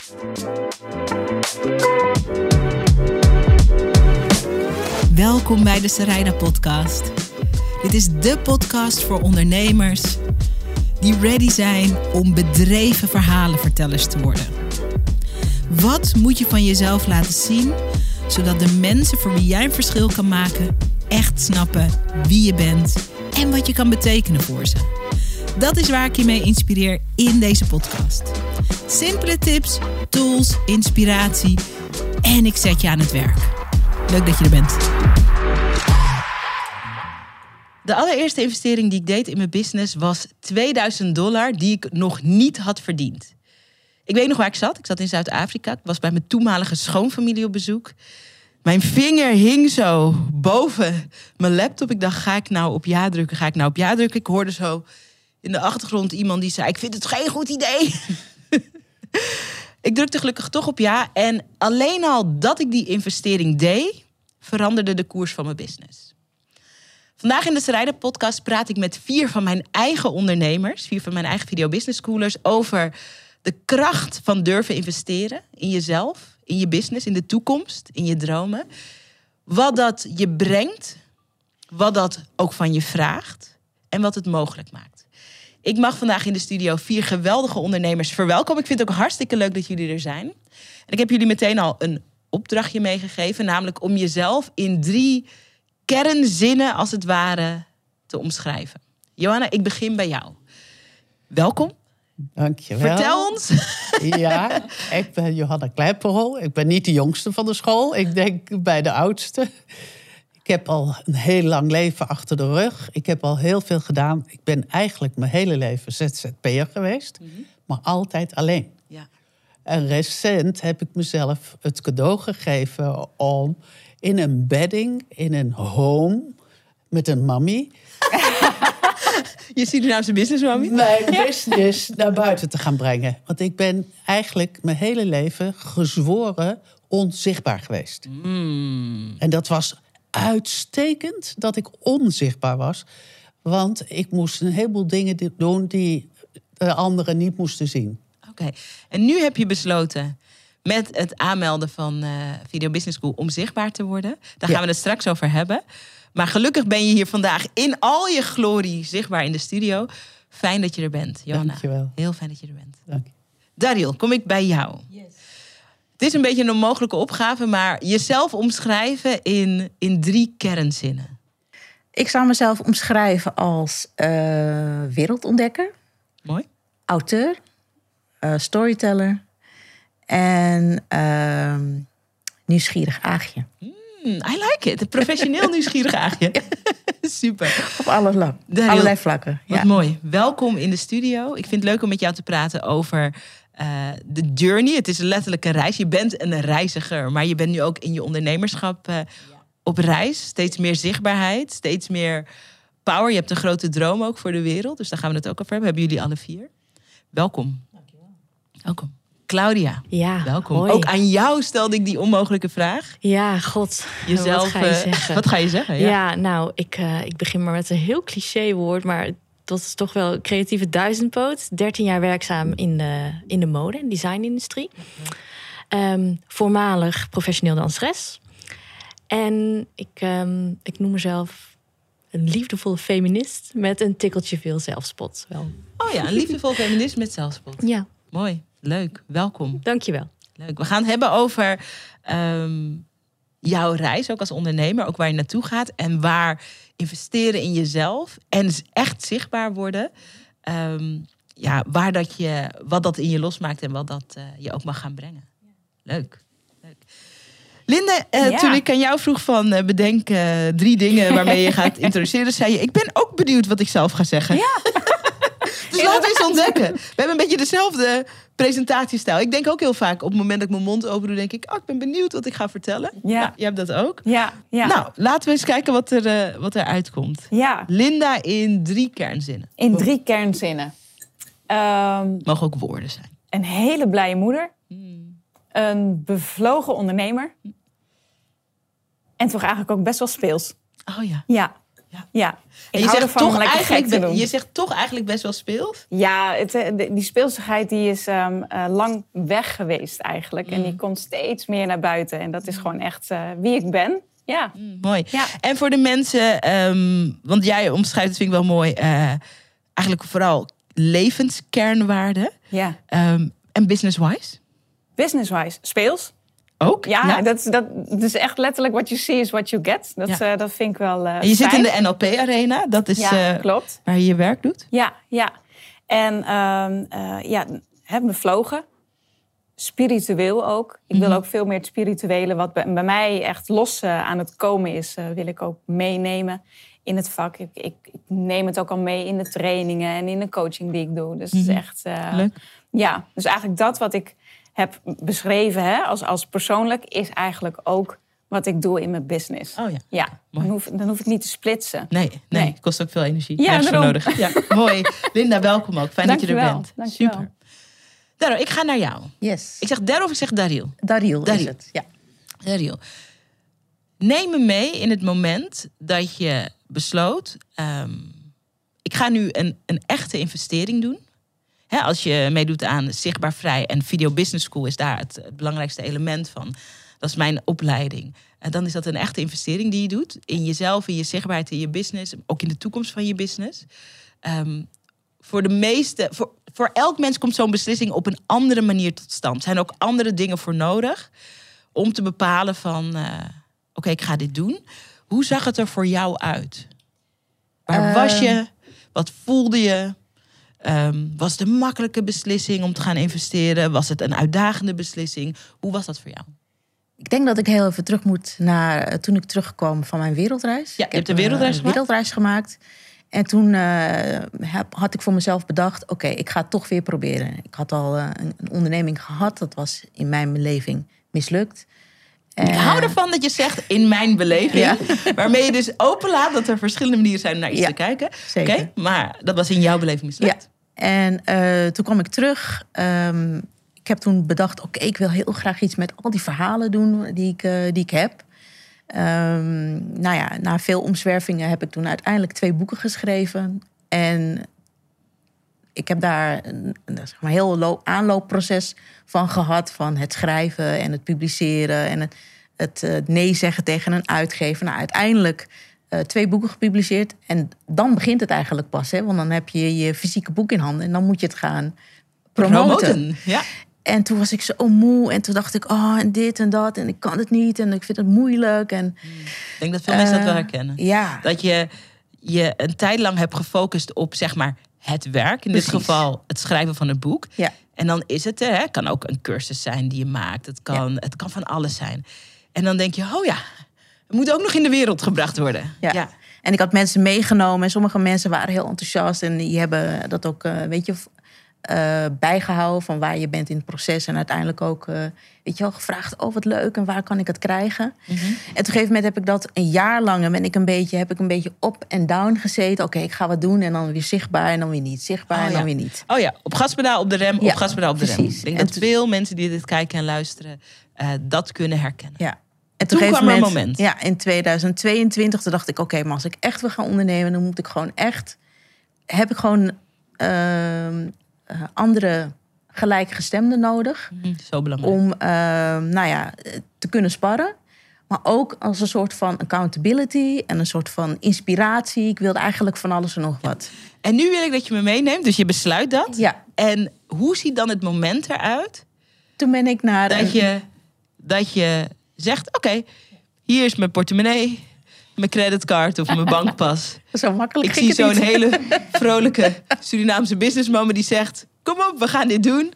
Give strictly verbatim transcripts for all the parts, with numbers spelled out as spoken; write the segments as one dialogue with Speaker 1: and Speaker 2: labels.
Speaker 1: Welkom bij de Sarayda podcast. Dit is de podcast voor ondernemers die ready zijn om bedreven verhalenvertellers te worden. Wat moet je van jezelf laten zien, zodat de mensen voor wie jij een verschil kan maken echt snappen wie je bent en wat je kan betekenen voor ze. Dat is waar ik je mee inspireer in deze podcast. Simpele tips, tools, inspiratie en ik zet je aan het werk. Leuk dat je er bent. De allereerste investering die ik deed in mijn business was tweeduizend dollar die ik nog niet had verdiend. Ik weet nog waar ik zat. Ik zat in Zuid-Afrika. Ik was bij mijn toenmalige schoonfamilie op bezoek. Mijn vinger hing zo boven mijn laptop. Ik dacht, ga ik nou op ja drukken? Ga ik nou op ja drukken? Ik hoorde zo in de achtergrond iemand die zei, ik vind het geen goed idee. Ik drukte gelukkig toch op ja. En alleen al dat ik die investering deed, veranderde de koers van mijn business. Vandaag in de Sarayda podcast praat ik met vier van mijn eigen ondernemers, vier van mijn eigen video business schoolers, over de kracht van durven investeren in jezelf, in je business, in de toekomst, in je dromen. Wat dat je brengt, wat dat ook van je vraagt en wat het mogelijk maakt. Ik mag vandaag in de studio vier geweldige ondernemers verwelkomen. Ik vind het ook hartstikke leuk dat jullie er zijn. En ik heb jullie meteen al een opdrachtje meegegeven, namelijk om jezelf in drie kernzinnen, als het ware, te omschrijven. Johanna, ik begin bij jou. Welkom.
Speaker 2: Dankjewel.
Speaker 1: Vertel ons.
Speaker 2: Ja, ik ben Johanna Kleiperol. Ik ben niet de jongste van de school. Ik denk bij de oudste. Ik heb al een heel lang leven achter de rug. Ik heb al heel veel gedaan. Ik ben eigenlijk mijn hele leven Z Z P'er geweest. Mm-hmm. Maar altijd alleen. Ja. En recent heb ik mezelf het cadeau gegeven om in een bedding, in een home, met een mammy,
Speaker 1: je Surinaamse business, mami?
Speaker 2: Mijn business naar buiten te gaan brengen. Want ik ben eigenlijk mijn hele leven gezworen onzichtbaar geweest. Mm. En dat was uitstekend dat ik onzichtbaar was. Want ik moest een heleboel dingen doen die de anderen niet moesten zien.
Speaker 1: Oké, okay. En nu heb je besloten met het aanmelden van uh, Video Business School om zichtbaar te worden. Daar gaan ja. we het straks over hebben. Maar gelukkig ben je hier vandaag in al je glorie zichtbaar in de studio. Fijn dat je er bent, Johanna.
Speaker 2: Dank je wel.
Speaker 1: Heel fijn dat je er bent.
Speaker 2: Dank je.
Speaker 1: Daryl, kom ik bij jou. Yes. Het is een beetje een onmogelijke opgave, maar jezelf omschrijven in, in drie kernzinnen.
Speaker 3: Ik zou mezelf omschrijven als uh, wereldontdekker.
Speaker 1: Mooi.
Speaker 3: Auteur. Uh, storyteller. En uh, nieuwsgierig aagje.
Speaker 1: Mm, I like it. Een professioneel nieuwsgierig aagje. Super.
Speaker 3: Op alle vlakken. Daryl, allerlei vlakken.
Speaker 1: Wat
Speaker 3: ja.
Speaker 1: mooi. Welkom in de studio. Ik vind het leuk om met jou te praten over uh, de journey. Het is letterlijk een reis. Je bent een reiziger, maar je bent nu ook in je ondernemerschap uh, ja. op reis. Steeds meer zichtbaarheid, steeds meer power. Je hebt een grote droom ook voor de wereld. Dus daar gaan we het ook over hebben. Hebben jullie alle vier. Welkom. Dankjewel. Welkom. Claudia,
Speaker 4: ja,
Speaker 1: welkom.
Speaker 4: Hoi.
Speaker 1: Ook aan jou stelde ik die onmogelijke vraag.
Speaker 4: Ja, god.
Speaker 1: Jezelf,
Speaker 4: wat ga je zeggen?
Speaker 1: Wat ga je zeggen? Ja,
Speaker 4: ja nou, ik, uh, ik begin maar met een heel cliché woord, maar dat is toch wel creatieve duizendpoot. dertien jaar werkzaam in de, in de mode- en designindustrie. Um, voormalig professioneel danseres. En ik, um, ik noem mezelf een liefdevolle feminist met een tikkeltje veel zelfspot. Wel.
Speaker 1: Oh ja, een liefdevolle feminist met zelfspot.
Speaker 4: Ja.
Speaker 1: Mooi. Leuk, welkom.
Speaker 4: Dank je wel.
Speaker 1: Leuk. We gaan het hebben over um, jouw reis, ook als ondernemer. Ook waar je naartoe gaat. En waar investeren in jezelf. En echt zichtbaar worden. Um, ja, waar dat je, wat dat in je losmaakt en wat dat uh, je ook mag gaan brengen. Leuk. Leuk. Linda, uh, ja. toen ik aan jou vroeg van uh, bedenk uh, drie dingen waarmee je gaat introduceren, zei je, ik ben ook benieuwd wat ik zelf ga zeggen.
Speaker 3: Ja.
Speaker 1: Dus laten we eens ontdekken. We hebben een beetje dezelfde presentatiestijl. Ik denk ook heel vaak op het moment dat ik mijn mond open doe, denk ik, oh, ik ben benieuwd wat ik ga vertellen.
Speaker 5: Ja.
Speaker 1: Nou, jij hebt dat ook.
Speaker 5: Ja, ja.
Speaker 1: Nou, laten we eens kijken wat er, uh, wat er uitkomt.
Speaker 5: Ja.
Speaker 1: Linda in drie kernzinnen.
Speaker 5: In drie kernzinnen. Um,
Speaker 1: Mogen ook woorden zijn.
Speaker 5: Een hele blije moeder. Hmm. Een bevlogen ondernemer. En toch eigenlijk ook best wel speels.
Speaker 1: Oh ja.
Speaker 5: Ja.
Speaker 1: Ja.
Speaker 5: Ja, ik
Speaker 1: En je
Speaker 5: hou
Speaker 1: zegt,
Speaker 5: ervan om
Speaker 1: toch
Speaker 5: lekker
Speaker 1: eigenlijk,
Speaker 5: gek te doen.
Speaker 1: je zegt toch eigenlijk best wel speels.
Speaker 5: Ja, het, eh, de- die speelsigheid die is um, uh, lang weg geweest eigenlijk. En
Speaker 1: Mm.
Speaker 5: die komt steeds meer naar buiten. En dat is gewoon echt uh, wie ik ben. Ja.
Speaker 1: Mm, mooi.
Speaker 5: Ja.
Speaker 1: En voor de mensen, um, want jij omschrijft, dat vind ik wel mooi, uh, eigenlijk vooral levenskernwaarden.
Speaker 5: Ja.
Speaker 1: Um, en business-wise?
Speaker 5: Business-wise, speels.
Speaker 1: Ook?
Speaker 5: Ja, Dat, is- dat, dat is echt letterlijk what you see is what you get. Dat,
Speaker 1: Ja.
Speaker 5: uh, dat vind ik wel uh,
Speaker 1: En je zit in
Speaker 5: fijn.
Speaker 1: de N L P-arena. Dat is
Speaker 5: Ja,
Speaker 1: uh,
Speaker 5: klopt.
Speaker 1: waar je je werk doet.
Speaker 5: Ja, ja. En um, uh, ja, heb bevlogen. Spiritueel ook. Ik wil
Speaker 1: Mhm.
Speaker 5: ook veel meer het spirituele, wat bij, bij mij echt los uh, aan het komen is, uh, wil ik ook meenemen in het vak. Ik, ik, ik neem het ook al mee in de trainingen en in de coaching die ik doe. Dus het
Speaker 1: Mhm.
Speaker 5: is echt... Uh,
Speaker 1: Leuk.
Speaker 5: Ja, dus eigenlijk dat wat ik heb beschreven hè, als, als persoonlijk, is eigenlijk ook wat ik doe in mijn business.
Speaker 1: Oh ja.
Speaker 5: Ja,
Speaker 1: Mooi.
Speaker 5: dan hoef, dan hoef ik niet te splitsen.
Speaker 1: Nee, nee,
Speaker 5: Nee.
Speaker 1: kost ook veel energie.
Speaker 5: Ja,
Speaker 1: Nergens voor
Speaker 5: daarom.
Speaker 1: nodig. Ja, mooi. Linda, welkom ook. Fijn dat je er
Speaker 5: Dankjewel,
Speaker 1: bent.
Speaker 5: dankjewel.
Speaker 1: Super. Darryl, ik ga naar jou.
Speaker 3: Yes.
Speaker 1: Ik zeg Darryl of ik zeg Darryl?
Speaker 3: Dariel is
Speaker 1: Dariel.
Speaker 3: het. Ja.
Speaker 1: Darryl. Neem me mee in het moment dat je besloot, um, ik ga nu een, een echte investering doen. Hè, als je meedoet aan Zichtbaar Vrij en Video Business School is daar het, het belangrijkste element van. Dat is mijn opleiding. En dan is dat een echte investering die je doet in jezelf, in je zichtbaarheid, in je business, ook in de toekomst van je business. Um, voor de meeste, voor, voor elk mens komt zo'n beslissing op een andere manier tot stand. Er zijn ook andere dingen voor nodig om te bepalen van, uh, oké, okay, ik ga dit doen. Hoe zag het er voor jou uit? Waar
Speaker 3: Uh,
Speaker 1: was je? Wat voelde je? Um, was het een makkelijke beslissing om te gaan investeren? Was het een uitdagende beslissing? Hoe was dat voor jou?
Speaker 3: Ik denk dat ik heel even terug moet naar uh, toen ik terugkwam van mijn wereldreis.
Speaker 1: Ja,
Speaker 3: ik
Speaker 1: je hebt een
Speaker 3: uh,
Speaker 1: wereldreis
Speaker 3: een
Speaker 1: gemaakt?
Speaker 3: wereldreis gemaakt. En toen uh, heb, had ik voor mezelf bedacht, oké, okay, ik ga het toch weer proberen. Ik had al uh, een, een onderneming gehad, dat was in mijn beleving mislukt.
Speaker 1: Ik
Speaker 3: Uh,
Speaker 1: hou ervan dat je zegt in mijn beleving.
Speaker 3: Ja.
Speaker 1: Waarmee je dus openlaat dat er verschillende manieren zijn om naar iets
Speaker 3: Ja,
Speaker 1: te kijken.
Speaker 3: zeker.
Speaker 1: Okay, maar dat was in jouw beleving mislukt.
Speaker 3: Ja. En uh, toen kwam ik terug. Um, ik heb toen bedacht, oké, okay, ik wil heel graag iets met al die verhalen doen die ik, uh, die ik heb. Um, nou ja, na veel omzwervingen heb ik toen uiteindelijk twee boeken geschreven. En ik heb daar een, een zeg maar, heel lo- aanloopproces van gehad. Van het schrijven en het publiceren en het, het uh, nee zeggen tegen een uitgever. Nou, uiteindelijk uh, twee boeken gepubliceerd. En dan begint het eigenlijk pas. Hè? Want dan heb je je fysieke boek in handen en dan moet je het gaan promoten.
Speaker 1: Promoten, ja.
Speaker 3: En toen was ik zo moe. En toen dacht ik, oh, en dit en dat. En ik kan het niet. En ik vind het moeilijk. En,
Speaker 1: Ik denk dat veel mensen dat wel herkennen.
Speaker 3: Ja.
Speaker 1: Dat je je een tijd lang hebt gefocust op, zeg maar, het werk. In
Speaker 3: Precies.
Speaker 1: dit geval het schrijven van het boek.
Speaker 3: Ja.
Speaker 1: En dan is het er. Het kan ook een cursus zijn die je maakt. Het kan,
Speaker 3: Ja.
Speaker 1: het kan van alles zijn. En dan denk je, oh ja, het moet ook nog in de wereld gebracht worden.
Speaker 3: Ja.
Speaker 1: Ja.
Speaker 3: En ik had mensen meegenomen. En sommige mensen waren heel enthousiast. En die hebben dat ook, uh, weet je, uh, bijgehouden van waar je bent in het proces. En uiteindelijk ook, uh, weet je wel, gevraagd, oh wat leuk. En waar kan ik het krijgen?
Speaker 1: Mm-hmm.
Speaker 3: En op een gegeven moment heb ik dat een jaar lang. En ben ik een beetje, heb ik een beetje op en down gezeten. Oké, okay, ik ga wat doen. En dan weer zichtbaar en dan weer niet. Zichtbaar
Speaker 1: Oh,
Speaker 3: en dan
Speaker 1: ja.
Speaker 3: weer niet.
Speaker 1: Oh ja, op gaspedaal, op de rem,
Speaker 3: Ja,
Speaker 1: op gaspedaal, op de rem.
Speaker 3: precies.
Speaker 1: Ik denk
Speaker 3: En
Speaker 1: dat
Speaker 3: toen-
Speaker 1: veel mensen die dit kijken en luisteren uh, dat kunnen herkennen.
Speaker 3: Ja. En
Speaker 1: Toen
Speaker 3: op een
Speaker 1: kwam er
Speaker 3: gegeven
Speaker 1: een moment.
Speaker 3: Ja, in tweeduizend tweeëntwintig toen dacht ik, oké, okay, maar als ik echt wil gaan ondernemen, dan moet ik gewoon echt, heb ik gewoon uh, uh, andere gelijkgestemden nodig
Speaker 1: Mm, zo belangrijk.
Speaker 3: om, uh, nou ja, te kunnen sparren. Maar ook als een soort van accountability en een soort van inspiratie. Ik wilde eigenlijk van alles en nog wat.
Speaker 1: En nu wil ik dat je me meeneemt, dus je besluit dat.
Speaker 3: Ja.
Speaker 1: En hoe ziet dan het moment eruit
Speaker 3: Toen ben ik naar
Speaker 1: dat
Speaker 3: een-
Speaker 1: je, dat je zegt, oké, okay, hier is mijn portemonnee, mijn creditcard of mijn bankpas.
Speaker 3: Zo makkelijk
Speaker 1: Ik
Speaker 3: ging
Speaker 1: zie
Speaker 3: het
Speaker 1: zo'n
Speaker 3: niet.
Speaker 1: hele vrolijke Surinaamse businesswoman die zegt, kom op, we gaan dit doen.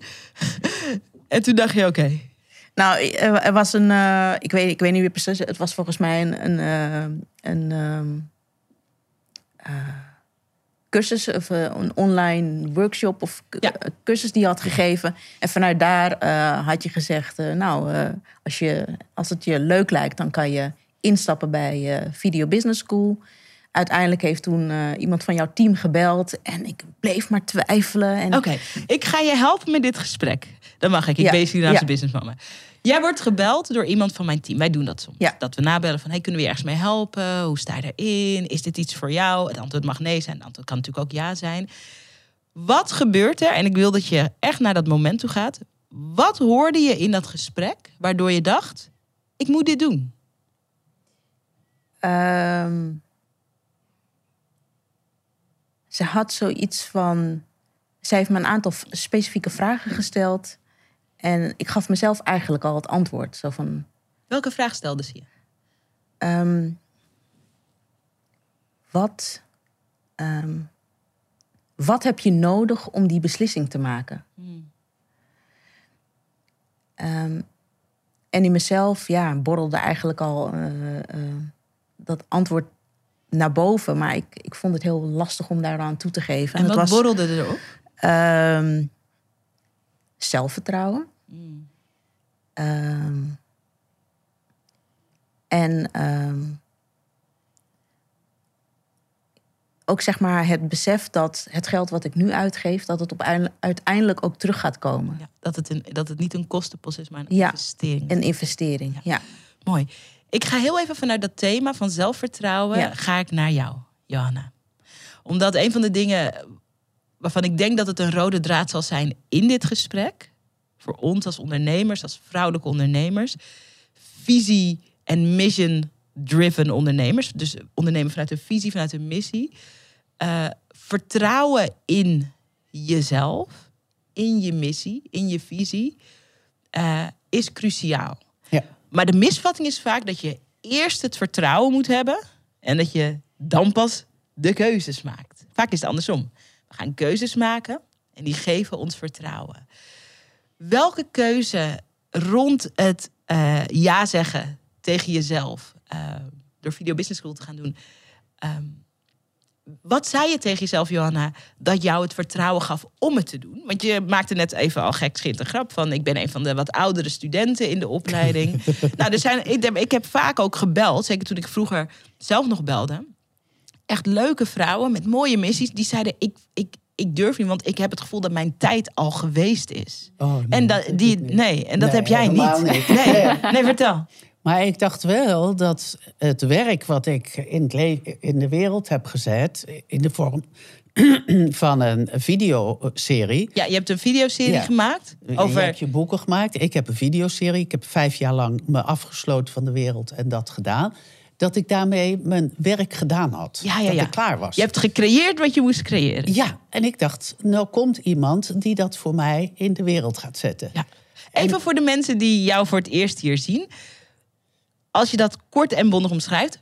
Speaker 1: En toen dacht je, oké. Okay.
Speaker 3: Nou, er was een, uh, ik, weet, ik weet niet meer precies, het was volgens mij een, een, uh, een um, uh, cursus of uh, een online workshop of
Speaker 1: Ja.
Speaker 3: cursus die je had gegeven. En vanuit daar uh, had je gezegd, uh, nou, uh, als, je, als het je leuk lijkt, dan kan je instappen bij uh, Video Business School. uiteindelijk heeft toen uh, iemand van jouw team gebeld. En ik bleef maar twijfelen. En...
Speaker 1: Oké, okay. Ik ga je helpen met dit gesprek. Dan mag ik. Ik
Speaker 3: ja.
Speaker 1: ben Surinaamse
Speaker 3: ja.
Speaker 1: businessmama. Jij wordt gebeld door iemand van mijn team. Wij doen dat soms.
Speaker 3: Ja.
Speaker 1: Dat we nabellen van, hey, kunnen we je ergens mee helpen? Hoe sta je erin? Is dit iets voor jou? Het antwoord mag nee zijn. Het antwoord kan natuurlijk ook ja zijn. Wat gebeurt er? En ik wil dat je echt naar dat moment toe gaat. Wat hoorde je in dat gesprek waardoor je dacht, ik moet dit doen?
Speaker 3: Um, ze had zoiets van... Zij heeft me een aantal specifieke vragen gesteld. En ik gaf mezelf eigenlijk al het antwoord. Zo van,
Speaker 1: welke vraag stelde ze je?
Speaker 3: Um, wat, um, wat heb je nodig om die beslissing te maken? Hmm. Um, en in mezelf ja, borrelde eigenlijk al uh, uh, dat antwoord naar boven. Maar ik, ik vond het heel lastig om daaraan toe te geven.
Speaker 1: En, en wat
Speaker 3: was,
Speaker 1: borrelde erop?
Speaker 3: Um, zelfvertrouwen. Mm. Um, en um, ook zeg maar het besef dat het geld wat ik nu uitgeef, dat het op uiteindelijk ook terug gaat komen.
Speaker 1: Ja, dat, het een, dat het niet een kostenpost is, maar een
Speaker 3: ja,
Speaker 1: investering.
Speaker 3: Een investering, ja. ja.
Speaker 1: Mooi. Ik ga heel even vanuit dat thema van zelfvertrouwen, ja. ga ik naar jou, Johanna. Omdat een van de dingen waarvan ik denk dat het een rode draad zal zijn in dit gesprek, voor ons als ondernemers, als vrouwelijke ondernemers, visie- en mission-driven ondernemers, dus ondernemen vanuit een visie, vanuit een missie, uh, vertrouwen in jezelf, in je missie, in je visie, uh, is cruciaal.
Speaker 2: Ja.
Speaker 1: Maar de misvatting is vaak dat je eerst het vertrouwen moet hebben en dat je dan pas de keuzes maakt. Vaak is het andersom. We gaan keuzes maken en die geven ons vertrouwen. Welke keuze rond het uh, ja zeggen tegen jezelf, uh, door Video Business School te gaan doen, um, wat zei je tegen jezelf, Johanna, dat jou het vertrouwen gaf om het te doen? Want je maakte net even al gekscherend een grap van, ik ben een van de wat oudere studenten in de opleiding. nou, er zijn, ik, ik heb vaak ook gebeld, zeker toen ik vroeger zelf nog belde. Echt leuke vrouwen met mooie missies, die zeiden, ik, ik, ik durf niet, want ik heb het gevoel dat mijn tijd al geweest is.
Speaker 2: Oh, nee,
Speaker 1: en dat, die, nee, en dat
Speaker 2: nee,
Speaker 1: heb jij niet.
Speaker 2: niet.
Speaker 1: Nee, nee, vertel.
Speaker 2: Maar ik dacht wel dat het werk wat ik in, het le- in de wereld heb gezet, in de vorm van een videoserie.
Speaker 1: Ja, je hebt een videoserie
Speaker 2: ja.
Speaker 1: gemaakt. Over...
Speaker 2: Je hebt je boeken gemaakt. Ik heb een videoserie. Ik heb vijf jaar lang me afgesloten van de wereld en dat gedaan. Dat ik daarmee mijn werk gedaan had.
Speaker 1: Ja, ja,
Speaker 2: dat
Speaker 1: ja.
Speaker 2: ik klaar was.
Speaker 1: Je hebt gecreëerd wat je moest creëren.
Speaker 2: Ja, en ik dacht, nou komt iemand die dat voor mij in de wereld gaat zetten.
Speaker 1: Ja. Even en... voor de mensen die jou voor het eerst hier zien. Als je dat kort en bondig omschrijft,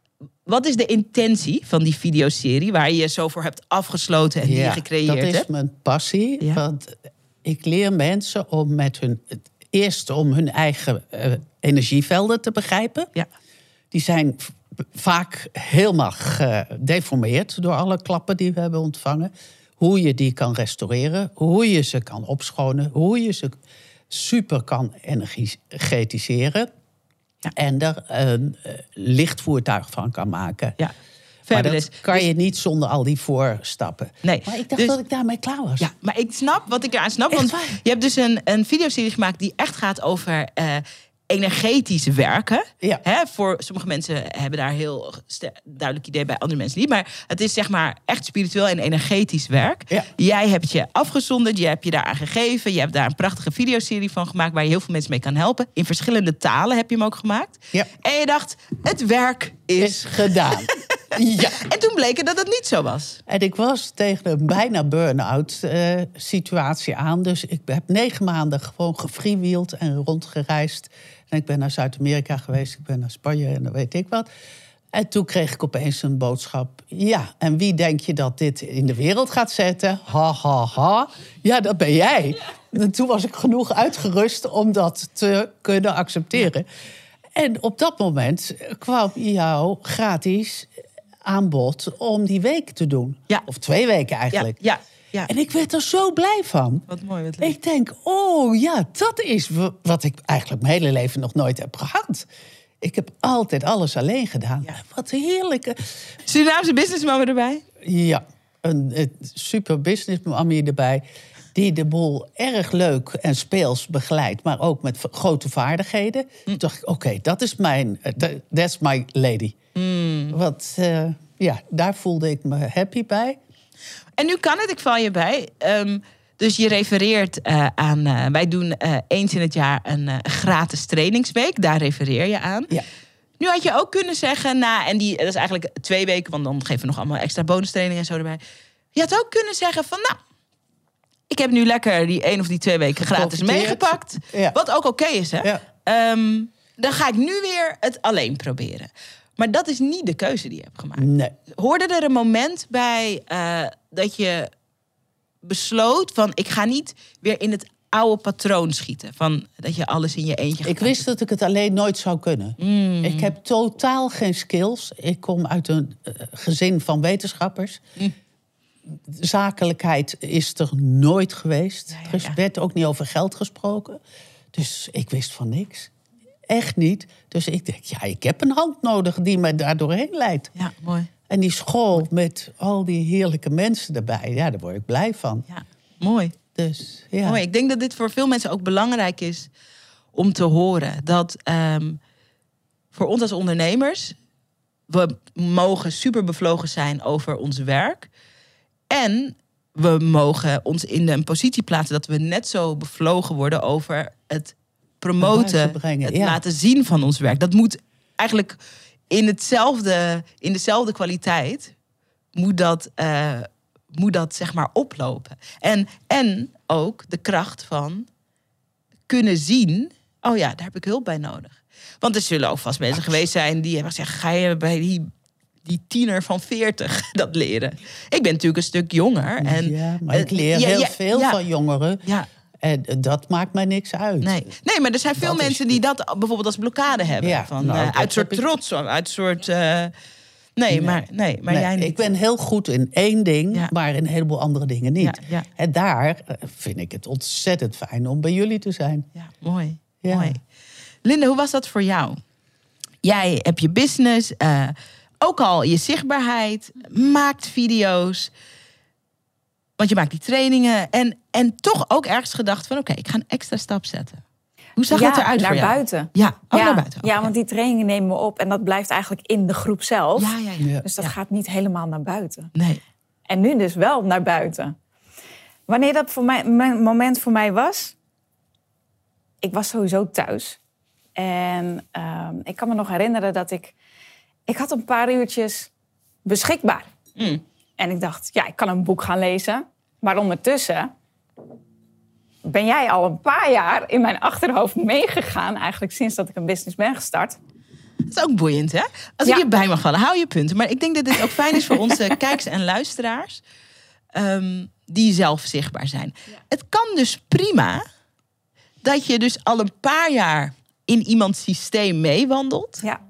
Speaker 1: wat is de intentie van die videoserie waar je je zo voor hebt afgesloten en die
Speaker 2: ja,
Speaker 1: je gecreëerd hebt?
Speaker 2: Dat is mijn passie.
Speaker 1: Ja.
Speaker 2: Want ik leer mensen om met hun eerst om hun eigen uh, energievelden te begrijpen.
Speaker 1: Ja.
Speaker 2: Die zijn vaak helemaal gedeformeerd door alle klappen die we hebben ontvangen. Hoe je die kan restaureren, hoe je ze kan opschonen, hoe je ze super kan energetiseren. Ja. En er een uh, lichtvoertuig van kan maken.
Speaker 1: Ja.
Speaker 2: Maar dat kan dus... je niet zonder al die voorstappen.
Speaker 1: Nee.
Speaker 2: Maar ik dacht
Speaker 1: dus...
Speaker 2: dat ik daarmee klaar was.
Speaker 1: Ja, maar ik snap wat ik eraan snap.
Speaker 2: Echt
Speaker 1: want
Speaker 2: waar?
Speaker 1: Je hebt dus een, een videoserie gemaakt die echt gaat over uh, energetisch werken.
Speaker 2: Ja.
Speaker 1: Hè, voor sommige mensen hebben daar heel duidelijk idee bij, andere mensen niet. Maar het is zeg maar echt spiritueel en energetisch werk.
Speaker 2: Ja.
Speaker 1: Jij hebt je afgezonderd, je hebt je daaraan gegeven. Je hebt daar een prachtige videoserie van gemaakt waar je heel veel mensen mee kan helpen. In verschillende talen heb je hem ook gemaakt.
Speaker 2: Ja.
Speaker 1: En je dacht, het werk is,
Speaker 2: is gedaan. Ja.
Speaker 1: En toen bleek het dat het niet zo was.
Speaker 2: En ik was tegen een bijna burn-out uh, situatie aan. Dus ik heb negen maanden gewoon gefreewheeld en rondgereisd. En ik ben naar Zuid-Amerika geweest, ik ben naar Spanje en dan weet ik wat. En toen kreeg ik opeens een boodschap. Ja, en wie denk je dat dit in de wereld gaat zetten? Ha, ha, ha. Ja, dat ben jij. En toen was ik genoeg uitgerust om dat te kunnen accepteren. En op dat moment kwam jou gratis aanbod om die week te doen.
Speaker 1: Ja.
Speaker 2: Of twee weken eigenlijk.
Speaker 1: Ja, ja, ja.
Speaker 2: En ik werd er zo blij van.
Speaker 1: Wat mooi, wat leuk.
Speaker 2: Ik denk, oh ja, dat is wat ik eigenlijk mijn hele leven nog nooit heb gehad. Ik heb altijd alles alleen gedaan.
Speaker 1: Ja.
Speaker 2: Wat heerlijk.
Speaker 1: Surinaamse businessmama erbij?
Speaker 2: Ja, een, een super businessmammy erbij. Die de boel erg leuk en speels begeleidt. Maar ook met v- grote vaardigheden.
Speaker 1: Mm.
Speaker 2: Toen dacht ik, oké, okay, dat is mijn... Uh, that's my lady.
Speaker 1: Mm.
Speaker 2: Wat, uh, ja, daar voelde ik me happy bij.
Speaker 1: En nu kan het, ik val je bij. Um, dus je refereert uh, aan... Uh, wij doen uh, eens in het jaar een uh, gratis trainingsweek. Daar refereer je aan.
Speaker 2: Ja.
Speaker 1: Nu had je ook kunnen zeggen... Nou, en die, dat is eigenlijk twee weken... want dan geven we nog allemaal extra bonustrainingen en zo erbij. Je had ook kunnen zeggen van... nou, ik heb nu lekker die één of die twee weken gratis meegepakt.
Speaker 2: Ja.
Speaker 1: Wat ook oké okay is, hè? Ja. Um, dan ga ik nu weer het alleen proberen. Maar dat is niet de keuze die je hebt gemaakt.
Speaker 2: Nee.
Speaker 1: Hoorde er een moment bij uh, dat je besloot van... ik ga niet weer in het oude patroon schieten. Van dat je alles in je eentje gaat.
Speaker 2: Ik wist dat ik het alleen nooit zou kunnen. Mm. Ik heb totaal geen skills. Ik kom uit een uh, gezin van wetenschappers. Mm. Zakelijkheid is er nooit geweest. Ja, ja, ja. Er werd ook niet over geld gesproken. Dus ik wist van niks. Echt niet. Dus ik denk, ja, ik heb een hand nodig die mij daar doorheen leidt.
Speaker 1: Ja, mooi.
Speaker 2: En die school met al die heerlijke mensen erbij, ja, daar word ik blij van.
Speaker 1: Ja, mooi.
Speaker 2: Dus, ja.
Speaker 1: Mooi. Ik denk dat dit voor veel mensen ook belangrijk is om te horen. Dat um, voor ons als ondernemers, we mogen super bevlogen zijn over ons werk. En we mogen ons in een positie plaatsen dat we net zo bevlogen worden over het promoten, brengen, het ja. laten zien van ons werk. Dat moet eigenlijk in hetzelfde, in dezelfde kwaliteit moet dat, uh, moet dat zeg maar oplopen. En, en ook de kracht van kunnen zien, oh ja, daar heb ik hulp bij nodig. Want er zullen ook vast mensen geweest zijn die hebben gezegd, ga je bij die die tiener van veertig dat leren. Ik ben natuurlijk een stuk jonger. En,
Speaker 2: ja, maar ik leer uh, heel ja, veel ja. van jongeren.
Speaker 1: Ja.
Speaker 2: En dat maakt mij niks uit.
Speaker 1: Nee, nee maar er zijn veel dat mensen die dat bijvoorbeeld als blokkade hebben. Ja, van, nou, uh, uit soort trots, ik... uit soort... Uh, nee, nee, maar, nee, maar nee, jij niet.
Speaker 2: Ik ben heel goed in één ding, ja. maar in een heleboel andere dingen niet. Ja, ja. En daar vind ik het ontzettend fijn om bij jullie te zijn.
Speaker 1: Ja, mooi. Ja. mooi. Linda, hoe was dat voor jou? Jij hebt je business... Uh, Ook al je zichtbaarheid, maakt video's. Want je maakt die trainingen. En, en toch ook ergens gedacht van... oké, okay, ik ga een extra stap zetten. Hoe zag
Speaker 5: ja,
Speaker 1: het eruit voor jou?
Speaker 5: naar buiten.
Speaker 1: Ja, ook
Speaker 5: ja,
Speaker 1: naar buiten. Ook,
Speaker 5: ja,
Speaker 1: ja,
Speaker 5: want die trainingen nemen we op. En dat blijft eigenlijk in de groep zelf.
Speaker 1: Ja, ja, ja.
Speaker 5: Dus dat
Speaker 1: ja.
Speaker 5: gaat niet helemaal naar buiten.
Speaker 1: Nee.
Speaker 5: En nu dus wel naar buiten. Wanneer dat voor mij, mijn moment voor mij was... Ik was sowieso thuis. En uh, ik kan me nog herinneren dat ik... Ik had een paar uurtjes beschikbaar. Mm. En ik dacht, ja, ik kan een boek gaan lezen. Maar ondertussen ben jij al een paar jaar in mijn achterhoofd meegegaan. Eigenlijk sinds dat ik een business ben gestart.
Speaker 1: Dat is ook boeiend, hè? Als ja. ik je bij mag vallen, hou je punten. Maar ik denk dat dit ook fijn is voor onze kijkers en luisteraars. Um, die zelf zichtbaar zijn. Ja. Het kan dus prima dat je dus al een paar jaar in iemands systeem meewandelt.
Speaker 5: Ja.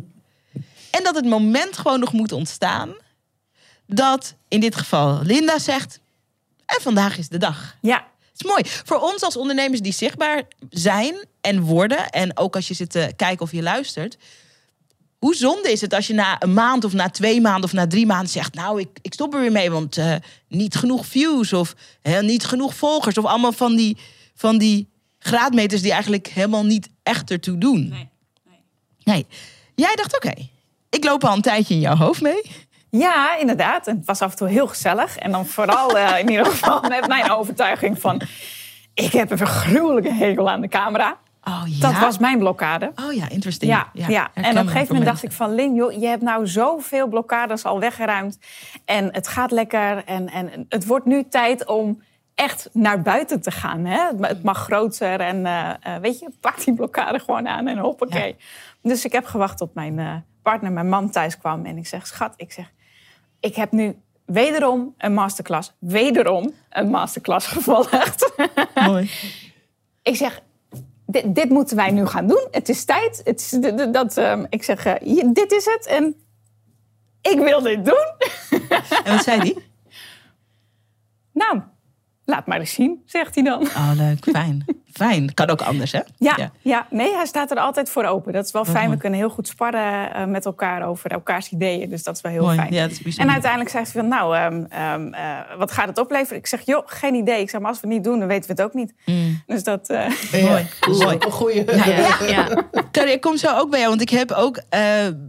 Speaker 1: En dat het moment gewoon nog moet ontstaan... dat in dit geval Linda zegt... en vandaag is de dag.
Speaker 5: Ja.
Speaker 1: Het is mooi. Voor ons als ondernemers die zichtbaar zijn en worden... en ook als je zit te kijken of je luistert... hoe zonde is het als je na een maand of na twee maanden... of na drie maanden zegt... nou, ik, ik stop er weer mee, want uh, niet genoeg views... of uh, niet genoeg volgers... of allemaal van die, van die graadmeters... die eigenlijk helemaal niet echt ertoe doen.
Speaker 5: Nee. Nee.
Speaker 1: nee. Jij dacht, oké... Okay, ik loop al een tijdje in jouw hoofd mee.
Speaker 5: Ja, inderdaad. En het was af en toe heel gezellig. En dan vooral uh, in ieder geval met mijn overtuiging van... ik heb een gruwelijke hekel aan de camera.
Speaker 1: Oh, ja?
Speaker 5: Dat was mijn blokkade.
Speaker 1: Oh ja, interesting.
Speaker 5: Ja, ja. ja. En op een gegeven moment dacht ik van... Lin, joh, je hebt nou zoveel blokkades al weggeruimd. En het gaat lekker. En, en het wordt nu tijd om echt naar buiten te gaan. Hè? Het mag groter. En uh, uh, weet je, pak die blokkade gewoon aan en hoppakee. Ja. Dus ik heb gewacht tot mijn... Uh, partner, mijn man, thuis kwam en ik zeg, schat, ik zeg, ik heb nu wederom een masterclass, wederom een masterclass gevolgd.
Speaker 1: Mooi.
Speaker 5: Ik zeg, dit, dit moeten wij nu gaan doen. Het is tijd. Het is, dat, um, ik zeg, uh, dit is het en ik wil dit doen.
Speaker 1: En wat zei die?
Speaker 5: Nou, laat maar eens zien, zegt hij dan.
Speaker 1: Oh, leuk. Fijn. fijn. Kan ook anders, hè?
Speaker 5: Ja, ja. ja, nee, hij staat er altijd voor open. Dat is wel
Speaker 1: Wat
Speaker 5: fijn.
Speaker 1: mooi.
Speaker 5: We kunnen heel goed sparren uh, met elkaar over elkaars ideeën. Dus dat is wel heel
Speaker 1: Mooi.
Speaker 5: fijn.
Speaker 1: Ja, dat is bijzonder.
Speaker 5: En uiteindelijk zegt hij van, nou, um, um, uh, wat gaat het opleveren? Ik zeg, joh, geen idee. Ik zeg, maar als we het niet doen, dan weten we het ook niet.
Speaker 1: Mm.
Speaker 5: Dus dat... Uh...
Speaker 2: Ja,
Speaker 1: Mooi.
Speaker 2: dat is
Speaker 1: Mooi.
Speaker 2: ook een goeie.
Speaker 4: Ja, ja, ja.
Speaker 1: Claudia, ik kom zo ook bij jou, want ik heb ook... Uh,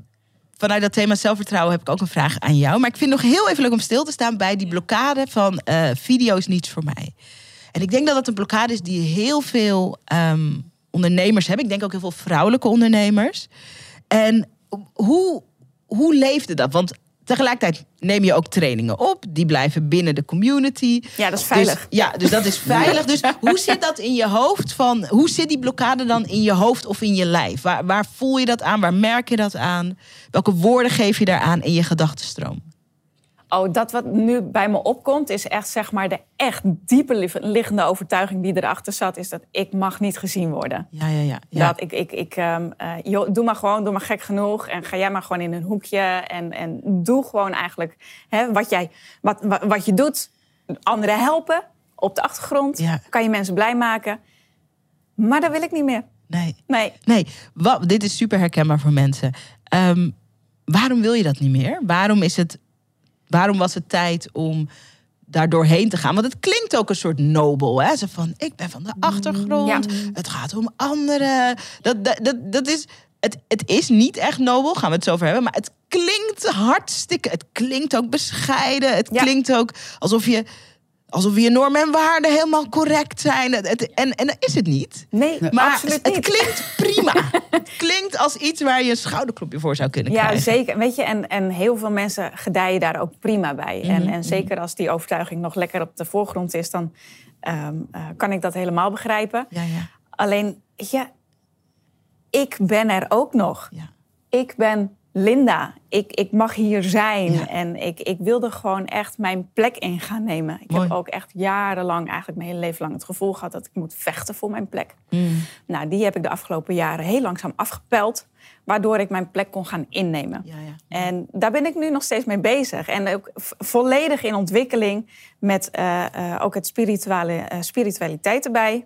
Speaker 1: vanuit dat thema zelfvertrouwen heb ik ook een vraag aan jou. Maar ik vind het nog heel even leuk om stil te staan bij die blokkade van uh, video is niets voor mij. En ik denk dat dat een blokkade is die heel veel um, ondernemers hebben. Ik denk ook heel veel vrouwelijke ondernemers. En hoe, hoe leefde dat? Want tegelijkertijd neem je ook trainingen op. Die blijven binnen de community.
Speaker 5: Ja, dat is veilig.
Speaker 1: Dus, ja, dus dat is veilig. Dus hoe zit dat in je hoofd? Van, hoe zit die blokkade dan in je hoofd of in je lijf? Waar, waar voel je dat aan? Waar merk je dat aan? Welke woorden geef je daaraan in je gedachtenstroom?
Speaker 5: Oh, dat wat nu bij me opkomt is echt, zeg maar, de echt diepe liggende overtuiging die erachter zat, is dat ik mag niet gezien worden.
Speaker 1: Ja, ja, ja. ja.
Speaker 5: Dat ik, ik, ik um, uh, joh, doe maar gewoon, doe maar gek genoeg en ga jij maar gewoon in een hoekje en, en doe gewoon eigenlijk hè, wat, jij, wat, wat, wat je doet. Anderen helpen op de achtergrond,
Speaker 1: Ja.
Speaker 5: kan je mensen blij maken. Maar dat wil ik niet meer.
Speaker 1: Nee.
Speaker 5: Nee.
Speaker 1: Nee, wat, dit is super herkenbaar voor mensen. Um, waarom wil je dat niet meer? Waarom is het... Waarom was het tijd om daar doorheen te gaan? Want het klinkt ook een soort nobel. Hè? Zo van, ik ben van de achtergrond.
Speaker 5: Ja.
Speaker 1: Het gaat om anderen. Dat, dat, dat, dat is, het, het is niet echt nobel, gaan we het zo over hebben. Maar het klinkt hartstikke... Het klinkt ook bescheiden. Het
Speaker 5: Ja.
Speaker 1: klinkt ook alsof je... Alsof je normen en waarden helemaal correct zijn. Het, het, en, en dat is het niet.
Speaker 5: Nee,
Speaker 1: Maar
Speaker 5: absoluut
Speaker 1: het
Speaker 5: niet.
Speaker 1: klinkt prima. Het klinkt als iets waar je een schouderklopje voor zou kunnen
Speaker 5: Ja,
Speaker 1: krijgen.
Speaker 5: zeker. Weet je, en, en heel veel mensen gedijen daar ook prima bij.
Speaker 1: Mhm.
Speaker 5: En, en zeker als die overtuiging nog lekker op de voorgrond is, dan um, uh, kan ik dat helemaal begrijpen.
Speaker 1: Ja, ja,
Speaker 5: Alleen, ja, ik ben er ook nog.
Speaker 1: ja.
Speaker 5: Ik ben Linda. Ik, ik mag hier zijn.
Speaker 1: Ja.
Speaker 5: En ik, ik wilde gewoon echt mijn plek in gaan nemen. Ik
Speaker 1: Mooi.
Speaker 5: heb ook echt jarenlang, eigenlijk mijn hele leven lang, het gevoel gehad dat ik moet vechten voor mijn plek.
Speaker 1: Mm.
Speaker 5: Nou, die heb ik de afgelopen jaren heel langzaam afgepeld, waardoor ik mijn plek kon gaan innemen.
Speaker 1: Ja, ja.
Speaker 5: En daar ben ik nu nog steeds mee bezig. En ook v- volledig in ontwikkeling met uh, uh, ook het spirituele, uh, spiritualiteit erbij.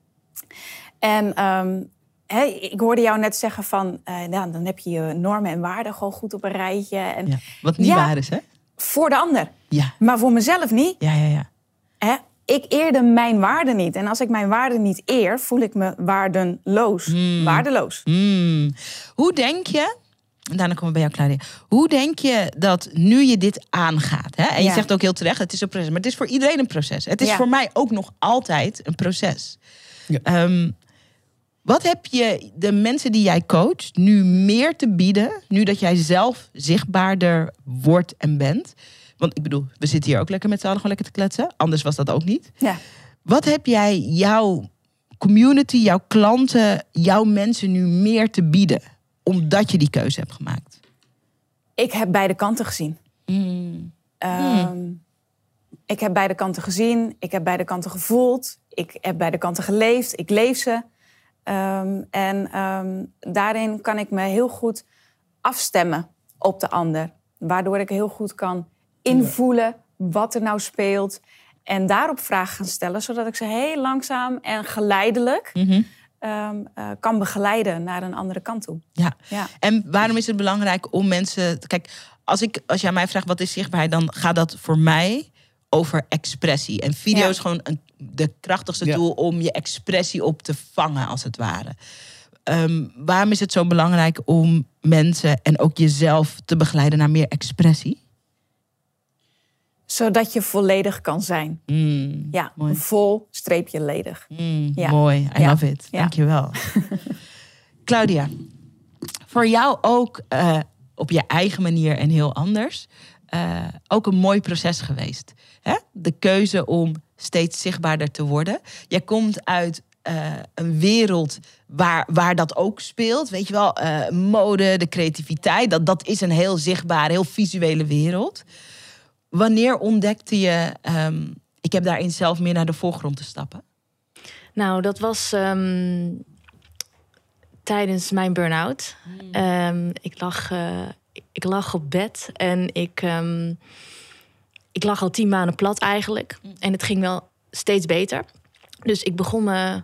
Speaker 5: En um, he, ik hoorde jou net zeggen van, uh, nou, dan heb je je normen en waarden gewoon goed op een rijtje. En
Speaker 1: Ja. Wat niet
Speaker 5: Ja.
Speaker 1: waar is, hè?
Speaker 5: voor de ander,
Speaker 1: Ja,
Speaker 5: maar voor mezelf niet.
Speaker 1: ja, ja. ja.
Speaker 5: Hè? Ik eerde mijn waarden niet. En als ik mijn waarden niet eer, voel ik me waardenloos.
Speaker 1: Hmm.
Speaker 5: Waardeloos.
Speaker 1: Mm. Hoe denk je... En daarna komen we bij jou, Claudia. Hoe denk je dat nu je dit aangaat? Hè? En je
Speaker 5: Ja.
Speaker 1: zegt ook heel terecht, het is een proces. Maar het is voor iedereen een proces. Het is
Speaker 5: Ja.
Speaker 1: voor mij ook nog altijd een proces.
Speaker 2: Ja.
Speaker 1: Um, wat heb je de mensen die jij coacht nu meer te bieden, nu dat jij zelf zichtbaarder wordt en bent? Want ik bedoel, we zitten hier ook lekker met z'n allen gewoon lekker te kletsen. Anders was dat ook niet.
Speaker 5: Ja.
Speaker 1: Wat heb jij jouw community, jouw klanten, jouw mensen nu meer te bieden? Omdat je die keuze hebt gemaakt.
Speaker 5: Ik heb beide kanten gezien.
Speaker 1: Mm.
Speaker 5: Um, ik heb beide kanten gezien. Ik heb beide kanten gevoeld. Ik heb beide kanten geleefd. Ik leef ze. Um, en um, daarin kan ik me heel goed afstemmen op de ander. Waardoor ik heel goed kan invoelen wat er nou speelt. En daarop vragen gaan stellen. Zodat ik ze heel langzaam en geleidelijk
Speaker 1: Mm-hmm.
Speaker 5: um, uh, kan begeleiden naar een andere kant toe.
Speaker 1: Ja.
Speaker 5: Ja.
Speaker 1: En waarom is het belangrijk om mensen... Kijk, als, ik, als jij mij vraagt wat is zichtbaarheid, dan gaat dat voor mij over expressie. En video
Speaker 5: Ja.
Speaker 1: is gewoon een, de krachtigste
Speaker 2: Ja.
Speaker 1: tool om je expressie op te vangen, als het ware. Um, waarom is het zo belangrijk om mensen en ook jezelf te begeleiden naar meer expressie?
Speaker 5: Zodat je volledig kan zijn.
Speaker 1: Mm,
Speaker 5: Ja,
Speaker 1: mooi.
Speaker 5: vol streepje ledig.
Speaker 1: Mm,
Speaker 5: Ja.
Speaker 1: Mooi, I
Speaker 5: Ja.
Speaker 1: love it.
Speaker 5: Ja.
Speaker 1: Dankjewel. Claudia, voor jou ook uh, op je eigen manier en heel anders... Uh, ook een mooi proces geweest. Hè? De keuze om steeds zichtbaarder te worden. Jij komt uit uh, een wereld waar, waar dat ook speelt. Weet je wel, uh, mode, de creativiteit. Dat, dat is een heel zichtbare, heel visuele wereld. Wanneer ontdekte je... Um, ik heb daarin zelf meer naar de voorgrond te stappen?
Speaker 4: Nou, dat was um, tijdens mijn burn-out. Mm. Um, ik lag... Uh, Ik lag op bed en ik, um, ik lag al tien maanden plat eigenlijk. En het ging wel steeds beter. Dus ik begon me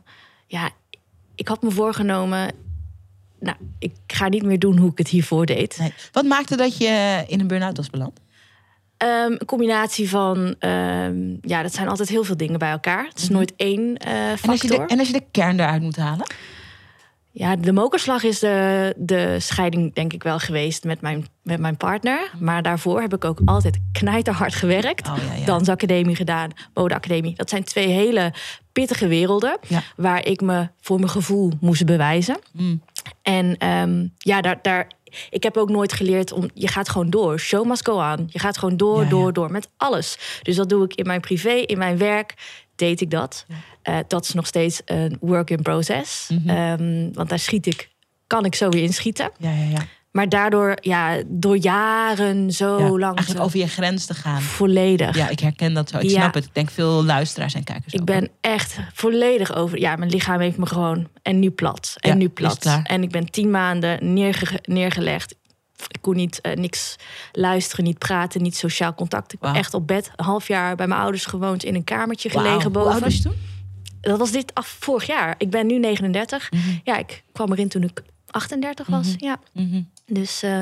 Speaker 4: ja, ik had me voorgenomen... Nou, ik ga niet meer doen hoe ik het hiervoor deed.
Speaker 1: Nee. Wat maakte dat je in een burn-out was beland?
Speaker 4: Um, een combinatie van... Um, ja, dat zijn altijd heel veel dingen bij elkaar. Het is nooit één uh, factor.
Speaker 1: En als, je de, en als je de kern eruit moet halen?
Speaker 4: Ja, de mokerslag is de, de scheiding denk ik wel geweest met mijn, met mijn partner. Maar daarvoor heb ik ook altijd knijterhard gewerkt.
Speaker 1: Oh, ja, ja.
Speaker 4: Dansacademie gedaan, modeacademie. Dat zijn twee hele pittige werelden...
Speaker 1: Ja.
Speaker 4: waar ik me voor mijn gevoel moest bewijzen.
Speaker 1: Mm.
Speaker 4: En um, ja, daar, daar, ik heb ook nooit geleerd om... Je gaat gewoon door. Show must go on. Je gaat gewoon door,
Speaker 1: Ja,
Speaker 4: door,
Speaker 1: ja.
Speaker 4: door. Met alles. Dus dat doe ik in mijn privé, in mijn werk... deed ik dat.
Speaker 1: Ja.
Speaker 4: Uh, dat is nog steeds een work in process.
Speaker 1: Mm-hmm.
Speaker 4: Um, want daar schiet ik, kan ik zo weer inschieten.
Speaker 1: Ja, ja, ja.
Speaker 4: Maar daardoor, ja, door jaren zo
Speaker 1: ja
Speaker 4: lang...
Speaker 1: eigenlijk
Speaker 4: te-
Speaker 1: over je grens te gaan.
Speaker 4: Volledig.
Speaker 1: Ja, ik herken dat zo. Ik
Speaker 4: Ja.
Speaker 1: snap het. Ik denk veel luisteraars en kijkers
Speaker 4: Ik
Speaker 1: ook.
Speaker 4: ben echt volledig over... Ja, mijn lichaam heeft me gewoon... En nu plat. En
Speaker 1: Ja,
Speaker 4: nu
Speaker 1: is het
Speaker 4: plat.
Speaker 1: klaar.
Speaker 4: En ik ben tien maanden neerge- neergelegd. Ik kon niet uh, niks luisteren, niet praten, niet sociaal contact. Ik ben
Speaker 1: Wauw.
Speaker 4: echt op bed. Een half jaar bij mijn ouders gewoond. In een kamertje
Speaker 1: Wauw.
Speaker 4: gelegen
Speaker 1: Hoe
Speaker 4: boven.
Speaker 1: oud was je toen?
Speaker 4: Dat was dit af vorig jaar. Ik ben nu negenendertig.
Speaker 1: Mm-hmm.
Speaker 4: Ja, ik kwam erin toen ik achtendertig was.
Speaker 1: Mhm.
Speaker 4: Ja.
Speaker 1: Mm-hmm.
Speaker 4: Dus uh,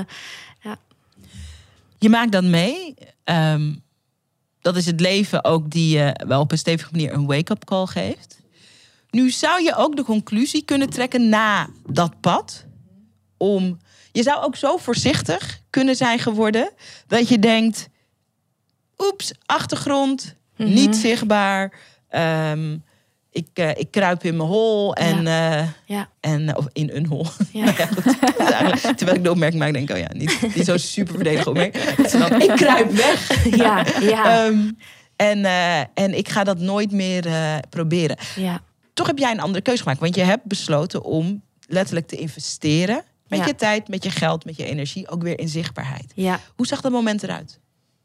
Speaker 1: Je maakt dat mee. Um, dat is het leven ook die je wel op een stevige manier een wake-up call geeft. Nu zou je ook de conclusie kunnen trekken na dat pad. Om, je zou ook zo voorzichtig kunnen zijn geworden dat je denkt... Oeps, achtergrond,
Speaker 4: Mhm.
Speaker 1: niet zichtbaar. Um, ik, uh, ik kruip in mijn hol en, uh,
Speaker 4: ja.
Speaker 1: en of in een hol.
Speaker 4: Ja.
Speaker 1: Nou ja, goed. Dat is eigenlijk- terwijl ik de opmerking maak, denk ik, oh ja, niet, niet zo super verdedigd opmerking. Dat ze dan, ik kruip weg.
Speaker 4: Ja, ja.
Speaker 1: Um, en, uh, en ik ga dat nooit meer uh, proberen.
Speaker 4: ja.
Speaker 1: Toch heb jij een andere keuze gemaakt. Want je hebt besloten om letterlijk te investeren. Met
Speaker 4: Ja.
Speaker 1: je tijd, met je geld, met je energie. Ook weer in zichtbaarheid.
Speaker 4: ja.
Speaker 1: Hoe zag dat moment eruit?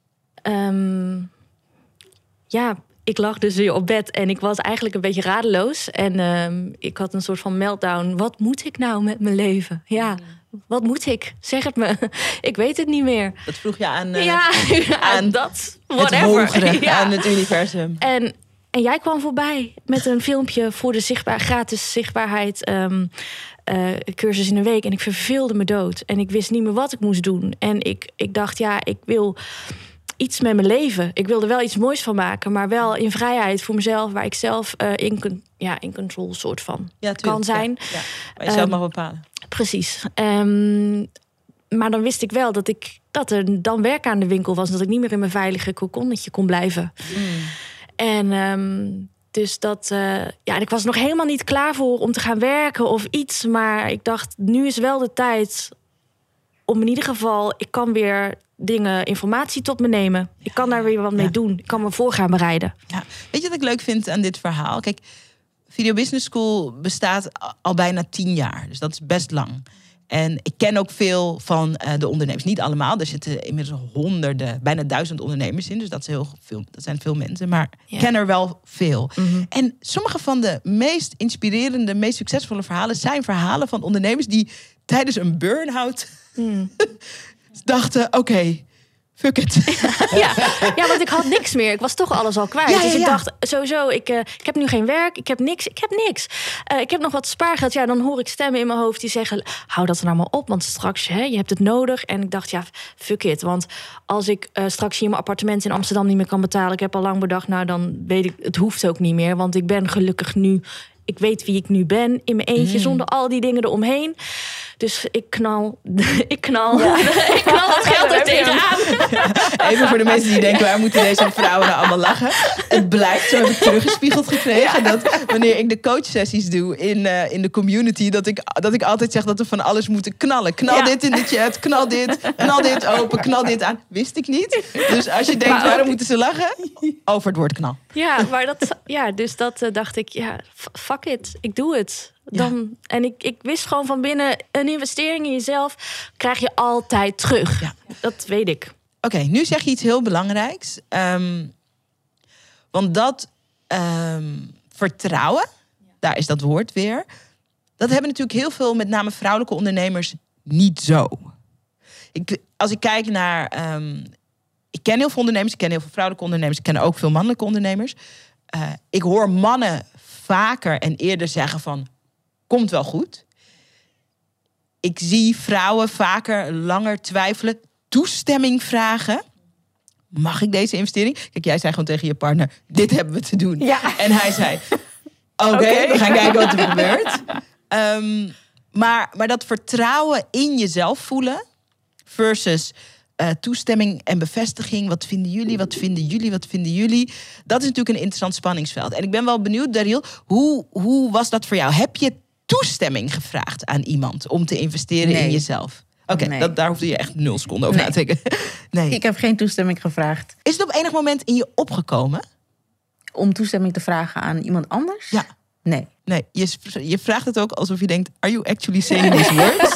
Speaker 4: Um, ja, ik lag dus weer op bed en ik was eigenlijk een beetje radeloos. En um, ik had een soort van meltdown. Wat moet ik nou met mijn leven? Ja, wat moet ik? Zeg het me. Ik weet het niet meer.
Speaker 1: Dat vroeg je aan, uh,
Speaker 4: ja,
Speaker 1: aan
Speaker 4: aan dat.
Speaker 1: het
Speaker 4: Whatever.
Speaker 1: hogere,
Speaker 4: Ja.
Speaker 1: aan het universum.
Speaker 4: En, en jij kwam voorbij met een filmpje voor de zichtbaar, gratis zichtbaarheid um, uh, cursus in een week. En ik verveelde me dood. En ik wist niet meer wat ik moest doen. En ik, ik dacht, ja, ik wil iets met mijn leven. Ik wilde wel iets moois van maken, maar wel in vrijheid voor mezelf, waar ik zelf uh, in, con- ja, in control soort van
Speaker 1: Ja, tuurlijk,
Speaker 4: kan zijn.
Speaker 1: Ja, ja. Maar je zelf
Speaker 4: Um,
Speaker 1: mag bepalen.
Speaker 4: Precies. Um, maar dan wist ik wel dat, ik, dat er dan werk aan de winkel was. Dat ik niet meer in mijn veilige kokonnetje kon blijven.
Speaker 1: Mm.
Speaker 4: En um, dus dat... Uh, ja, en ik was nog helemaal niet klaar voor om te gaan werken of iets. Maar ik dacht, nu is wel de tijd om in ieder geval... Ik kan weer dingen, informatie tot me nemen. Ik kan daar weer wat mee
Speaker 1: Ja.
Speaker 4: doen. Ik kan me voor gaan bereiden.
Speaker 1: Ja. Weet je wat ik leuk vind aan dit verhaal? Kijk, Video Business School bestaat al bijna tien jaar. Dus dat is best lang. En ik ken ook veel van uh, de ondernemers. Niet allemaal. Er zitten inmiddels honderden, bijna duizend ondernemers in. Dus dat, is heel veel, dat zijn veel mensen. Maar ik
Speaker 4: Ja.
Speaker 1: ken er wel veel.
Speaker 4: Mm-hmm.
Speaker 1: En sommige van de meest inspirerende, meest succesvolle verhalen... zijn verhalen van ondernemers die tijdens een burn-out
Speaker 4: Mm.
Speaker 1: dachten... oké, okay, fuck it.
Speaker 4: Ja, ja, want ik had niks meer. Ik was toch alles al kwijt.
Speaker 1: Ja, ja,
Speaker 4: Dus ik
Speaker 1: ja.
Speaker 4: dacht, sowieso, ik, uh, ik heb nu geen werk. Ik heb niks. Ik heb niks. Uh, ik heb nog wat spaargeld. Ja, dan hoor ik stemmen in mijn hoofd die zeggen... hou dat er nou maar op, want straks, hè, je hebt het nodig. En ik dacht, ja, fuck it. Want als ik uh, straks hier mijn appartement in Amsterdam niet meer kan betalen... ik heb al lang bedacht, nou, dan weet ik... het hoeft ook niet meer, want ik ben gelukkig nu... ik weet wie ik nu ben, in mijn eentje,
Speaker 1: Mm.
Speaker 4: zonder al die dingen eromheen. Dus ik knal, ik knal, ja. ik knal het geld er tegenaan.
Speaker 1: Even voor de mensen die denken, waar moeten deze vrouwen nou allemaal lachen? Het blijkt, zo heb ik teruggespiegeld gekregen... dat wanneer ik de coachsessies doe in, uh, in de community... Dat ik, dat ik altijd zeg dat we van alles moeten knallen. Knal
Speaker 4: Ja.
Speaker 1: dit in de chat, knal dit, knal dit open, knal dit aan. Wist ik niet. Dus als je denkt,
Speaker 4: Maar ook-
Speaker 1: waarom moeten ze lachen? Over het woord knal.
Speaker 4: Ja, maar dat, ja, dus dat uh, dacht ik, ja, f- fuck it, ik doe het. Dan, ja. En ik, ik wist gewoon van binnen, een investering in jezelf krijg je altijd terug.
Speaker 1: Ja.
Speaker 4: Dat weet ik.
Speaker 1: Oké, okay, nu zeg je iets heel belangrijks. Um, want dat um, vertrouwen, daar is dat woord weer... dat hebben natuurlijk heel veel, met name vrouwelijke ondernemers, niet zo. Ik, als ik kijk naar... Um, ik ken heel veel ondernemers, ik ken heel veel vrouwelijke ondernemers... ik ken ook veel mannelijke ondernemers. Uh, ik hoor mannen vaker en eerder zeggen van, komt wel goed. Ik zie vrouwen vaker langer twijfelen, toestemming vragen. Mag ik deze investering? Kijk, jij zei gewoon tegen je partner, dit hebben we te doen.
Speaker 5: Ja.
Speaker 1: En hij zei, oké, okay, okay. we gaan kijken wat er gebeurt. Um, maar, maar dat vertrouwen in jezelf voelen versus uh, toestemming en bevestiging. Wat vinden jullie, wat vinden jullie, wat vinden jullie? Dat is natuurlijk een interessant spanningsveld. En ik ben wel benieuwd, Daryl, hoe, hoe was dat voor jou? Heb je toestemming gevraagd aan iemand om te investeren nee. in jezelf? Oké, okay, nee. daar hoefde je echt nul seconden over nee. na te denken. Nee.
Speaker 3: Ik heb geen toestemming gevraagd.
Speaker 1: Is het op enig moment in je opgekomen?
Speaker 3: Om toestemming te vragen aan iemand anders?
Speaker 1: Ja.
Speaker 3: Nee.
Speaker 1: Nee, je, je vraagt het ook alsof je denkt, are you actually saying these words?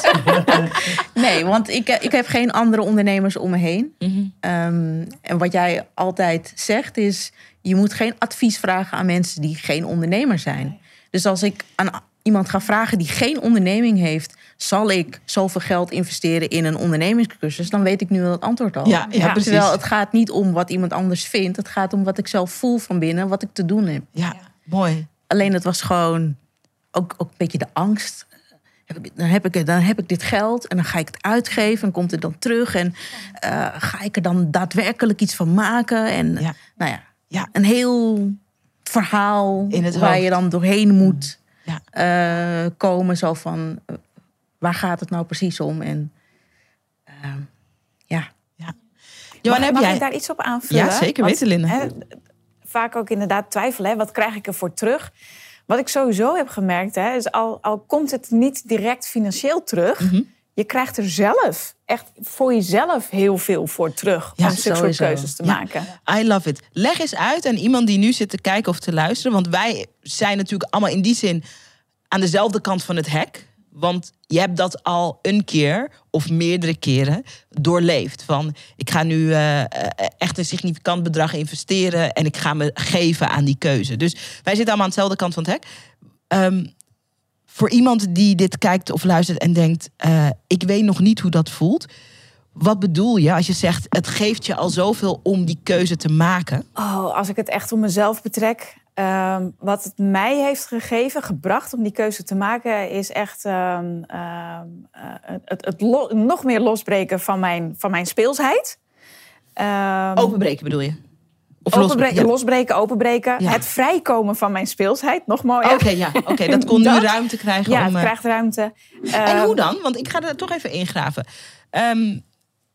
Speaker 3: Nee, want ik, ik heb geen andere ondernemers om me heen.
Speaker 1: Mm-hmm.
Speaker 3: Um, en wat jij altijd zegt is, je moet geen advies vragen aan mensen die geen ondernemer zijn. Nee. Dus als ik aan iemand ga vragen die geen onderneming heeft, zal ik zoveel geld investeren in een ondernemingscursus, dan weet ik nu wel het antwoord al.
Speaker 1: Ja, ja, precies.
Speaker 3: Terwijl het gaat niet om wat iemand anders vindt. Het gaat om wat ik zelf voel van binnen, wat ik te doen heb.
Speaker 1: Ja, mooi.
Speaker 3: Alleen het was gewoon ook, ook een beetje de angst. Dan heb, ik, dan heb ik dit geld en dan ga ik het uitgeven en komt het dan terug. En uh, ga ik er dan daadwerkelijk iets van maken. En
Speaker 1: ja.
Speaker 3: nou ja,
Speaker 1: ja,
Speaker 3: een heel verhaal
Speaker 1: in het
Speaker 3: waar
Speaker 1: hoofd.
Speaker 3: je dan doorheen moet
Speaker 1: ja.
Speaker 3: uh, komen. Zo van, uh, waar gaat het nou precies om? En uh, ja.
Speaker 1: ja. Johan,
Speaker 5: mag
Speaker 1: heb
Speaker 5: mag
Speaker 1: jij...
Speaker 5: ik daar iets op aanvullen?
Speaker 1: Ja, zeker weten, Linda. Hè,
Speaker 5: vaak ook inderdaad twijfelen. Hè, wat krijg ik ervoor terug? Wat ik sowieso heb gemerkt, hè, is al, al komt het niet direct financieel terug,
Speaker 1: mm-hmm.
Speaker 5: je krijgt er zelf, echt voor jezelf heel veel voor terug.
Speaker 1: Ja,
Speaker 5: om zulke soort keuzes te
Speaker 1: ja.
Speaker 5: maken.
Speaker 1: I love it. Leg eens uit aan iemand die nu zit te kijken of te luisteren. Want wij zijn natuurlijk allemaal in die zin aan dezelfde kant van het hek. Want je hebt dat al een keer of meerdere keren doorleefd. Van, ik ga nu uh, echt een significant bedrag investeren en ik ga me geven aan die keuze. Dus wij zitten allemaal aan dezelfde kant van het hek. Um, voor iemand die dit kijkt of luistert en denkt, uh, ik weet nog niet hoe dat voelt. Wat bedoel je als je zegt, het geeft je al zoveel om die keuze te maken?
Speaker 5: Oh, als ik het echt om mezelf betrek. Um, wat het mij heeft gegeven, gebracht om die keuze te maken, is echt um, um, uh, het, het lo- nog meer losbreken van mijn, van mijn speelsheid. Um,
Speaker 1: openbreken bedoel je? Of
Speaker 5: openbreken,
Speaker 1: los, ja.
Speaker 5: losbreken, openbreken. Ja. Het vrijkomen van mijn speelsheid, nog mooier.
Speaker 1: Oké, okay, ja, okay, dat kon dat, nu ruimte krijgen.
Speaker 5: Ja,
Speaker 1: om,
Speaker 5: het
Speaker 1: uh...
Speaker 5: krijgt ruimte.
Speaker 1: En
Speaker 5: um,
Speaker 1: hoe dan? Want ik ga er toch even ingraven. Um,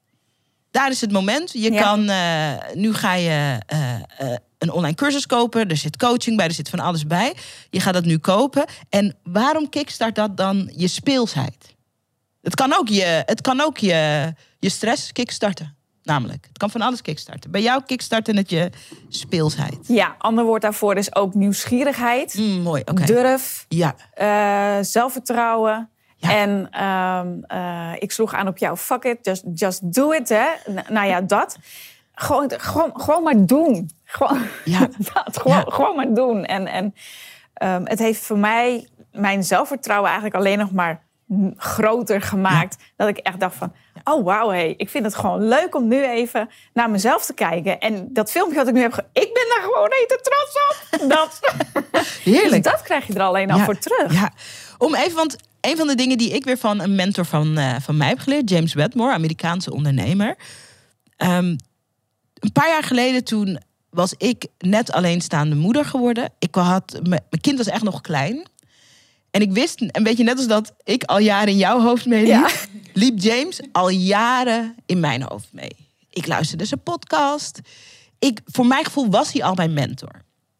Speaker 1: daar is het moment. Je ja. kan, uh, nu ga je uh, uh, een online cursus kopen. Er zit coaching bij, er zit van alles bij. Je gaat dat nu kopen. En waarom kickstart dat dan je speelsheid? Het kan ook je, het kan ook je, je stress kickstarten. Namelijk, het kan van alles kickstarten. Bij jou kickstarten het je speelsheid.
Speaker 5: Ja, ander woord daarvoor is ook nieuwsgierigheid.
Speaker 1: Mm, mooi, oké. Okay.
Speaker 5: Durf.
Speaker 1: Ja.
Speaker 5: Uh, zelfvertrouwen.
Speaker 1: Ja.
Speaker 5: En um, uh, ik sloeg aan op jou, fuck it, just, just do it. Hè? N- nou ja, dat. Gewoon, gewoon, gewoon maar doen. Gewoon,
Speaker 1: ja.
Speaker 5: dat, gewoon,
Speaker 1: ja.
Speaker 5: gewoon maar doen. En, en um, het heeft voor mij mijn zelfvertrouwen eigenlijk alleen nog maar groter gemaakt. Ja. Dat ik echt dacht van, oh wauw, hey, ik vind het gewoon leuk om nu even naar mezelf te kijken. En dat filmpje wat ik nu heb, ge- ik ben daar gewoon even trots op. Dat.
Speaker 1: Heerlijk.
Speaker 5: Dus dat krijg je er alleen al
Speaker 1: ja.
Speaker 5: voor terug.
Speaker 1: Ja. Om even, want een van de dingen die ik weer van een mentor van, uh, van mij heb geleerd, James Wedmore, Amerikaanse ondernemer. Um, een paar jaar geleden toen was ik net alleenstaande moeder geworden. Ik had, mijn kind was echt nog klein. En ik wist, een beetje net als dat ik al jaren in jouw hoofd meeliep, ja. liep James al jaren in mijn hoofd mee. Ik luisterde zijn podcast. Ik, voor mijn gevoel was hij al mijn mentor.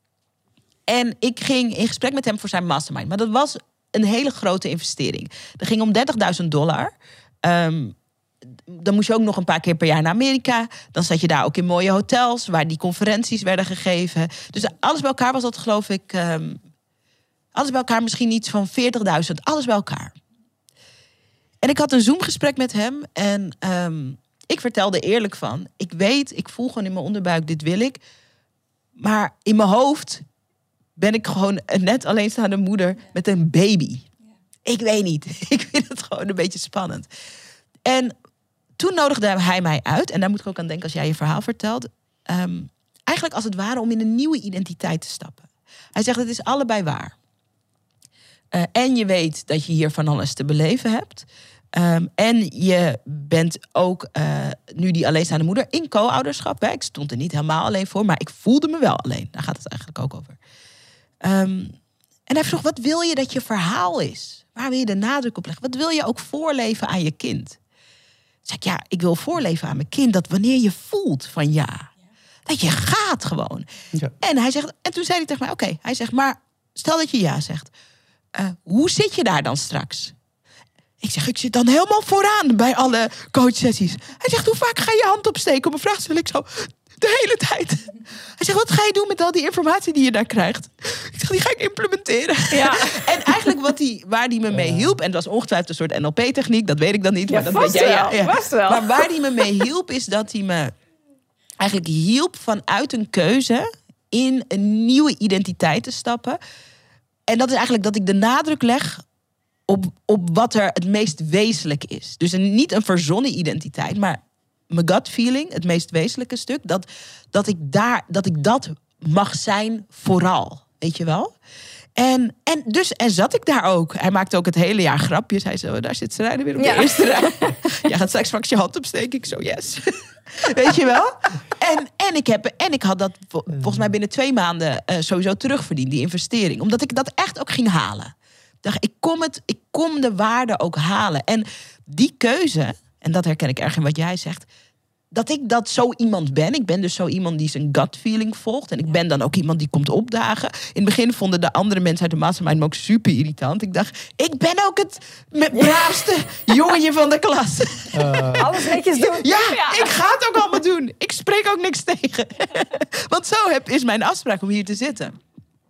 Speaker 1: En ik ging in gesprek met hem voor zijn mastermind. Maar dat was een hele grote investering. Dat ging om dertigduizend dollar. Um, dan moest je ook nog een paar keer per jaar naar Amerika. Dan zat je daar ook in mooie hotels, waar die conferenties werden gegeven. Dus alles bij elkaar was dat, geloof ik, Um, alles bij elkaar misschien iets van veertigduizend. Alles bij elkaar. En ik had een Zoom-gesprek met hem. En um, ik vertelde eerlijk van, ik weet, ik voel gewoon in mijn onderbuik, dit wil ik. Maar in mijn hoofd ben ik gewoon een net alleenstaande moeder met een baby. Ik weet niet. Ik vind het gewoon een beetje spannend. En toen nodigde hij mij uit. En daar moet ik ook aan denken als jij je verhaal vertelt. Um, eigenlijk als het ware om in een nieuwe identiteit te stappen. Hij zegt, het is allebei waar. Uh, en je weet dat je hier van alles te beleven hebt. Um, en je bent ook uh, nu die alleenstaande moeder in co-ouderschap. Hè? Ik stond er niet helemaal alleen voor, maar ik voelde me wel alleen. Daar gaat het eigenlijk ook over. Um, en hij vroeg, wat wil je dat je verhaal is? Waar wil je de nadruk op leggen? Wat wil je ook voorleven aan je kind? Toen zei ik, ja, ik wil voorleven aan mijn kind dat wanneer je voelt van ja, dat je gaat gewoon. Ja. En, hij zegt, en toen zei hij tegen mij, oké, okay, hij zegt, maar stel dat je ja zegt. Uh, hoe zit je daar dan straks? Ik zeg, ik zit dan helemaal vooraan bij alle coachsessies. Hij zegt, hoe vaak ga je hand opsteken? Op een vraag stel ik zo, de hele tijd. Hij zegt, wat ga je doen met al die informatie die je daar krijgt? Ik zeg, die ga ik implementeren. Ja. En eigenlijk wat die, waar die me mee hielp... en dat was ongetwijfeld een soort N L P-techniek... dat weet ik dan niet.
Speaker 5: Ja,
Speaker 1: maar dat
Speaker 5: weet jij, ja, ja. Vast wel.
Speaker 1: Maar waar die me mee hielp, is dat hij me eigenlijk hielp... vanuit een keuze in een nieuwe identiteit te stappen. En dat is eigenlijk dat ik de nadruk leg... Op, op wat er het meest wezenlijk is. Dus een, niet een verzonnen identiteit, maar mijn gut feeling, het meest wezenlijke stuk, dat, dat, ik, daar, dat ik dat mag zijn vooral. Weet je wel? En, en dus en zat ik daar ook. Hij maakte ook het hele jaar grapjes. Hij zei, daar zit Sarayda weer op de ja. eerste rij. Jij gaat straks straks je hand opsteken. Ik zo, yes. Weet je wel? En, en, ik heb, en ik had dat volgens mij binnen twee maanden uh, sowieso terugverdiend, die investering. Omdat ik dat echt ook ging halen. Dacht, ik kom het, ik kom de waarde ook halen. En die keuze, en dat herken ik erg in wat jij zegt, dat ik dat zo iemand ben. Ik ben dus zo iemand die zijn gut feeling volgt. En ik ben dan ook iemand die komt opdagen. In het begin vonden de andere mensen uit de mastermind me ook super irritant. Ik dacht, ik ben ook het braafste jongetje van de klas.
Speaker 5: Uh. Alles netjes doen.
Speaker 1: Ja, ja, ik ga het ook allemaal doen. Ik spreek ook niks tegen. Want zo heb, is mijn afspraak om hier te zitten.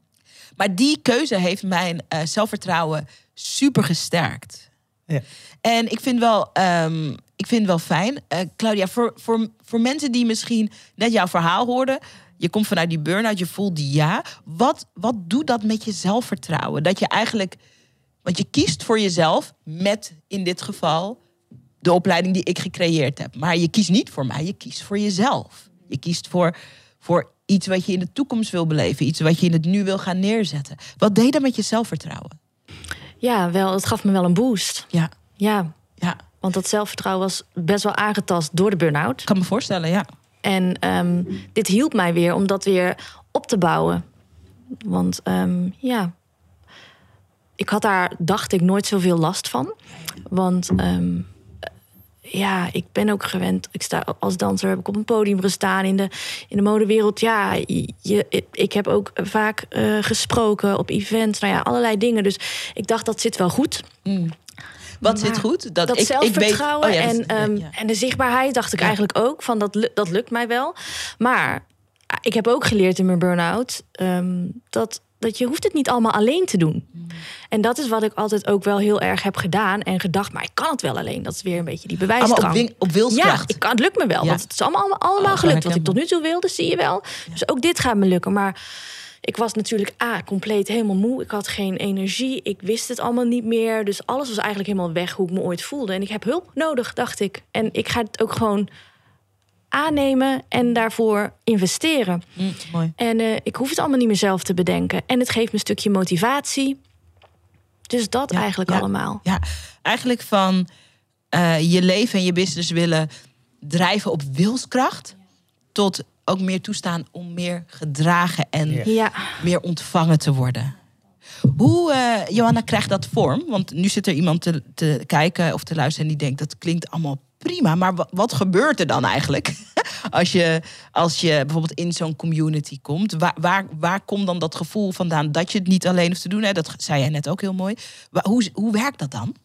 Speaker 1: Maar die keuze heeft mijn uh, zelfvertrouwen super gesterkt. Ja. En ik vind wel, um, ik vind wel fijn, uh, Claudia, voor, voor, voor mensen die misschien net jouw verhaal hoorden, je komt vanuit die burn-out, je voelt die ja. Wat, wat doet dat met je zelfvertrouwen? Dat je eigenlijk, want je kiest voor jezelf met, in dit geval, de opleiding die ik gecreëerd heb. Maar je kiest niet voor mij, je kiest voor jezelf. Je kiest voor, voor iets wat je in de toekomst wil beleven. Iets wat je in het nu wil gaan neerzetten. Wat deed dat met je zelfvertrouwen?
Speaker 4: Ja, wel, het gaf me wel een boost.
Speaker 1: Ja.
Speaker 4: Ja.
Speaker 1: ja.
Speaker 4: Want dat zelfvertrouwen was best wel aangetast door de burn-out.
Speaker 1: Ik kan me voorstellen, ja.
Speaker 4: En um, dit hielp mij weer om dat weer op te bouwen. Want um, ja, ik had daar, dacht ik, nooit zoveel last van. Want um, ja, ik ben ook gewend. Ik sta als danser, heb ik op een podium gestaan in de, in de modewereld. Ja, je, ik heb ook vaak uh, gesproken op events. Nou ja, allerlei dingen. Dus ik dacht, dat zit wel goed.
Speaker 1: Mm. Wat zit goed?
Speaker 4: Dat, dat ik, zelfvertrouwen
Speaker 1: ik weet... oh, ja,
Speaker 4: en, um, ja. en de zichtbaarheid dacht ik ja. eigenlijk ook. Van dat, dat lukt mij wel. Maar ik heb ook geleerd in mijn burn-out um, dat, dat je hoeft het niet allemaal alleen te doen. Mm. En dat is wat ik altijd ook wel heel erg heb gedaan. En gedacht, maar ik kan het wel alleen. Dat is weer een beetje die bewijsdrang.
Speaker 1: Allemaal op, op wilskracht.
Speaker 4: Ja, ik kan, het lukt me wel. Ja. Want het is allemaal, allemaal oh, gelukt. Wat ik tot nu toe wilde, zie je wel. Ja. Dus ook dit gaat me lukken. Maar ik was natuurlijk ah, compleet helemaal moe. Ik had geen energie. Ik wist het allemaal niet meer. Dus alles was eigenlijk helemaal weg hoe ik me ooit voelde. En ik heb hulp nodig, dacht ik. En ik ga het ook gewoon aannemen en daarvoor investeren.
Speaker 1: Mm, mooi.
Speaker 4: En uh, ik hoef het allemaal niet meer zelf te bedenken. En het geeft me een stukje motivatie. Dus dat ja, eigenlijk
Speaker 1: ja,
Speaker 4: allemaal.
Speaker 1: Ja, eigenlijk van uh, je leven en je business willen drijven op wilskracht, ja, tot ook meer toestaan om meer gedragen en
Speaker 4: ja.
Speaker 1: meer ontvangen te worden. Hoe, uh, Johanna, krijgt dat vorm? Want nu zit er iemand te, te kijken of te luisteren en die denkt, dat klinkt allemaal prima, maar wat, wat gebeurt er dan eigenlijk? Als je, als je bijvoorbeeld in zo'n community komt, waar, waar, waar komt dan dat gevoel vandaan dat je het niet alleen hoeft te doen? Hè? Dat zei jij net ook heel mooi. Hoe, hoe werkt dat dan?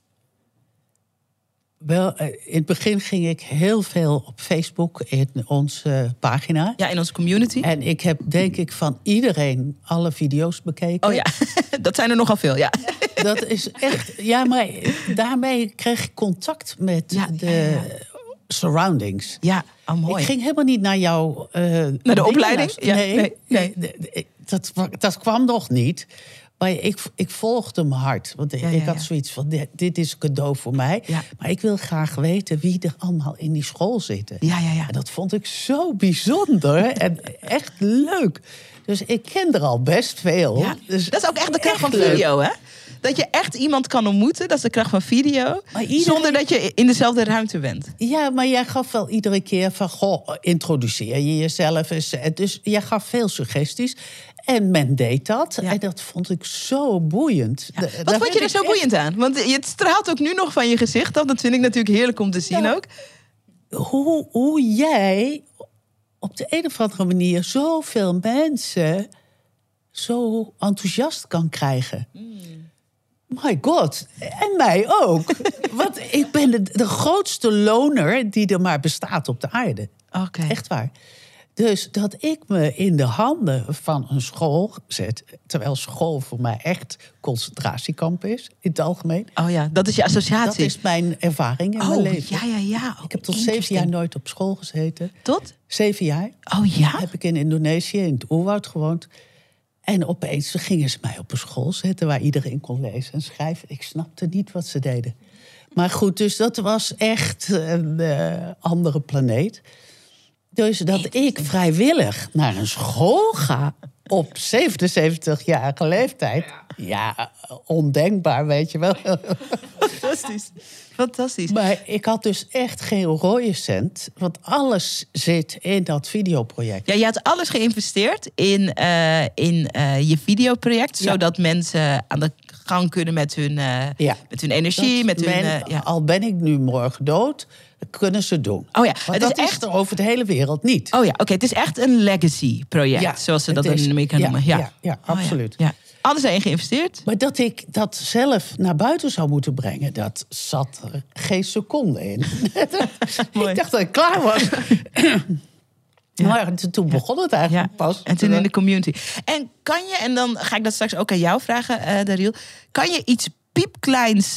Speaker 2: Wel, in het begin ging ik heel veel op Facebook, in onze pagina.
Speaker 1: Ja, in onze community.
Speaker 2: En ik heb, denk ik, van iedereen alle video's bekeken.
Speaker 1: Oh ja, dat zijn er nogal veel, ja.
Speaker 2: Dat is echt, ja, maar daarmee kreeg ik contact met ja, de ja, ja. surroundings.
Speaker 1: Ja, oh, mooi.
Speaker 2: Ik ging helemaal niet naar jouw Uh,
Speaker 1: naar de opleiding?
Speaker 2: Ja, nee, nee, nee. Dat, dat kwam nog niet. Maar ik, ik volgde hem hard. Want
Speaker 1: Ja,
Speaker 2: ik
Speaker 1: ja,
Speaker 2: had
Speaker 1: ja.
Speaker 2: zoiets van, dit, dit is een cadeau voor mij.
Speaker 1: Ja.
Speaker 2: Maar ik wil graag weten wie er allemaal in die school zitten.
Speaker 1: Ja, ja, ja.
Speaker 2: En dat vond ik zo bijzonder en echt leuk. Dus ik ken er al best veel.
Speaker 1: Ja,
Speaker 2: Dus
Speaker 1: dat is ook echt de kracht van
Speaker 2: leuk.
Speaker 1: video, hè? Dat je echt iemand kan ontmoeten, dat is de kracht van video.
Speaker 2: Maar iedereen-
Speaker 1: Zonder dat je in dezelfde ruimte bent.
Speaker 2: Ja, maar jij gaf wel iedere keer van, goh, introduceer je jezelf eens. Dus jij gaf veel suggesties. En men deed dat.
Speaker 1: Ja.
Speaker 2: En dat vond ik zo boeiend.
Speaker 1: Ja.
Speaker 2: Da-
Speaker 1: Wat
Speaker 2: daar
Speaker 1: vond je
Speaker 2: werd
Speaker 1: er zo
Speaker 2: ik echt-
Speaker 1: boeiend aan? Want het straalt ook nu nog van je gezicht af. Dat vind ik natuurlijk heerlijk om te zien
Speaker 2: Ja.
Speaker 1: ook.
Speaker 2: Hoe, hoe jij op de een of andere manier zoveel mensen zo enthousiast kan krijgen. My god, en mij ook. Want ik ben de, de grootste loner die er maar bestaat op de aarde.
Speaker 1: Oké.
Speaker 2: Echt waar. Dus dat ik me in de handen van een school zet, terwijl school voor mij echt concentratiekamp is, in het algemeen.
Speaker 1: Oh ja, dat is je
Speaker 2: Dat
Speaker 1: associatie.
Speaker 2: is mijn ervaring in
Speaker 1: oh,
Speaker 2: mijn leven.
Speaker 1: ja, ja, ja.
Speaker 2: Ik heb tot zeven jaar nooit op school gezeten.
Speaker 1: Tot?
Speaker 2: Zeven jaar
Speaker 1: Oh ja?
Speaker 2: heb ik in Indonesië, in het oerwoud gewoond. En opeens gingen ze mij op een school zetten waar iedereen kon lezen en schrijven. Ik snapte niet wat ze deden. Maar goed, dus dat was echt een uh, andere planeet. Dus dat ik vrijwillig naar een school ga op zevenenzeventigjarige leeftijd. Ja, ondenkbaar, weet je wel.
Speaker 1: Fantastisch. Fantastisch.
Speaker 2: Maar ik had dus echt geen rode cent. Want alles zit in dat videoproject.
Speaker 1: Ja, je had alles geïnvesteerd in, uh, in uh, je videoproject.
Speaker 2: Ja.
Speaker 1: Zodat mensen aan de gang kunnen met hun, uh,
Speaker 2: Ja.
Speaker 1: met hun energie.
Speaker 2: Dat
Speaker 1: Met hun,
Speaker 2: men-
Speaker 1: uh, ja.
Speaker 2: Al ben ik nu morgen dood, dat kunnen ze doen.
Speaker 1: Oh ja,
Speaker 2: Want
Speaker 1: het
Speaker 2: dat
Speaker 1: is
Speaker 2: is
Speaker 1: echt...
Speaker 2: er over de hele wereld niet.
Speaker 1: Oh ja, oké. Het is echt een legacy-project.
Speaker 2: Ja,
Speaker 1: zoals ze
Speaker 2: het
Speaker 1: dat
Speaker 2: is-
Speaker 1: in Amerika
Speaker 2: ja,
Speaker 1: noemen. Ja,
Speaker 2: ja, ja,
Speaker 1: Oh ja,
Speaker 2: absoluut.
Speaker 1: Ja. Alles erin geïnvesteerd.
Speaker 2: Maar dat ik dat zelf naar buiten zou moeten brengen, dat zat er geen seconde in.
Speaker 1: Mooi.
Speaker 2: Ik dacht dat ik klaar was. Maar t- toen begon het eigenlijk
Speaker 1: Ja,
Speaker 2: pas.
Speaker 1: en toen in de community. En kan je, en dan ga ik dat straks ook aan jou vragen, uh, Dariel. Kan je iets piepkleins,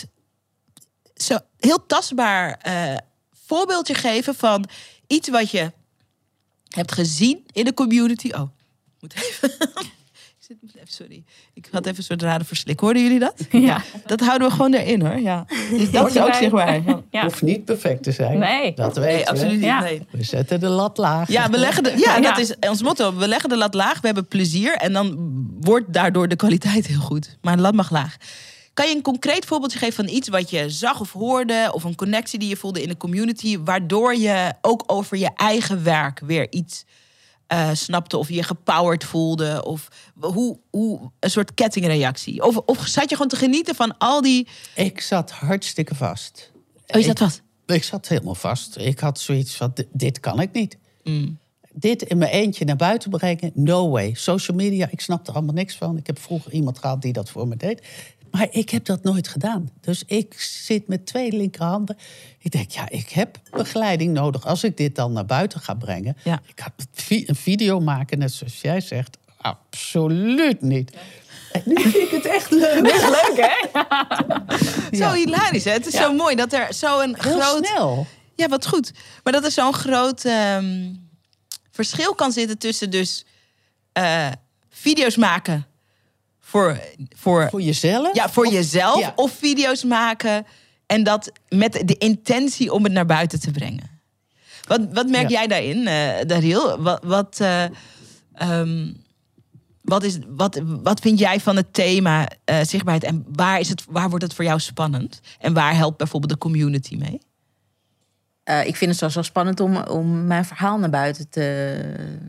Speaker 1: zo heel tastbaar uh, voorbeeldje geven van iets wat je hebt gezien in de community? Oh, moet even. Ik zit even, sorry. Ik had even een soort rare verslik. Hoorden jullie dat?
Speaker 5: Ja.
Speaker 1: Dat houden we gewoon erin, hoor. Ja. Dus dat is ook zichtbaar. Ja.
Speaker 5: Ja.
Speaker 2: Hoeft niet perfect te zijn.
Speaker 5: Nee.
Speaker 2: Dat weten
Speaker 1: Nee,
Speaker 2: we.
Speaker 1: absoluut niet.
Speaker 5: Ja.
Speaker 1: Nee.
Speaker 2: We zetten de lat laag.
Speaker 1: Ja, we leggen de, ja,
Speaker 5: Ja.
Speaker 1: dat is ons motto. We leggen de lat laag, we hebben plezier. En dan wordt daardoor de kwaliteit heel goed. Maar de lat mag laag. Kan je een concreet voorbeeldje geven van iets wat je zag of hoorde... of een connectie die je voelde in de community... waardoor je ook over je eigen werk weer iets uh, snapte... of je gepowered voelde? Of hoe, hoe een soort kettingreactie? Of, of zat je gewoon te genieten van al die...
Speaker 2: Ik zat hartstikke vast.
Speaker 1: Oh, je zat vast?
Speaker 2: Ik, ik zat helemaal vast. Ik had zoiets van, dit, dit kan ik niet.
Speaker 1: Mm.
Speaker 2: Dit in mijn eentje naar buiten brengen, no way. Social media, ik snap er allemaal niks van. Ik heb vroeger iemand gehad die dat voor me deed. Maar ik heb dat nooit gedaan. Dus ik zit met twee linkerhanden. Ik denk, ja, ik heb begeleiding nodig. Als ik dit dan naar buiten ga brengen.
Speaker 1: Ja.
Speaker 2: Ik ga een video maken, net zoals jij zegt. Absoluut niet. En nu vind ik het echt leuk.
Speaker 5: Dat is leuk, hè?
Speaker 1: Zo hilarisch, hè? Het is
Speaker 2: Ja.
Speaker 1: zo mooi dat er zo'n
Speaker 2: Heel
Speaker 1: groot...
Speaker 2: snel.
Speaker 1: Ja, wat goed. Maar dat er zo'n groot ehm, verschil kan zitten tussen dus uh, video's maken voor, voor,
Speaker 2: Voor jezelf?
Speaker 1: ja, voor
Speaker 2: Of-
Speaker 1: jezelf
Speaker 2: ja.
Speaker 1: of video's maken en dat met de intentie om het naar buiten te brengen. Wat, wat merk
Speaker 2: Ja.
Speaker 1: jij daarin, uh, Dariel? Wat, wat, uh, um, wat, is, wat, wat vind jij van het thema uh, zichtbaarheid en waar, is het, waar wordt het voor jou spannend? En waar helpt bijvoorbeeld de community mee?
Speaker 3: Uh, ik vind het sowieso spannend om, om mijn verhaal naar buiten te,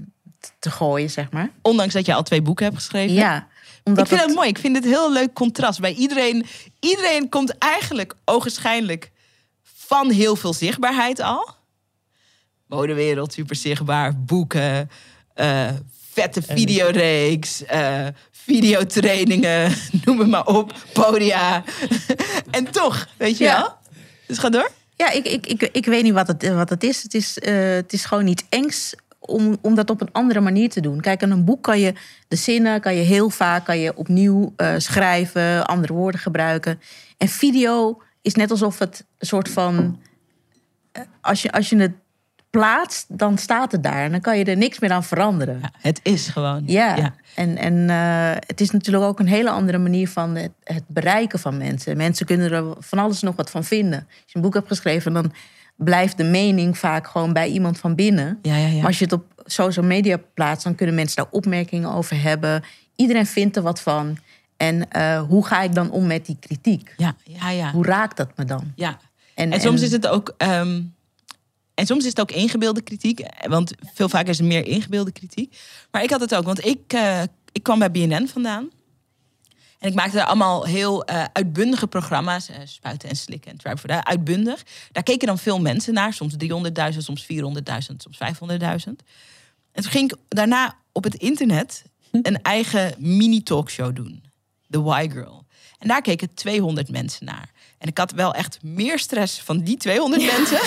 Speaker 3: te gooien, zeg maar.
Speaker 1: Ondanks dat je al twee boeken hebt geschreven.
Speaker 3: Ja, omdat
Speaker 1: Ik vind het
Speaker 3: het
Speaker 1: mooi. Ik vind het een heel leuk contrast. Bij iedereen, iedereen komt eigenlijk ogenschijnlijk van heel veel zichtbaarheid al. Modewereld, super zichtbaar. Boeken, uh, vette videoreeks, uh, videotrainingen, noem het maar op. Podia. En toch, weet je
Speaker 3: Ja.
Speaker 1: wel? Dus ga door.
Speaker 3: Ja, ik, ik, ik, ik weet niet wat het, wat het is. Het is, uh, het is gewoon niet engs om, om dat op een andere manier te doen. Kijk, aan een boek kan je de zinnen, kan je heel vaak kan je opnieuw uh, schrijven, andere woorden gebruiken. En video is net alsof het een soort van, uh, als je, als je het plaatst, dan staat het daar. En dan kan je er niks meer aan veranderen.
Speaker 1: Ja, het is gewoon.
Speaker 3: Ja,
Speaker 1: ja.
Speaker 3: en, en uh, het is natuurlijk ook een hele andere manier van het, het bereiken van mensen. Mensen kunnen er van alles nog wat van vinden. Als je een boek hebt geschreven, dan blijft de mening vaak gewoon bij iemand van binnen.
Speaker 1: Ja, ja, ja.
Speaker 3: Maar als je het op social media plaatst, dan kunnen mensen daar opmerkingen over hebben. Iedereen vindt er wat van. En uh, hoe ga ik dan om met die kritiek?
Speaker 1: Ja, ja, ja.
Speaker 3: Hoe raakt dat me dan?
Speaker 1: Ja. En, en soms en... is het ook... Um... En soms is het ook ingebeelde kritiek. Want veel vaker is het meer ingebeelde kritiek. Maar ik had het ook. Want ik, uh, ik kwam bij B N N vandaan. En ik maakte allemaal heel uh, uitbundige programma's. Uh, spuiten en slikken en Try for That. Uitbundig. Daar keken dan veel mensen naar. Soms driehonderdduizend, soms vierhonderdduizend, soms vijfhonderdduizend. En toen ging ik daarna op het internet een eigen mini-talkshow doen. The Why Girl. En daar keken tweehonderd mensen naar. En ik had wel echt meer stress van die tweehonderd ja. mensen...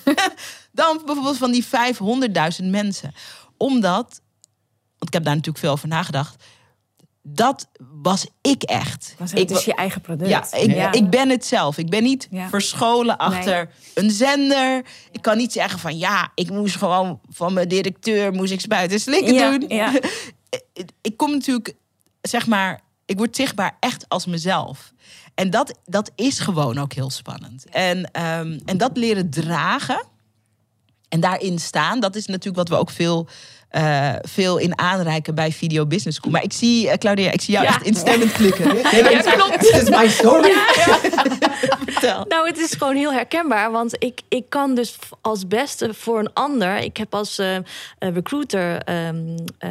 Speaker 1: dan bijvoorbeeld van die vijfhonderdduizend mensen. Omdat, want ik heb daar natuurlijk veel over nagedacht... dat was ik echt.
Speaker 5: Was het
Speaker 1: ik,
Speaker 5: is je eigen product.
Speaker 1: Ja, ik, ja. ik ben het zelf. Ik ben niet ja. verscholen achter nee. een zender. Ik kan niet zeggen van... ja, ik moest gewoon van mijn directeur... moest ik spuiten slikken
Speaker 5: ja.
Speaker 1: doen.
Speaker 5: Ja.
Speaker 1: Ik kom natuurlijk, zeg maar... ik word zichtbaar echt als mezelf. En dat, dat is gewoon ook heel spannend. En, um, en dat leren dragen en daarin staan... dat is natuurlijk wat we ook veel, uh, veel in aanreiken bij Video Business School. Maar ik zie, uh, Claudia, ik zie jou ja. echt instemmend klikken.
Speaker 4: Ja, ja, klopt.
Speaker 1: Dit is mijn story. Ja, ja.
Speaker 4: Vertel. Nou, het is gewoon heel herkenbaar. Want ik, ik kan dus als beste voor een ander... Ik heb als uh, recruiter... Um, uh,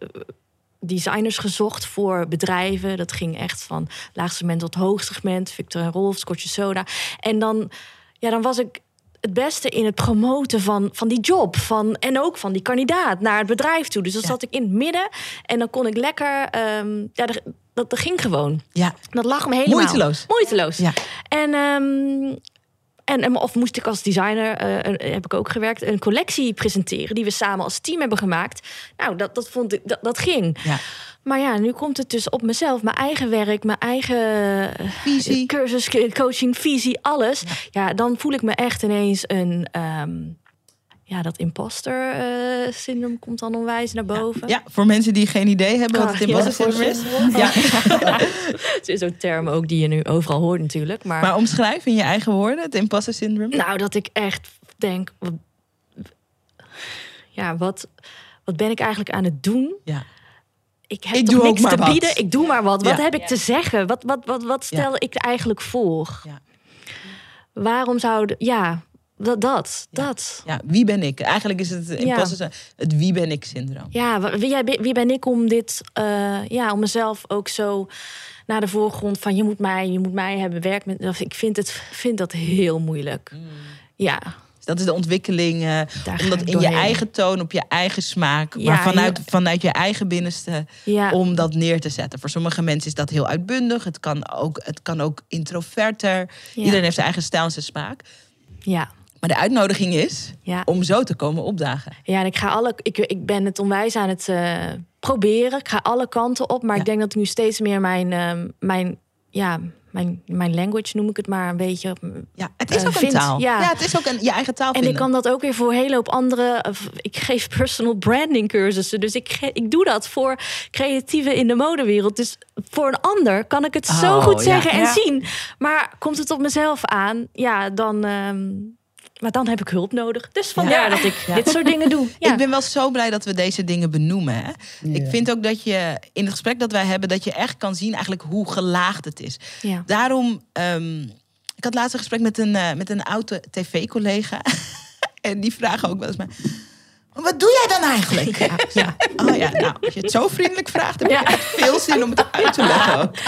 Speaker 4: designers gezocht voor bedrijven. Dat ging echt van laagste segment tot hoogste segment. Victor en Rolf, Scotch Soda. En dan, ja, dan was ik het beste in het promoten van, van die job. Van, en ook van die kandidaat naar het bedrijf toe. Dus dan ja. zat ik in het midden. En dan kon ik lekker... Um, ja, dat, dat, dat ging gewoon.
Speaker 1: Ja.
Speaker 4: Dat lag me helemaal.
Speaker 1: Moeiteloos.
Speaker 4: Moeiteloos.
Speaker 1: Ja.
Speaker 4: En... Um, En, of moest ik als designer, uh, heb ik ook gewerkt... een collectie presenteren die we samen als team hebben gemaakt. Nou, dat, dat, vond ik, dat, dat ging.
Speaker 1: Ja.
Speaker 4: Maar ja, nu komt het dus op mezelf. Mijn eigen werk, mijn eigen
Speaker 1: visie.
Speaker 4: cursus, coaching, visie, alles. Ja. ja, dan voel ik me echt ineens een... Um, ja, dat imposter uh, syndroom komt dan onwijs naar boven.
Speaker 1: Ja, ja, voor mensen die geen idee hebben wat het imposter syndroom is. Ja.
Speaker 4: Ja. Het is zo'n term ook die je nu overal hoort natuurlijk. Maar,
Speaker 1: maar omschrijf in je eigen woorden het imposter syndroom.
Speaker 4: Nou, dat ik echt denk... Wat, ja, wat, wat ben ik eigenlijk aan het doen?
Speaker 1: Ja.
Speaker 4: Ik heb
Speaker 1: ik
Speaker 4: toch niks te
Speaker 1: wat.
Speaker 4: bieden. Ik doe maar wat.
Speaker 1: Ja.
Speaker 4: Wat heb ik te zeggen? Wat, wat, wat, wat stel ja. ik eigenlijk voor?
Speaker 1: Ja.
Speaker 4: Waarom zouden... Ja... Dat, dat,
Speaker 1: ja.
Speaker 4: dat.
Speaker 1: Ja, wie ben ik? Eigenlijk is het imposter, ja. het wie ben ik syndroom.
Speaker 4: Ja, wie, wie ben ik om dit, uh, ja, om mezelf ook zo naar de voorgrond van je moet mij, je moet mij hebben werk met. Ik vind het, vind dat heel moeilijk. Mm. Ja.
Speaker 1: Dat is de ontwikkeling, uh, om dat in je eigen toon, op je eigen smaak, ja, maar vanuit, vanuit je eigen binnenste, ja. om dat neer te zetten. Voor sommige mensen is dat heel uitbundig. Het kan ook, het kan ook introverter. Ja. Iedereen heeft zijn eigen stijl en zijn smaak.
Speaker 4: Ja.
Speaker 1: Maar de uitnodiging is ja. om zo te komen opdagen.
Speaker 4: Ja, en ik ga alle, ik, ik ben het onwijs aan het uh, proberen. Ik ga alle kanten op, maar ja. ik denk dat ik nu steeds meer mijn, uh, mijn, ja, mijn, mijn language noem ik het maar een beetje.
Speaker 1: Ja, het is
Speaker 4: uh,
Speaker 1: ook
Speaker 4: vind.
Speaker 1: een taal.
Speaker 4: Ja.
Speaker 1: ja, het is ook een je eigen taal.
Speaker 4: En
Speaker 1: vinden.
Speaker 4: ik kan dat ook weer voor een hele hoop andere. Uh, ik geef personal branding cursussen, dus ik, ge, ik doe dat voor creatieven in de modewereld. Dus voor een ander kan ik het oh, zo goed zeggen ja. en ja. zien. Maar komt het op mezelf aan? Ja, dan. Um, Maar dan heb ik hulp nodig. Dus vandaar ja. dat ik ja. dit soort dingen doe. Ja.
Speaker 1: Ik ben wel zo blij dat we deze dingen benoemen. Hè? Ja. Ik vind ook dat je in het gesprek dat wij hebben... dat je echt kan zien eigenlijk hoe gelaagd het is. Ja. Daarom... Um, ik had laatst een gesprek met een, uh, met een oude tv-collega. En die vragen ook wel eens mij... Wat doe jij dan eigenlijk? Ja. Ja. Oh ja, nou, als je het zo vriendelijk vraagt... dan heb je ja. echt veel zin om het uit te leggen ook.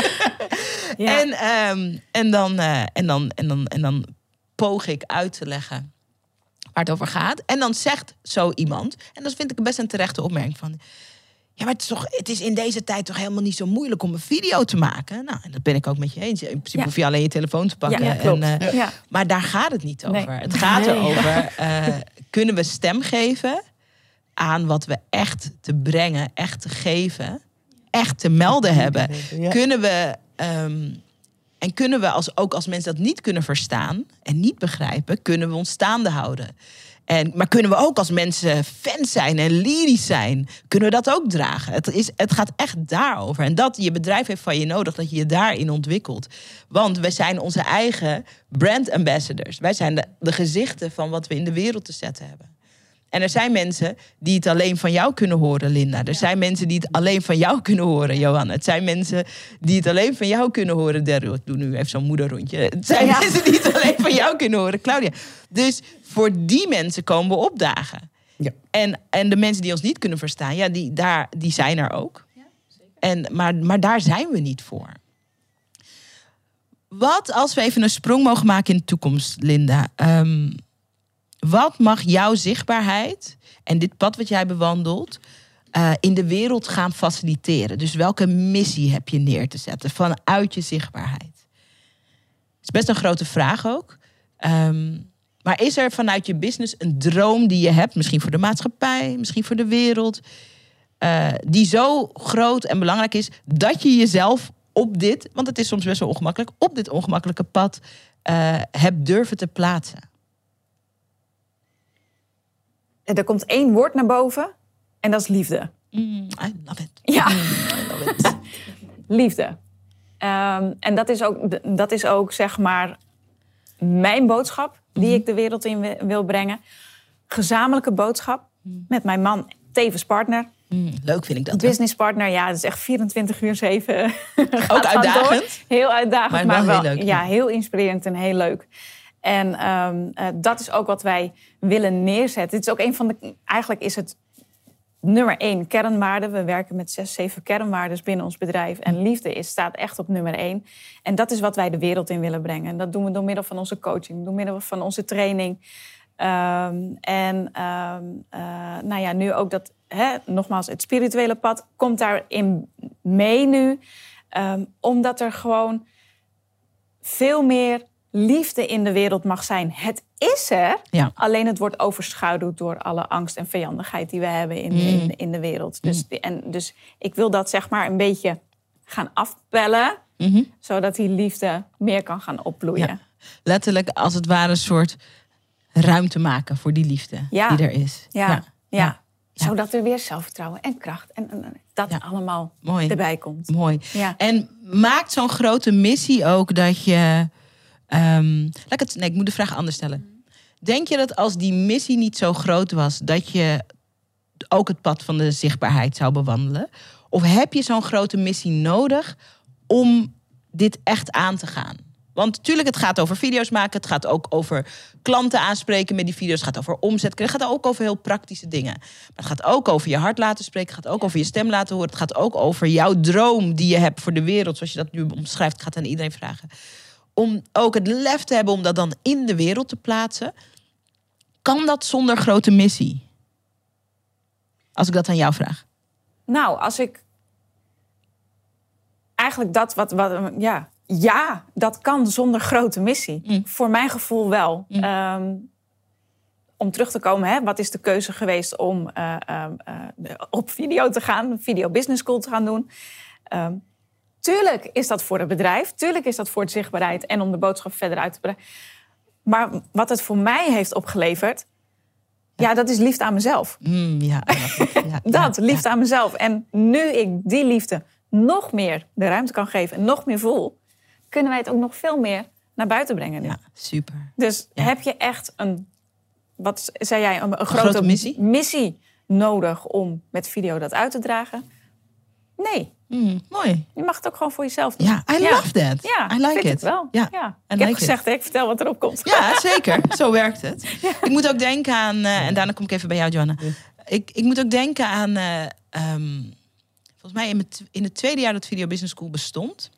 Speaker 1: Ja. En, um, en, dan, uh, en, dan, en, dan, en dan poog ik uit te leggen waar het over gaat. En dan zegt zo iemand... en dat vind ik best een terechte opmerking van... ja, maar het is, toch, het is in deze tijd toch helemaal niet zo moeilijk om een video te maken? Nou, en dat ben ik ook met je eens. In principe ja. hoef je alleen je telefoon te pakken.
Speaker 5: Ja, ja, klopt.
Speaker 1: En, uh, ja. Maar daar gaat het niet over. Nee. Het gaat nee. erover, uh, kunnen we stem geven aan wat we echt te brengen, echt te geven, echt te melden hebben? Ja. Kunnen we... Um, En kunnen we als, ook als mensen dat niet kunnen verstaan en niet begrijpen, kunnen we ons staande houden. En, maar kunnen we ook als mensen fans zijn en lyrisch zijn, kunnen we dat ook dragen? Het, is, het gaat echt daarover. En dat je bedrijf heeft van je nodig, dat je je daarin ontwikkelt. Want wij zijn onze eigen brand ambassadors. Wij zijn de, de gezichten van wat we in de wereld te zetten hebben. En er zijn mensen die het alleen van jou kunnen horen, Linda. Er ja. zijn mensen die het alleen van jou kunnen horen, Johanna. Het zijn mensen die het alleen van jou kunnen horen, Daryl. Ik doe nu even zo'n moederrondje. Het zijn ja. mensen die het alleen van jou kunnen horen, Claudia. Dus voor die mensen komen we opdagen. Ja. En, en de mensen die ons niet kunnen verstaan, ja, die, daar, die zijn er ook. Ja, zeker. En, maar, maar daar zijn we niet voor. Wat als we even een sprong mogen maken in de toekomst, Linda? Um, Wat mag jouw zichtbaarheid en dit pad wat jij bewandelt uh, in de wereld gaan faciliteren? Dus welke missie heb je neer te zetten vanuit je zichtbaarheid? Dat is best een grote vraag ook. Um, maar is er vanuit je business een droom die je hebt, misschien voor de maatschappij, misschien voor de wereld, uh, die zo groot en belangrijk is dat je jezelf op dit, want het is soms best wel ongemakkelijk, op dit ongemakkelijke pad uh, hebt durven te plaatsen?
Speaker 5: Er komt één woord naar boven en dat is liefde.
Speaker 1: Mm, I love it.
Speaker 5: Ja,
Speaker 1: mm, I love it.
Speaker 5: Liefde. Um, en dat is, ook, dat is ook, zeg maar, mijn boodschap die mm-hmm. ik de wereld in wil brengen. Gezamenlijke boodschap mm. met mijn man, tevens partner.
Speaker 1: Mm, leuk vind ik dat.
Speaker 5: Businesspartner, ja, dat is echt vierentwintig uur zeven.
Speaker 1: Ook uitdagend?
Speaker 5: Heel uitdagend, maar, maar wel,
Speaker 1: heel leuk.
Speaker 5: Ja, heel inspirerend en heel leuk. En um, uh, dat is ook wat wij willen neerzetten. Het is ook een van de. Eigenlijk is het nummer één kernwaarde. We werken met zes, zeven kernwaarden binnen ons bedrijf. En liefde is, staat echt op nummer één. En dat is wat wij de wereld in willen brengen. En dat doen we door middel van onze coaching, door middel van onze training. Um, en um, uh, nou ja, nu ook dat, hè, nogmaals, het spirituele pad komt daarin mee nu. Um, omdat er gewoon veel meer liefde in de wereld mag zijn. Het is er, ja. alleen het wordt overschaduwd door alle angst en vijandigheid die we hebben in, mm. in, in de wereld. Dus, mm. en, dus ik wil dat zeg maar een beetje gaan afpellen, mm-hmm. zodat die liefde meer kan gaan opbloeien. Ja.
Speaker 1: Letterlijk als het ware een soort ruimte maken voor die liefde ja. die er is.
Speaker 5: Ja, ja. ja. ja. Zodat er weer zelfvertrouwen en kracht en, en dat ja. allemaal Mooi. erbij komt.
Speaker 1: Mooi. Ja. En maakt zo'n grote missie ook dat je... Um, laat ik, het, nee, ik moet de vraag anders stellen. Denk je dat als die missie niet zo groot was, dat je ook het pad van de zichtbaarheid zou bewandelen? Of heb je zo'n grote missie nodig om dit echt aan te gaan? Want natuurlijk, het gaat over video's maken. Het gaat ook over klanten aanspreken met die video's. Het gaat over omzet. Het gaat ook over heel praktische dingen. Maar het gaat ook over je hart laten spreken. Het gaat ook over je stem laten horen. Het gaat ook over jouw droom die je hebt voor de wereld. Zoals je dat nu omschrijft. Ik ga het aan iedereen vragen. Om ook het lef te hebben om dat dan in de wereld te plaatsen. Kan dat zonder grote missie? Als ik dat aan jou vraag.
Speaker 5: Nou, als ik... Eigenlijk dat wat... wat ja, ja, dat kan zonder grote missie. Mm. Voor mijn gevoel wel. Mm. Um, om terug te komen, hè, wat is de keuze geweest om uh, uh, uh, op video te gaan? Een video business school te gaan doen. Um, Tuurlijk is dat voor het bedrijf. Tuurlijk is dat voor de zichtbaarheid en om de boodschap verder uit te brengen. Maar wat het voor mij heeft opgeleverd... Ja, ja dat is liefde aan mezelf.
Speaker 1: Mm, ja, ja,
Speaker 5: dat,
Speaker 1: ja,
Speaker 5: liefde
Speaker 1: ja.
Speaker 5: aan mezelf. En nu ik die liefde nog meer de ruimte kan geven... en nog meer voel... kunnen wij het ook nog veel meer naar buiten brengen nu.
Speaker 1: Ja, super.
Speaker 5: Dus ja. heb je echt een... Wat zei jij? Een, een grote,
Speaker 1: grote missie?
Speaker 5: missie nodig om met video dat uit te dragen? Nee.
Speaker 1: Mm, mooi.
Speaker 5: Je mag het ook gewoon voor jezelf doen.
Speaker 1: Ja, I
Speaker 5: ja.
Speaker 1: love that.
Speaker 5: Ja,
Speaker 1: I like
Speaker 5: vind
Speaker 1: it.
Speaker 5: Het wel.
Speaker 1: Ja,
Speaker 5: ja.
Speaker 1: I
Speaker 5: Ik
Speaker 1: like
Speaker 5: heb gezegd,
Speaker 1: it.
Speaker 5: ik vertel wat erop komt.
Speaker 1: Ja, zeker. Zo werkt het. Ja. Ik moet ook denken aan... Uh, en daarna kom ik even bij jou, Joanna. Ja. Ik, ik moet ook denken aan... Uh, um, volgens mij in, het, in het tweede jaar dat Video Business School bestond...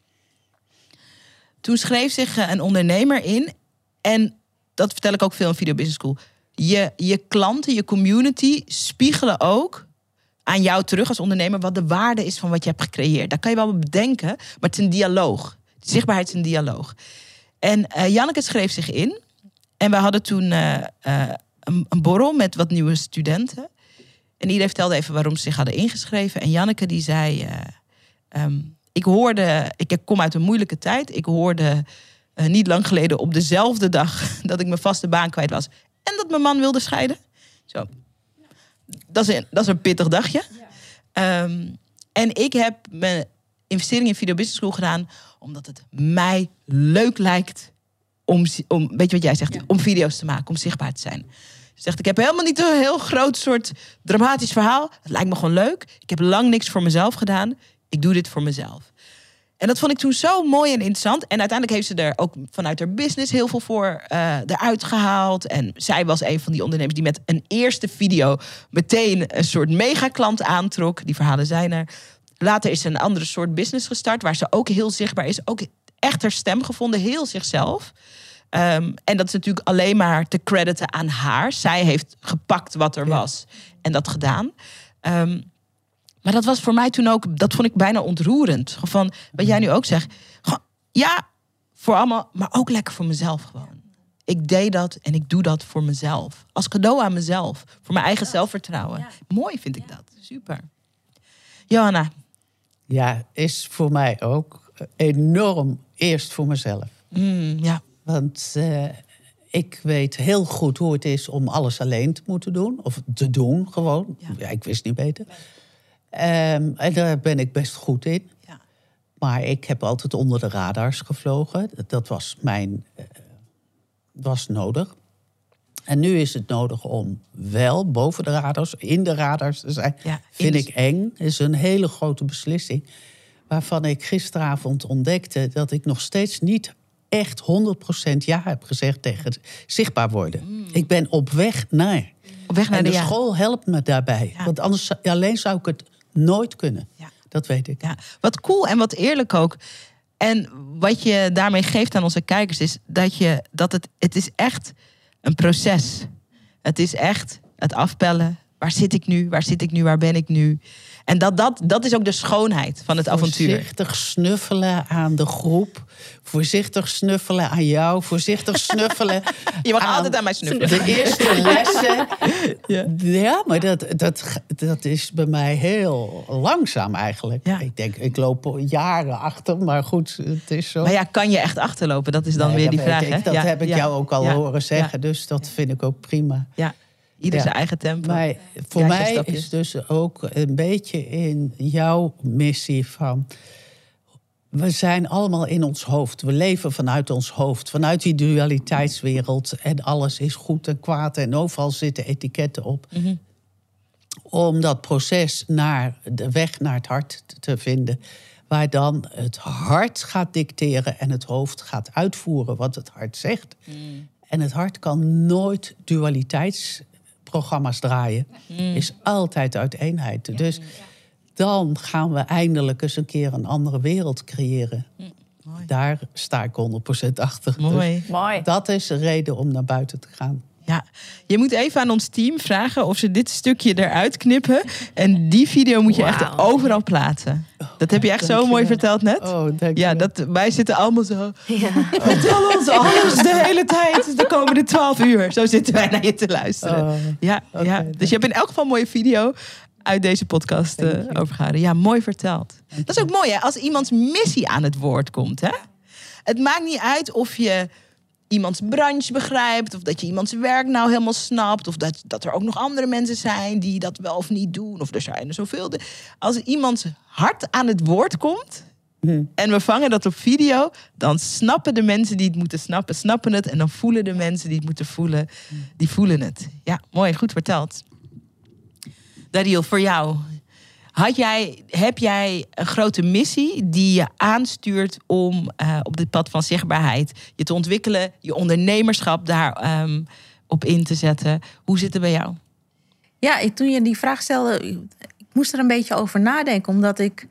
Speaker 1: toen schreef zich uh, een ondernemer in... en dat vertel ik ook veel in Video Business School... Je, je klanten, je community spiegelen ook... aan jou terug als ondernemer wat de waarde is van wat je hebt gecreëerd. Daar kan je wel bedenken, maar het is een dialoog. De zichtbaarheid is een dialoog. En uh, Janneke schreef zich in. En we hadden toen uh, uh, een, een borrel met wat nieuwe studenten. En iedereen vertelde even waarom ze zich hadden ingeschreven. En Janneke die zei... Uh, um, ik hoorde, ik kom uit een moeilijke tijd. Ik hoorde uh, niet lang geleden op dezelfde dag... dat ik mijn vaste baan kwijt was. En dat mijn man wilde scheiden. Zo. Dat is een, dat is een pittig dagje. Ja. Um, en ik heb mijn investering in Video Business School gedaan omdat het mij leuk lijkt om, om weet je wat jij zegt, ja. om video's te maken, om zichtbaar te zijn. Dus zegt, ik heb helemaal niet een heel groot soort dramatisch verhaal. Het lijkt me gewoon leuk. Ik heb lang niks voor mezelf gedaan. Ik doe dit voor mezelf. En dat vond ik toen zo mooi en interessant. En uiteindelijk heeft ze er ook vanuit haar business heel veel voor uh, eruit gehaald. En zij was een van die ondernemers die met een eerste video meteen een soort megaklant aantrok. Die verhalen zijn er. Later is ze een andere soort business gestart, waar ze ook heel zichtbaar is. Ook echt haar stem gevonden, heel zichzelf. Um, en dat is natuurlijk alleen maar te crediten aan haar. Zij heeft gepakt wat er was en dat gedaan. Um, maar dat was voor mij toen ook, dat vond ik bijna ontroerend. Van wat jij nu ook zegt. Gewoon, ja, voor allemaal, maar ook lekker voor mezelf gewoon. Ik deed dat en ik doe dat voor mezelf. Als cadeau aan mezelf. Voor mijn eigen zelfvertrouwen. Ja. Mooi vind ik dat. Super. Johanna.
Speaker 2: Ja, is voor mij ook enorm eerst voor mezelf.
Speaker 1: Mm, ja.
Speaker 2: Want uh, ik weet heel goed hoe het is om alles alleen te moeten doen. Of te doen gewoon. Ja, ja ik wist niet beter. Um, en daar ben ik best goed in. Ja. Maar ik heb altijd onder de radars gevlogen. Dat was mijn... Uh, was nodig. En nu is het nodig om wel boven de radars, in de radars te zijn. Ja, vind ik eng. Dat is een hele grote beslissing. Waarvan ik gisteravond ontdekte dat ik nog steeds niet echt honderd procent ja heb gezegd tegen het zichtbaar worden. Mm. Ik ben op weg naar.
Speaker 1: Op weg naar
Speaker 2: en de,
Speaker 1: de ja.
Speaker 2: school helpt me daarbij. Ja. Want anders alleen zou ik het nooit kunnen. Ja. Dat weet ik.
Speaker 1: Ja. Wat cool en wat eerlijk ook. En wat je daarmee geeft aan onze kijkers is dat je dat het het is echt een proces. Het is echt het afpellen. Waar zit ik nu? Waar zit ik nu? Waar ben ik nu? En dat, dat, dat is ook de schoonheid van het avontuur.
Speaker 2: Voorzichtig snuffelen aan de groep. Voorzichtig snuffelen aan jou. Voorzichtig snuffelen.
Speaker 1: Je mag aan altijd aan mij snuffelen.
Speaker 2: De eerste lessen. Ja, ja maar dat, dat, dat is bij mij heel langzaam eigenlijk. Ja. Ik denk, ik loop jaren achter, maar goed, het is zo.
Speaker 1: Maar ja, kan je echt achterlopen? Dat is dan nee, weer die vraag.
Speaker 2: Ik,
Speaker 1: hè?
Speaker 2: dat
Speaker 1: ja,
Speaker 2: heb ik
Speaker 1: ja,
Speaker 2: jou ook al
Speaker 1: ja,
Speaker 2: horen zeggen,
Speaker 1: ja,
Speaker 2: dus dat vind ik ook prima.
Speaker 1: Ja. Ieder ja. zijn eigen tempo.
Speaker 2: Maar voor mij is dus ook een beetje in jouw missie van... we zijn allemaal in ons hoofd. We leven vanuit ons hoofd. Vanuit die dualiteitswereld. En alles is goed en kwaad. En overal zitten etiketten op. Mm-hmm. Om dat proces naar de weg naar het hart te vinden. Waar dan het hart gaat dicteren en het hoofd gaat uitvoeren wat het hart zegt. Mm. En het hart kan nooit dualiteits... programma's draaien, mm. is altijd uit eenheid. Ja, dus ja. dan gaan we eindelijk eens een keer een andere wereld creëren. Mm. Daar sta ik honderd procent achter.
Speaker 1: Mooi.
Speaker 2: Dus
Speaker 5: Mooi.
Speaker 2: Dat is de reden om naar buiten te gaan.
Speaker 1: Ja, je moet even aan ons team vragen of ze dit stukje eruit knippen. En die video moet je wow. echt overal plaatsen. Dat heb je echt zo mooi verteld net.
Speaker 2: Oh, dank
Speaker 1: ja,
Speaker 2: je.
Speaker 1: Dat, wij zitten allemaal zo. Ja. Vertel ons alles de hele tijd. De komende twaalf uur. Zo zitten wij naar je te luisteren. Oh, ja, okay, ja. Dus je hebt in elk geval een mooie video uit deze podcast uh, overgehouden. Ja, mooi verteld. Dank dat is ook mooi, hè? Als iemands missie aan het woord komt. Hè? Het maakt niet uit of je iemands branche begrijpt, of dat je iemands werk nou helemaal snapt, of dat, dat er ook nog andere mensen zijn die dat wel of niet doen, of er zijn er zoveel. Als iemands hart aan het woord komt, hmm. en we vangen dat op video, dan snappen de mensen die het moeten snappen, snappen het, en dan voelen de mensen die het moeten voelen, die voelen het. Ja, mooi, goed verteld. Dariel, voor jou. Had jij, heb jij een grote missie die je aanstuurt om uh, op dit pad van zichtbaarheid je te ontwikkelen, je ondernemerschap daar um, op in te zetten? Hoe zit het bij jou?
Speaker 3: Ja, ik, toen je die vraag stelde, ik moest er een beetje over nadenken, omdat ik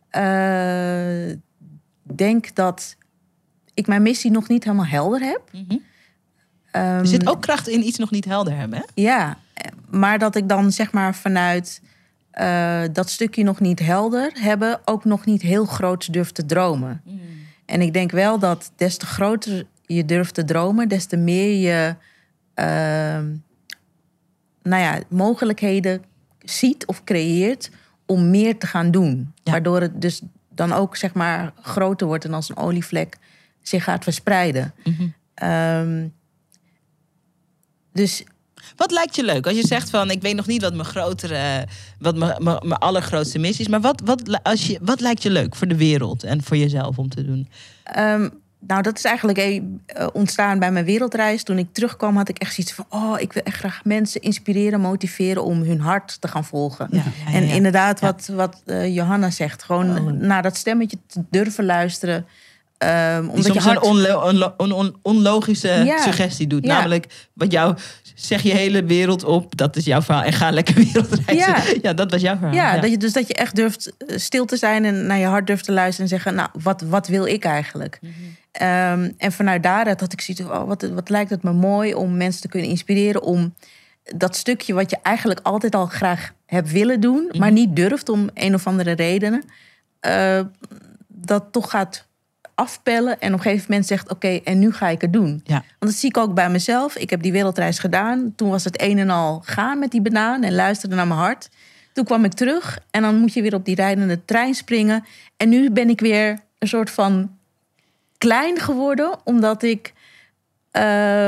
Speaker 3: uh, denk dat ik mijn missie nog niet helemaal helder heb.
Speaker 1: Mm-hmm. Um, er zit ook kracht in iets nog niet helder hebben, hè?
Speaker 3: Ja, maar dat ik dan zeg maar vanuit Uh, dat stukje nog niet helder hebben, ook nog niet heel groot durft te dromen. Mm. En ik denk wel dat des te groter je durft te dromen, des te meer je uh, nou ja, mogelijkheden ziet of creëert om meer te gaan doen. Ja. Waardoor het dus dan ook zeg maar groter wordt en als een olievlek zich gaat verspreiden. Mm-hmm. Um, dus
Speaker 1: Wat lijkt je leuk? Als je zegt van, ik weet nog niet wat mijn grotere, wat mijn, mijn, mijn allergrootste missie is. Maar wat, wat, als je, wat lijkt je leuk voor de wereld en voor jezelf om te doen?
Speaker 3: Um, nou, dat is eigenlijk uh, ontstaan bij mijn wereldreis. Toen ik terugkwam had ik echt zoiets van... oh, ik wil echt graag mensen inspireren, motiveren om hun hart te gaan volgen. Ja, ja, ja, en ja. inderdaad, ja. wat, wat uh, Johanna zegt, gewoon oh. naar dat stemmetje te durven luisteren... Um,
Speaker 1: die soms je hart... een onlo- onlo- on- on- onlogische ja. suggestie doet. Ja. Namelijk, wat jou, zeg je hele wereld op, dat is jouw verhaal. En ga lekker wereldreizen. Ja, ja dat was jouw verhaal.
Speaker 3: Ja, ja. Dat je, dus dat je echt durft stil te zijn en naar je hart durft te luisteren. En zeggen, nou, wat, wat wil ik eigenlijk? Mm-hmm. Um, en vanuit daaruit had ik zoiets van, oh, wat, wat lijkt het me mooi om mensen te kunnen inspireren. Om dat stukje wat je eigenlijk altijd al graag hebt willen doen. Mm-hmm. Maar niet durft om een of andere redenen. Uh, dat toch gaat... afpellen en op een gegeven moment zegt... oké, okay, en nu ga ik het doen. Ja. Want dat zie ik ook bij mezelf. Ik heb die wereldreis gedaan. Toen was het een en al gaan met die banaan... en luisterde naar mijn hart. Toen kwam ik terug en dan moet je weer op die rijdende trein springen. En nu ben ik weer een soort van klein geworden... omdat ik uh,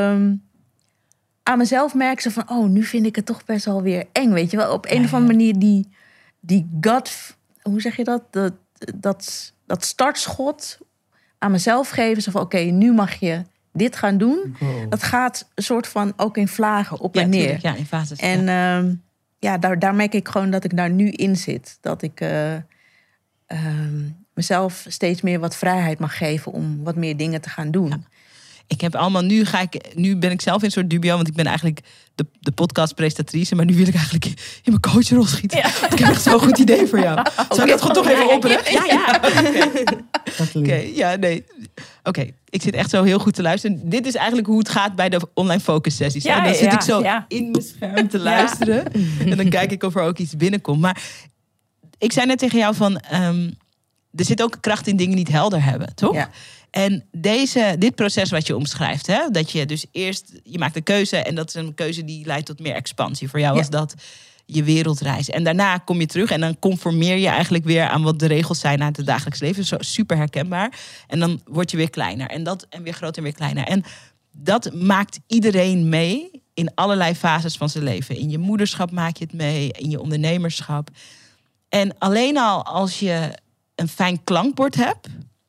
Speaker 3: aan mezelf merk... Zo van, oh, nu vind ik het toch best wel weer eng. Weet je wel, op een ja, of andere ja. manier die, die gut... hoe zeg je dat? Dat, dat, dat startschot... aan mezelf geven. Zo van, oké, okay, nu mag je dit gaan doen. Wow. Dat gaat een soort van ook in vlagen op ja, en neer. Tuurlijk,
Speaker 1: ja, in fases.
Speaker 3: En ja, uh, ja daar, daar merk ik gewoon dat ik daar nu in zit. Dat ik uh, uh, mezelf steeds meer wat vrijheid mag geven... om wat meer dingen te gaan doen. Ja.
Speaker 1: Ik heb allemaal, nu ga ik, nu ben ik zelf in een soort dubio, want ik ben eigenlijk de, de podcastpresentatrice, maar nu wil ik eigenlijk in mijn coachrol schieten. Ja. Ik heb echt zo'n goed idee voor jou. Zou ik dat gewoon toch even openen?
Speaker 4: Ja, ja.
Speaker 1: Oké, okay, ja, nee. Oké, okay. Ik zit echt zo heel goed te luisteren. Dit is eigenlijk hoe het gaat bij de online focus sessies. Ja, dan zit ja, ik zo ja. in mijn scherm te luisteren. Ja. En dan kijk ik of er ook iets binnenkomt. Maar ik zei net tegen jou van, um, er zit ook kracht in dingen niet helder hebben, toch? Ja. En deze, dit proces wat je omschrijft, hè, dat je dus eerst, je maakt een keuze en dat is een keuze die leidt tot meer expansie. Voor jou was ja. dat je wereldreis. En daarna kom je terug en dan conformeer je eigenlijk weer aan wat de regels zijn uit het dagelijks leven. Zo super herkenbaar. En dan word je weer kleiner en dat en weer groter en weer kleiner. En dat maakt iedereen mee in allerlei fases van zijn leven. In je moederschap maak je het mee, in je ondernemerschap. En alleen al als je een fijn klankbord hebt,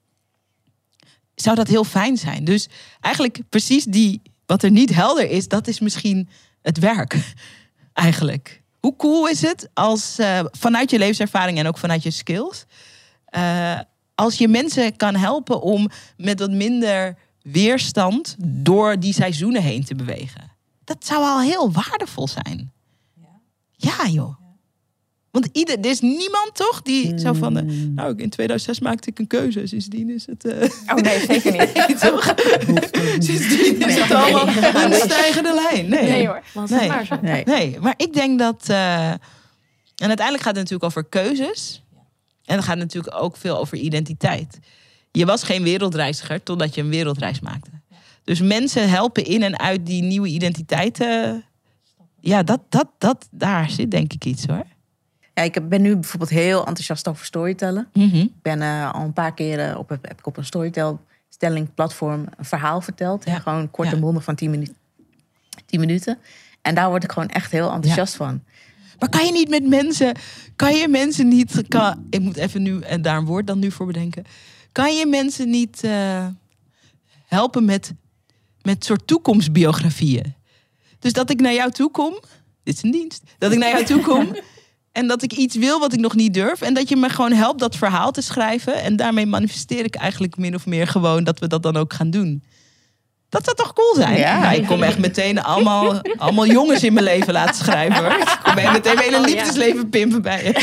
Speaker 1: zou dat heel fijn zijn. Dus eigenlijk precies die, wat er niet helder is, dat is misschien het werk. Eigenlijk. Hoe cool is het als uh, vanuit je levenservaring en ook vanuit je skills, Uh, als je mensen kan helpen om met wat minder weerstand door die seizoenen heen te bewegen. Dat zou al heel waardevol zijn. Ja, ja joh. Want ieder, er is niemand toch die mm. zo van... Uh, nou, in tweeduizend zes maakte ik een keuze. Sindsdien is het... Uh...
Speaker 5: Oh nee, zeker niet.
Speaker 1: Nee, toch? Sindsdien is het allemaal een stijgende lijn. Nee,
Speaker 5: nee hoor.
Speaker 1: Nee. Nee. nee, maar ik denk dat... Uh... En uiteindelijk gaat het natuurlijk over keuzes. En het gaat natuurlijk ook veel over identiteit. Je was geen wereldreiziger totdat je een wereldreis maakte. Dus mensen helpen in en uit die nieuwe identiteiten. Ja, dat, dat, dat, daar zit denk ik iets hoor.
Speaker 3: Ja, ik ben nu bijvoorbeeld heel enthousiast over storytellen. Mm-hmm. Ik ben uh, al een paar keer op, heb ik op een storytelling platform een verhaal verteld. Ja. Gewoon kort en ja. bondig van tien, minu- tien minuten. En daar word ik gewoon echt heel enthousiast ja. van.
Speaker 1: Maar kan je niet met mensen, kan je mensen niet, kan, ik moet even nu en daar een woord dan nu voor bedenken. Kan je mensen niet uh, helpen met, met soort toekomstbiografieën? Dus dat ik naar jou toe kom, dit is een dienst, dat ik naar jou toe kom en dat ik iets wil wat ik nog niet durf. En dat je me gewoon helpt dat verhaal te schrijven. En daarmee manifesteer ik eigenlijk min of meer gewoon dat we dat dan ook gaan doen. Dat zou toch cool zijn? Ja. Nou, ik kom echt meteen allemaal, allemaal jongens in mijn leven laten schrijven. Hoor. Ik kom echt meteen mijn hele liefdesleven pimpen bij je.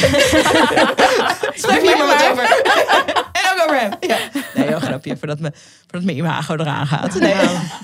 Speaker 1: Schrijf hier maar wat over. En ook over hem. Ja. Nee, heel grapje, voordat, me, voordat mijn imago eraan gaat. Nee,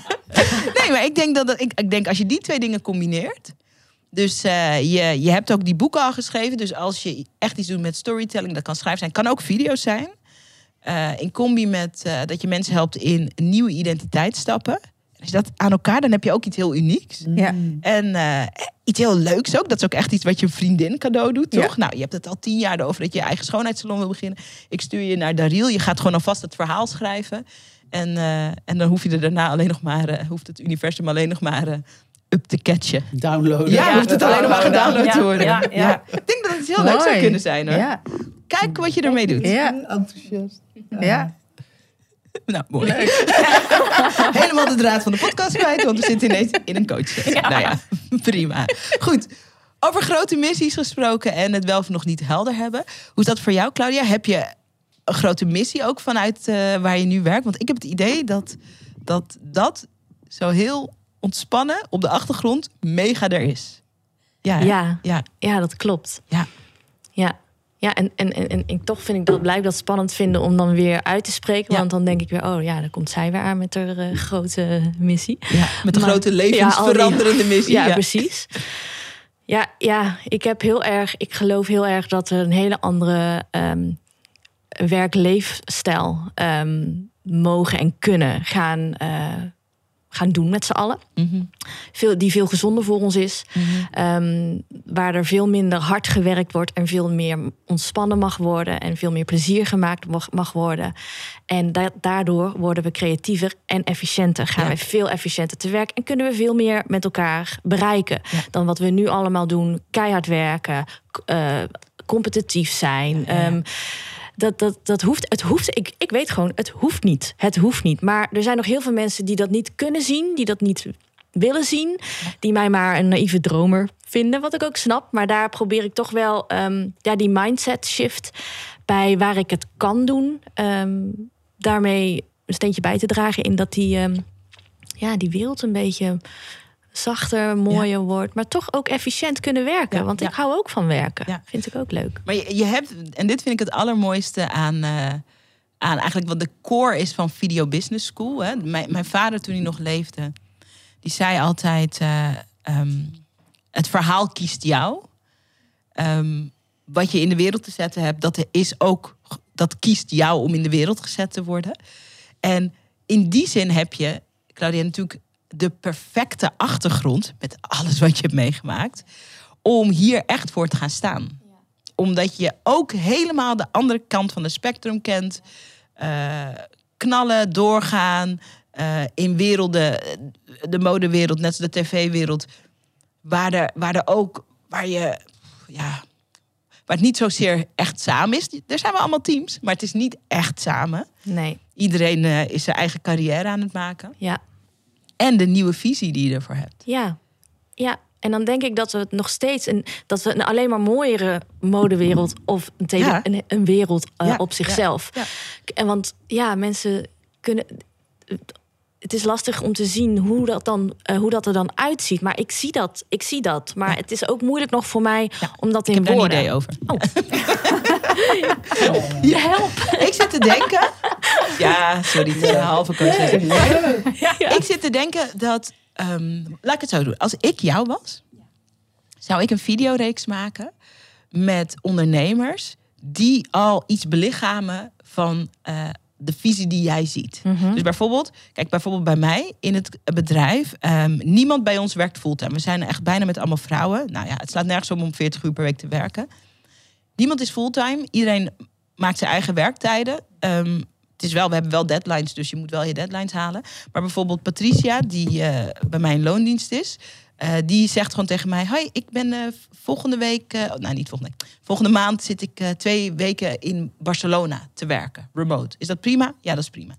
Speaker 1: nee maar ik denk, dat, dat, ik, ik denk als je die twee dingen combineert. Dus uh, je, je hebt ook die boeken al geschreven. Dus als je echt iets doet met storytelling, dat kan schrijven zijn. Kan ook video's zijn. Uh, in combi met uh, dat je mensen helpt in een nieuwe identiteit stappen. En als je dat aan elkaar, dan heb je ook iets heel unieks.
Speaker 3: Ja.
Speaker 1: En uh, iets heel leuks ook. Dat is ook echt iets wat je vriendin cadeau doet, toch? Ja. Nou, je hebt het al tien jaar over dat je je eigen schoonheidssalon wil beginnen. Ik stuur je naar Daryl. Je gaat gewoon alvast het verhaal schrijven. En, uh, en dan hoef je er daarna alleen nog maar, uh, hoeft het universum alleen nog maar uh, up te catchen.
Speaker 2: Downloaden.
Speaker 1: Ja, je hoeft het alleen nog maar gedownload
Speaker 5: Ja,
Speaker 1: te worden.
Speaker 5: ja, ja.
Speaker 1: Ja. Ik denk dat het heel
Speaker 3: Mooi.
Speaker 1: leuk zou kunnen zijn, hoor.
Speaker 3: Ja.
Speaker 1: Kijk wat je ermee doet.
Speaker 3: Ja.
Speaker 2: Enthousiast.
Speaker 3: Ja.
Speaker 1: Nou, mooi. Helemaal de draad van de podcast kwijt, want we zitten ineens in een coach.
Speaker 5: Ja.
Speaker 1: Nou ja, prima. Goed, over grote missies gesproken en het wel of nog niet helder hebben. Hoe is dat voor jou, Claudia? Heb je een grote missie ook vanuit uh, waar je nu werkt? Want ik heb het idee dat dat, dat zo heel ontspannen op de achtergrond mega er is. Ja, hè?
Speaker 4: Ja,
Speaker 1: ja.
Speaker 4: ja, dat klopt.
Speaker 1: Ja.
Speaker 4: Ja, ja en, en, en, en, en toch vind ik dat, blijf ik dat spannend vinden om dan weer uit te spreken.
Speaker 1: Ja.
Speaker 4: Want dan denk ik weer, oh ja, dan komt zij weer aan met haar uh, grote missie.
Speaker 1: Ja, met een
Speaker 4: Maar-
Speaker 1: grote
Speaker 4: ja,
Speaker 1: levensveranderende missie.
Speaker 4: Ja,
Speaker 1: Ja.
Speaker 4: precies. Ja, ja, ik heb heel erg, ik geloof heel erg dat we een hele andere um, werk-leefstijl um, mogen en kunnen gaan, uh, gaan doen met z'n allen.
Speaker 1: Mm-hmm.
Speaker 4: Veel, die veel gezonder voor ons is.
Speaker 1: Mm-hmm.
Speaker 4: Um, waar er veel minder hard gewerkt wordt en veel meer ontspannen mag worden en veel meer plezier gemaakt mag, mag worden. En da- daardoor worden we creatiever en efficiënter. Gaan
Speaker 1: Ja.
Speaker 4: we veel efficiënter te werk en kunnen we veel meer met elkaar bereiken
Speaker 1: Ja.
Speaker 4: dan wat we nu allemaal doen. Keihard werken, k- uh, competitief zijn.
Speaker 1: Ja, ja.
Speaker 4: Um, Dat, dat, dat hoeft, het hoeft, ik, ik weet gewoon, het hoeft niet. Het hoeft niet. Maar er zijn nog heel veel mensen die dat niet kunnen zien, die dat niet willen zien, die mij maar een naïeve dromer vinden, wat ik ook snap. Maar daar probeer ik toch wel um, ja, die mindset shift bij waar ik het kan doen, um, daarmee een steentje bij te dragen in dat die, um, ja, die wereld een beetje zachter, mooier ja. wordt, maar toch ook efficiënt kunnen werken.
Speaker 1: Ja,
Speaker 4: want
Speaker 1: ja.
Speaker 4: ik hou ook van werken.
Speaker 1: Ja.
Speaker 4: Vind ik ook leuk.
Speaker 1: Maar je, je hebt, en dit vind ik het allermooiste aan, uh, aan eigenlijk wat de core is van Video Business School. Hè. Mijn, mijn vader, toen hij nog leefde, die zei altijd, uh, um, het verhaal kiest jou. Um, wat je in de wereld te zetten hebt, dat is ook, dat kiest jou om in de wereld gezet te worden. En in die zin heb je, Claudia, natuurlijk de perfecte achtergrond met alles wat je hebt meegemaakt, om hier echt voor te gaan staan. Ja. Omdat je ook helemaal de andere kant van de spectrum kent. Uh, knallen, doorgaan, uh, in werelden, de modewereld, net als de tv-wereld, waar er, waar er ook, waar je, ja, waar het niet zozeer echt samen is. Er zijn wel allemaal teams, maar het is niet echt samen.
Speaker 4: Nee.
Speaker 1: Iedereen uh, is zijn eigen carrière aan het maken.
Speaker 4: Ja.
Speaker 1: En de nieuwe visie die je ervoor hebt.
Speaker 4: Ja, ja. En dan denk ik dat we het nog steeds een, dat we een alleen maar mooiere modewereld of een, tele, ja. een, een wereld uh, ja. op zichzelf. Ja. Ja. En want ja, mensen kunnen. Het is lastig om te zien hoe dat, dan, uh, hoe dat er dan uitziet. Maar ik zie dat. Ik zie dat. Maar ja. het is ook moeilijk nog voor mij ja. om dat in
Speaker 1: ik heb
Speaker 4: woorden.
Speaker 1: Daar een idee over.
Speaker 4: Oh. Je help.
Speaker 1: Ik zit te denken. Ja, sorry, het is een halve coach. Ja, ja. Ik zit te denken dat. Um, laat ik het zo doen. Als ik jou was, zou ik een videoreeks maken met ondernemers die al iets belichamen van uh, de visie die jij ziet. Mm-hmm. Dus bijvoorbeeld, kijk, bijvoorbeeld bij mij in het bedrijf, um, niemand bij ons werkt fulltime. We zijn echt bijna met allemaal vrouwen. Nou ja, het slaat nergens om om veertig uur per week te werken. Niemand is fulltime. Iedereen maakt zijn eigen werktijden. Um, Het is wel, we hebben wel deadlines, dus je moet wel je deadlines halen. Maar bijvoorbeeld Patricia, die uh, bij mij in loondienst is, uh, die zegt gewoon tegen mij: hoi, ik ben uh, volgende week, uh, nou niet volgende week, volgende maand zit ik uh, twee weken in Barcelona te werken, remote. Is dat prima? Ja, dat is prima.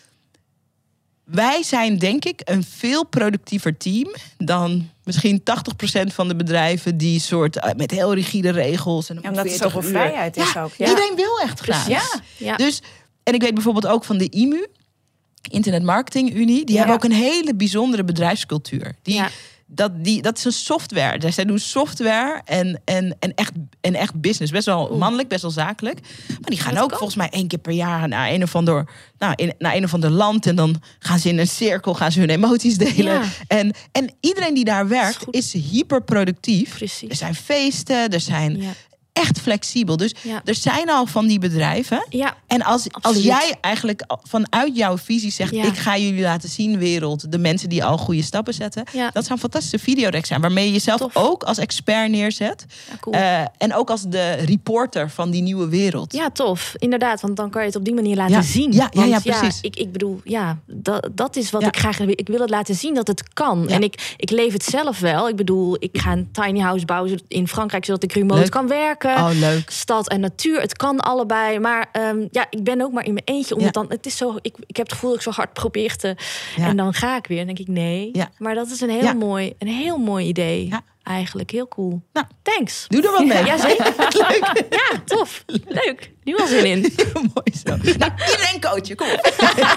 Speaker 1: Wij zijn denk ik een veel productiever team dan misschien tachtig procent van de bedrijven die soort uh, met heel rigide regels en
Speaker 5: ja, omdat er zoveel vrijheid is
Speaker 1: ja,
Speaker 5: ook. Ja.
Speaker 1: Iedereen wil echt graag.
Speaker 5: Ja.
Speaker 1: Ja. Dus en ik weet bijvoorbeeld ook van de I M U, Internet Marketing Unie, die ja. hebben ook een hele bijzondere bedrijfscultuur. Die, ja. dat, die, dat is een software. Dus zij doen software en, en, en, echt, en echt business. Best wel mannelijk, best wel zakelijk. Maar die gaan ook, ook volgens mij één keer per jaar naar een of ander, nou, in, naar een of ander land. En dan gaan ze in een cirkel, gaan ze hun emoties delen. Ja. En, en iedereen die daar werkt is, is hyperproductief.
Speaker 4: Precies.
Speaker 1: Er zijn feesten, er zijn... Ja. echt flexibel. Dus
Speaker 4: Ja.
Speaker 1: er zijn al van die bedrijven.
Speaker 4: Ja,
Speaker 1: En als, als
Speaker 4: absoluut.
Speaker 1: jij eigenlijk vanuit jouw visie zegt...
Speaker 4: Ja.
Speaker 1: ik ga jullie laten zien, wereld, de mensen die al goede stappen zetten...
Speaker 4: Ja.
Speaker 1: dat zou een fantastische videoreeks zijn... waarmee je jezelf
Speaker 4: Tof.
Speaker 1: ook als expert neerzet.
Speaker 4: Ja, cool.
Speaker 1: Uh, en ook als de reporter van die nieuwe wereld.
Speaker 4: Ja, tof. Inderdaad, want dan kan je het op die manier laten
Speaker 1: Ja.
Speaker 4: zien.
Speaker 1: Ja, ja,
Speaker 4: Want
Speaker 1: ja, precies.
Speaker 4: ik, ik bedoel, ja, dat, dat is wat
Speaker 1: Ja.
Speaker 4: ik graag wil. Ik wil het laten zien dat het kan.
Speaker 1: Ja.
Speaker 4: En ik, ik leef het zelf wel. Ik bedoel, ik ga een tiny house bouwen in Frankrijk... zodat ik remote
Speaker 1: Leuk.
Speaker 4: kan werken.
Speaker 1: Oh, leuk.
Speaker 4: Stad en natuur, het kan allebei. Maar um, ja, ik ben ook maar in mijn eentje. Omdat
Speaker 1: Ja.
Speaker 4: dan, het is zo, ik, ik heb het gevoel dat ik zo hard probeer te...
Speaker 1: Ja.
Speaker 4: En dan ga ik weer. En denk ik, nee.
Speaker 1: Ja.
Speaker 4: Maar dat is een heel,
Speaker 1: Ja.
Speaker 4: mooi, een heel mooi idee.
Speaker 1: Ja.
Speaker 4: Eigenlijk, heel cool.
Speaker 1: Nou.
Speaker 4: Thanks.
Speaker 1: Doe er wat mee.
Speaker 4: Ja, zeker.
Speaker 1: Leuk.
Speaker 4: Ja, tof. Leuk. Nu al zin in.
Speaker 1: Mooi zo. Nou, iedereen coachen, kom op.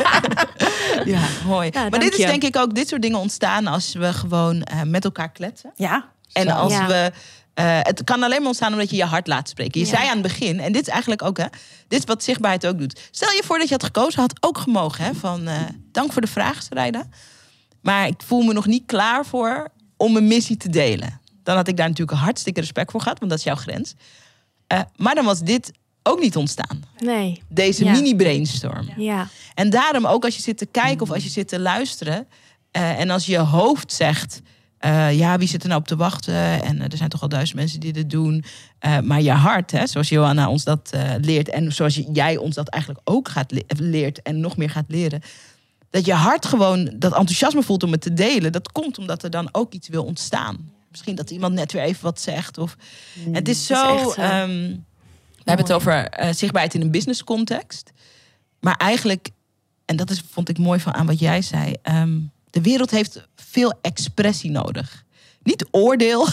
Speaker 1: Ja, mooi.
Speaker 4: Ja,
Speaker 1: maar
Speaker 4: dank
Speaker 1: dit is
Speaker 4: je.
Speaker 1: denk ik ook, dit soort dingen ontstaan... als we gewoon uh, met elkaar kletsen.
Speaker 5: Ja.
Speaker 1: En als
Speaker 4: Ja.
Speaker 1: we... Uh, het kan alleen maar ontstaan omdat je je hart laat spreken. Je
Speaker 4: Ja.
Speaker 1: zei aan het begin, en dit is eigenlijk ook... Hè, dit is wat zichtbaarheid ook doet. Stel je voor dat je had gekozen, had ook gemogen. Hè, van, uh, dank voor de vraag, Sarayda. Maar ik voel me nog niet klaar voor om mijn missie te delen. Dan had ik daar natuurlijk hartstikke respect voor gehad, want dat is jouw grens. Uh, maar dan was dit ook niet ontstaan.
Speaker 4: Nee.
Speaker 1: Deze
Speaker 4: Ja.
Speaker 1: mini-brainstorm.
Speaker 4: Ja.
Speaker 1: En daarom ook als je zit te kijken of als je zit te luisteren... Uh, en als je hoofd zegt... Uh, ja, wie zit er nou op te wachten? En uh, er zijn toch al duizend mensen die dit doen. Uh, maar je hart, hè, zoals Johanna ons dat uh, leert... en zoals jij ons dat eigenlijk ook gaat le- leert en nog meer gaat leren... dat je hart gewoon dat enthousiasme voelt om het te delen... dat komt omdat er dan ook iets wil ontstaan. Misschien dat iemand net weer even wat zegt. Of... Mm, het is zo...
Speaker 4: Het is echt zo.
Speaker 1: Um, we hebben het over uh, zichtbaarheid in een business context. Maar eigenlijk, en dat is, vond ik mooi van aan wat jij zei... Um, de wereld heeft veel expressie nodig. Niet oordeel,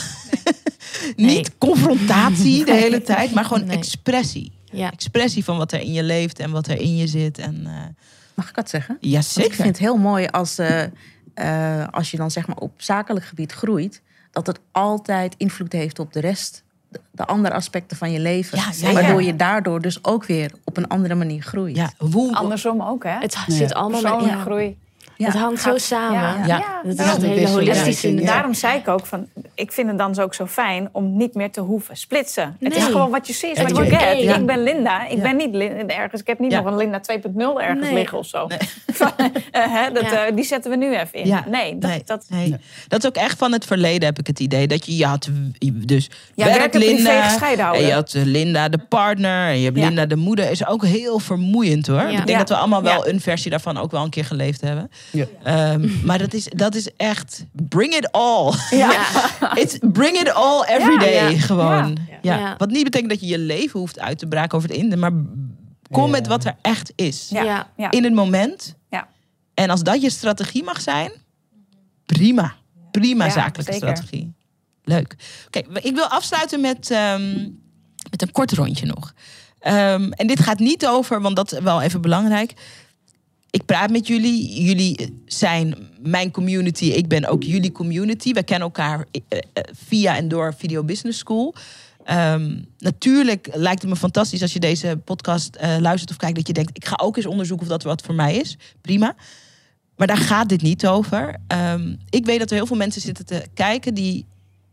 Speaker 1: nee. niet confrontatie de hele tijd... maar gewoon
Speaker 4: Nee.
Speaker 1: expressie.
Speaker 4: Ja.
Speaker 1: Expressie van wat er in je leeft en wat er in je zit. En, uh,
Speaker 3: Mag ik dat zeggen?
Speaker 1: ja,
Speaker 3: Want
Speaker 1: zeker.
Speaker 3: ik vind het heel mooi als, uh, uh, als je dan zeg maar op zakelijk gebied groeit... dat het altijd invloed heeft op de rest... de, de andere aspecten van je leven.
Speaker 1: Ja, zeker.
Speaker 3: Waardoor je daardoor dus ook weer op een andere manier groeit.
Speaker 1: Ja, hoe,
Speaker 5: Andersom ook, hè?
Speaker 4: Het zit
Speaker 3: Ja.
Speaker 4: allemaal met...
Speaker 5: Persoonlijke
Speaker 4: Ja.
Speaker 5: groei.
Speaker 3: Ja.
Speaker 4: Het hangt zo
Speaker 5: Gaat-
Speaker 4: samen.
Speaker 5: Ja,
Speaker 1: Ja.
Speaker 5: ja.
Speaker 4: Het is
Speaker 5: Daarom-
Speaker 4: echt een hele holistische...
Speaker 3: Ja.
Speaker 4: Ja.
Speaker 5: Daarom zei ik ook van, ik vind het dan ook zo fijn om niet meer te hoeven splitsen. Het is
Speaker 4: Nee.
Speaker 5: gewoon wat je ziet,
Speaker 1: Het
Speaker 5: wat je
Speaker 1: wordt
Speaker 5: get.
Speaker 4: één.
Speaker 5: Ik ben Linda, ik
Speaker 1: Ja.
Speaker 5: ben niet Lin- ergens. Ik heb niet
Speaker 1: Ja.
Speaker 5: nog een Linda twee punt nul ergens
Speaker 4: Nee.
Speaker 5: liggen of zo. Van, uh, hè, dat,
Speaker 4: Ja.
Speaker 5: uh, die zetten we nu even in.
Speaker 1: Ja.
Speaker 5: Nee, dat,
Speaker 1: nee,
Speaker 5: dat,
Speaker 1: nee. dat is ook echt van het verleden, heb ik het idee. Dat je, je had dus
Speaker 5: Ja,
Speaker 1: werk
Speaker 5: werk en privé
Speaker 1: Linda,
Speaker 5: gescheiden
Speaker 1: en
Speaker 5: houden.
Speaker 1: je had uh, Linda de partner, en je hebt
Speaker 5: Ja.
Speaker 1: Linda de moeder. Is ook heel vermoeiend, hoor.
Speaker 4: Ja.
Speaker 1: Ik denk
Speaker 5: Ja.
Speaker 1: dat we allemaal wel
Speaker 5: Ja.
Speaker 1: een versie daarvan ook wel een keer geleefd hebben.
Speaker 2: Ja.
Speaker 1: Um, maar dat is, dat is echt, bring it all.
Speaker 5: ja.
Speaker 1: It's bring it all every
Speaker 5: Ja.
Speaker 1: day,
Speaker 4: Ja.
Speaker 1: gewoon. Ja.
Speaker 4: Ja. Ja.
Speaker 1: Wat niet betekent dat je je leven hoeft uit te braken over het einde, maar kom
Speaker 2: Ja.
Speaker 1: met wat er echt is.
Speaker 5: Ja.
Speaker 4: Ja.
Speaker 5: Ja.
Speaker 1: In het moment.
Speaker 5: Ja.
Speaker 1: En als dat je strategie mag zijn, prima. Prima
Speaker 5: Ja,
Speaker 1: zakelijke
Speaker 5: zeker.
Speaker 1: strategie. Leuk. Oké, ik wil afsluiten met, um, met een kort rondje nog. Um, en dit gaat niet over, want dat is wel even belangrijk. Ik praat met jullie. Jullie zijn mijn community. Ik ben ook jullie community. We kennen elkaar uh, uh, via en door Video Business School. Um, natuurlijk lijkt het me fantastisch als je deze podcast uh, luistert of kijkt, dat je denkt, ik ga ook eens onderzoeken of dat wat voor mij is. Prima. Maar daar gaat dit niet over. Um, ik weet dat er heel veel mensen zitten te kijken die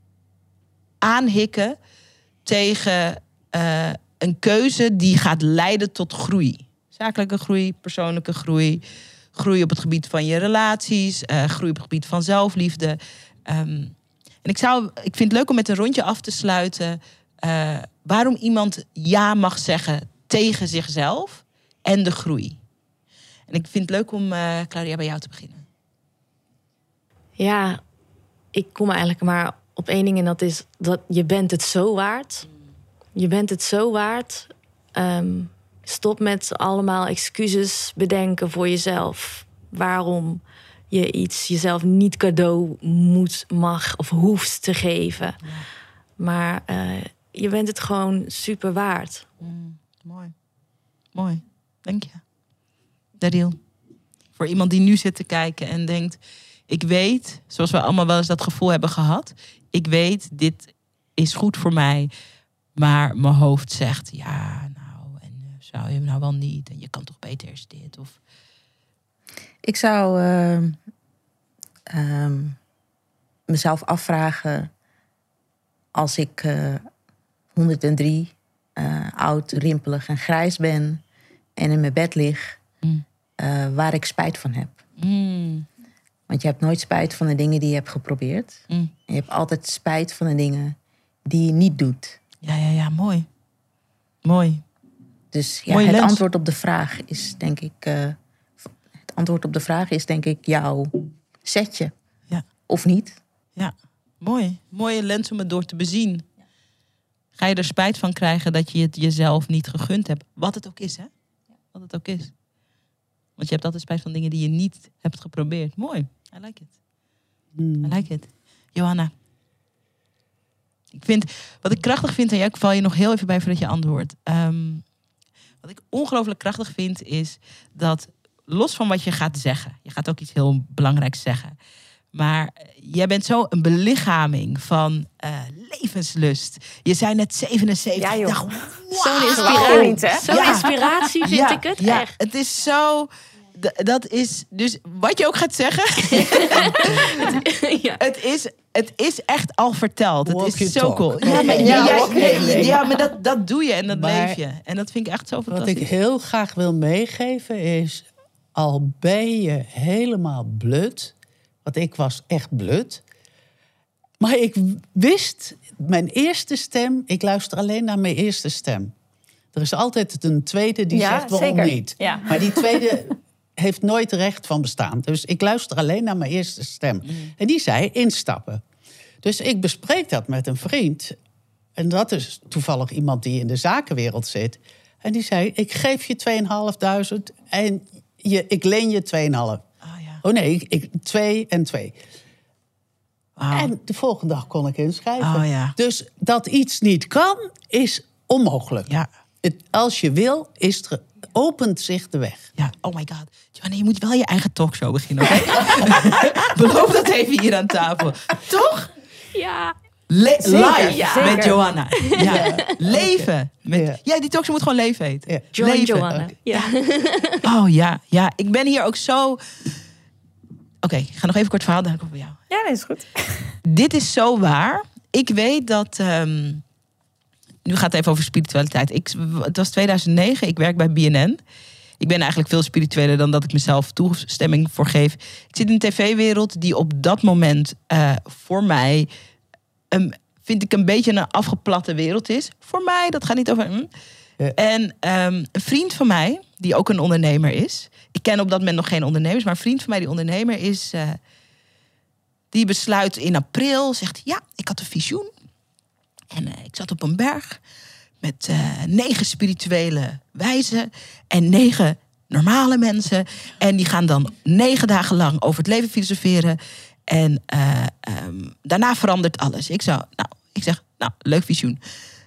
Speaker 1: aanhikken tegen uh, een keuze die gaat leiden tot groei. Zakelijke groei, persoonlijke groei. Groei op het gebied van je relaties. Uh, groei op het gebied van zelfliefde. Um, en ik, zou, ik vind het leuk om met een rondje af te sluiten. Uh, waarom iemand ja mag zeggen tegen zichzelf en de groei. En ik vind het leuk om, uh, Claudia, bij jou te beginnen.
Speaker 4: Ja, ik kom eigenlijk maar op één ding en dat is dat je bent het zo waard. Je bent het zo waard. Um, stop met allemaal excuses bedenken voor jezelf. Waarom je iets jezelf niet cadeau moet, mag of hoeft te geven. Ja. Maar uh, je bent het gewoon super waard.
Speaker 1: Mm, mooi. Mooi. Dank je. Daryl. Voor iemand die nu zit te kijken en denkt, ik weet, zoals we allemaal wel eens dat gevoel hebben gehad, ik weet, dit is goed voor mij, maar mijn hoofd zegt, ja, nou, en uh, zou je nou wel niet, en je kan toch beter eens dit, of...
Speaker 3: Ik zou uh, um, mezelf afvragen, als ik uh, honderddrie, uh, oud, rimpelig en grijs ben en in mijn bed lig, mm. uh, waar ik spijt van heb.
Speaker 1: Mm.
Speaker 3: Want je hebt nooit spijt van de dingen die je hebt geprobeerd.
Speaker 1: Mm.
Speaker 3: Je hebt altijd spijt van de dingen die je niet doet.
Speaker 1: Ja, ja, ja, mooi. Mooi.
Speaker 3: Dus ja,
Speaker 1: Mooie
Speaker 3: het
Speaker 1: lens.
Speaker 3: antwoord op de vraag is denk ik... Uh, het antwoord op de vraag is denk ik jouw setje.
Speaker 1: Ja.
Speaker 3: Of niet.
Speaker 1: Ja, mooi. Mooie lens om het door te bezien. Ga je er spijt van krijgen dat je het jezelf niet gegund hebt. Wat het ook is, hè? Wat het ook is. Want je hebt altijd spijt van dingen die je niet hebt geprobeerd. Mooi. I like it.
Speaker 2: Hmm.
Speaker 1: I like it. Johanna. Ik vind, wat ik krachtig vind, en jij val je nog heel even bij voordat je antwoordt. Um, wat ik ongelooflijk krachtig vind, is dat los van wat je gaat zeggen. Je gaat ook iets heel belangrijks zeggen. Maar jij bent zo een belichaming van uh, levenslust. Je zei net zevenenzeventig.
Speaker 5: Ja, joh.
Speaker 1: Dacht, wow.
Speaker 5: Zo'n inspiratie, hè?
Speaker 4: Zo'n
Speaker 1: Ja.
Speaker 4: inspiratie vind
Speaker 1: ja,
Speaker 4: ik het,
Speaker 1: ja,
Speaker 4: echt.
Speaker 1: Het is zo... d- Dat is... Dus wat je ook gaat zeggen...
Speaker 4: ja.
Speaker 1: het, is, het is echt al verteld.
Speaker 2: Walk
Speaker 1: Het
Speaker 2: your
Speaker 1: is zo
Speaker 2: talk.
Speaker 1: cool.
Speaker 2: Ja,
Speaker 1: Ja, maar,
Speaker 2: ja,
Speaker 1: ja,
Speaker 2: walk
Speaker 1: ja,
Speaker 2: your
Speaker 1: ja,
Speaker 2: talk.
Speaker 1: ja, maar dat, dat doe je en dat
Speaker 2: Maar
Speaker 1: leef je. En dat vind ik echt zo
Speaker 2: Wat
Speaker 1: fantastisch.
Speaker 2: ik heel graag wil meegeven is... al ben je helemaal blut... want ik was echt blut... maar ik wist mijn eerste stem... ik luister alleen naar mijn eerste stem. Er is altijd een tweede die
Speaker 5: Ja,
Speaker 2: zegt waarom
Speaker 5: zeker.
Speaker 2: niet.
Speaker 5: Ja.
Speaker 2: Maar die tweede heeft nooit recht van bestaan. Dus ik luister alleen naar mijn eerste stem. En die zei instappen. Dus ik bespreek dat met een vriend... en dat is toevallig iemand die in de zakenwereld zit... en die zei, ik geef je tweeënhalfduizend en je, ik leen je tweeënhalf.
Speaker 1: Oh, ja.
Speaker 2: Oh nee, ik, ik, twee en twee.
Speaker 1: Wauw.
Speaker 2: En de volgende dag kon ik inschrijven.
Speaker 1: Oh, ja.
Speaker 2: Dus dat iets niet kan, is onmogelijk.
Speaker 1: Ja.
Speaker 2: Het, als je wil, is er, opent zich de weg.
Speaker 1: Ja, oh my god. Johanna, je moet wel je eigen talkshow beginnen, oké? Beloof dat even hier aan tafel. Toch?
Speaker 4: ja.
Speaker 1: Le-
Speaker 5: Zeker,
Speaker 1: live
Speaker 5: ja.
Speaker 1: met
Speaker 5: Zeker.
Speaker 1: Johanna. Ja. Leven. Met,
Speaker 2: Ja.
Speaker 1: ja, die talkshow moet gewoon leven heten.
Speaker 2: Ja.
Speaker 4: Joan
Speaker 1: Leven.
Speaker 4: Joanna. Ja.
Speaker 1: Oh ja, ja. Ik ben hier ook zo... Oké, okay, ik ga nog even kort verhaal, dan kom ik bij jou.
Speaker 5: Ja, dat is goed.
Speaker 1: Dit is zo waar. Ik weet dat... Um, nu gaat het even over spiritualiteit. Ik, het was tweeduizend negen, ik werk bij B N N. Ik ben eigenlijk veel spiritueler dan dat ik mezelf toestemming voor geef. Ik zit in een tv-wereld die op dat moment uh, voor mij... Um, vind ik een beetje een afgeplatte wereld is. Voor mij, dat gaat niet over... Mm.
Speaker 2: Ja.
Speaker 1: En um, een vriend van mij, die ook een ondernemer is... Ik ken op dat moment nog geen ondernemers... maar een vriend van mij die ondernemer is... Uh, die besluit in april, zegt... ja, ik had een visioen. En uh, ik zat op een berg... met uh, negen spirituele wijzen... en negen normale mensen. En die gaan dan negen dagen lang over het leven filosoferen... En uh, um, daarna verandert alles. Ik, zou, nou, ik zeg, nou, leuk visioen.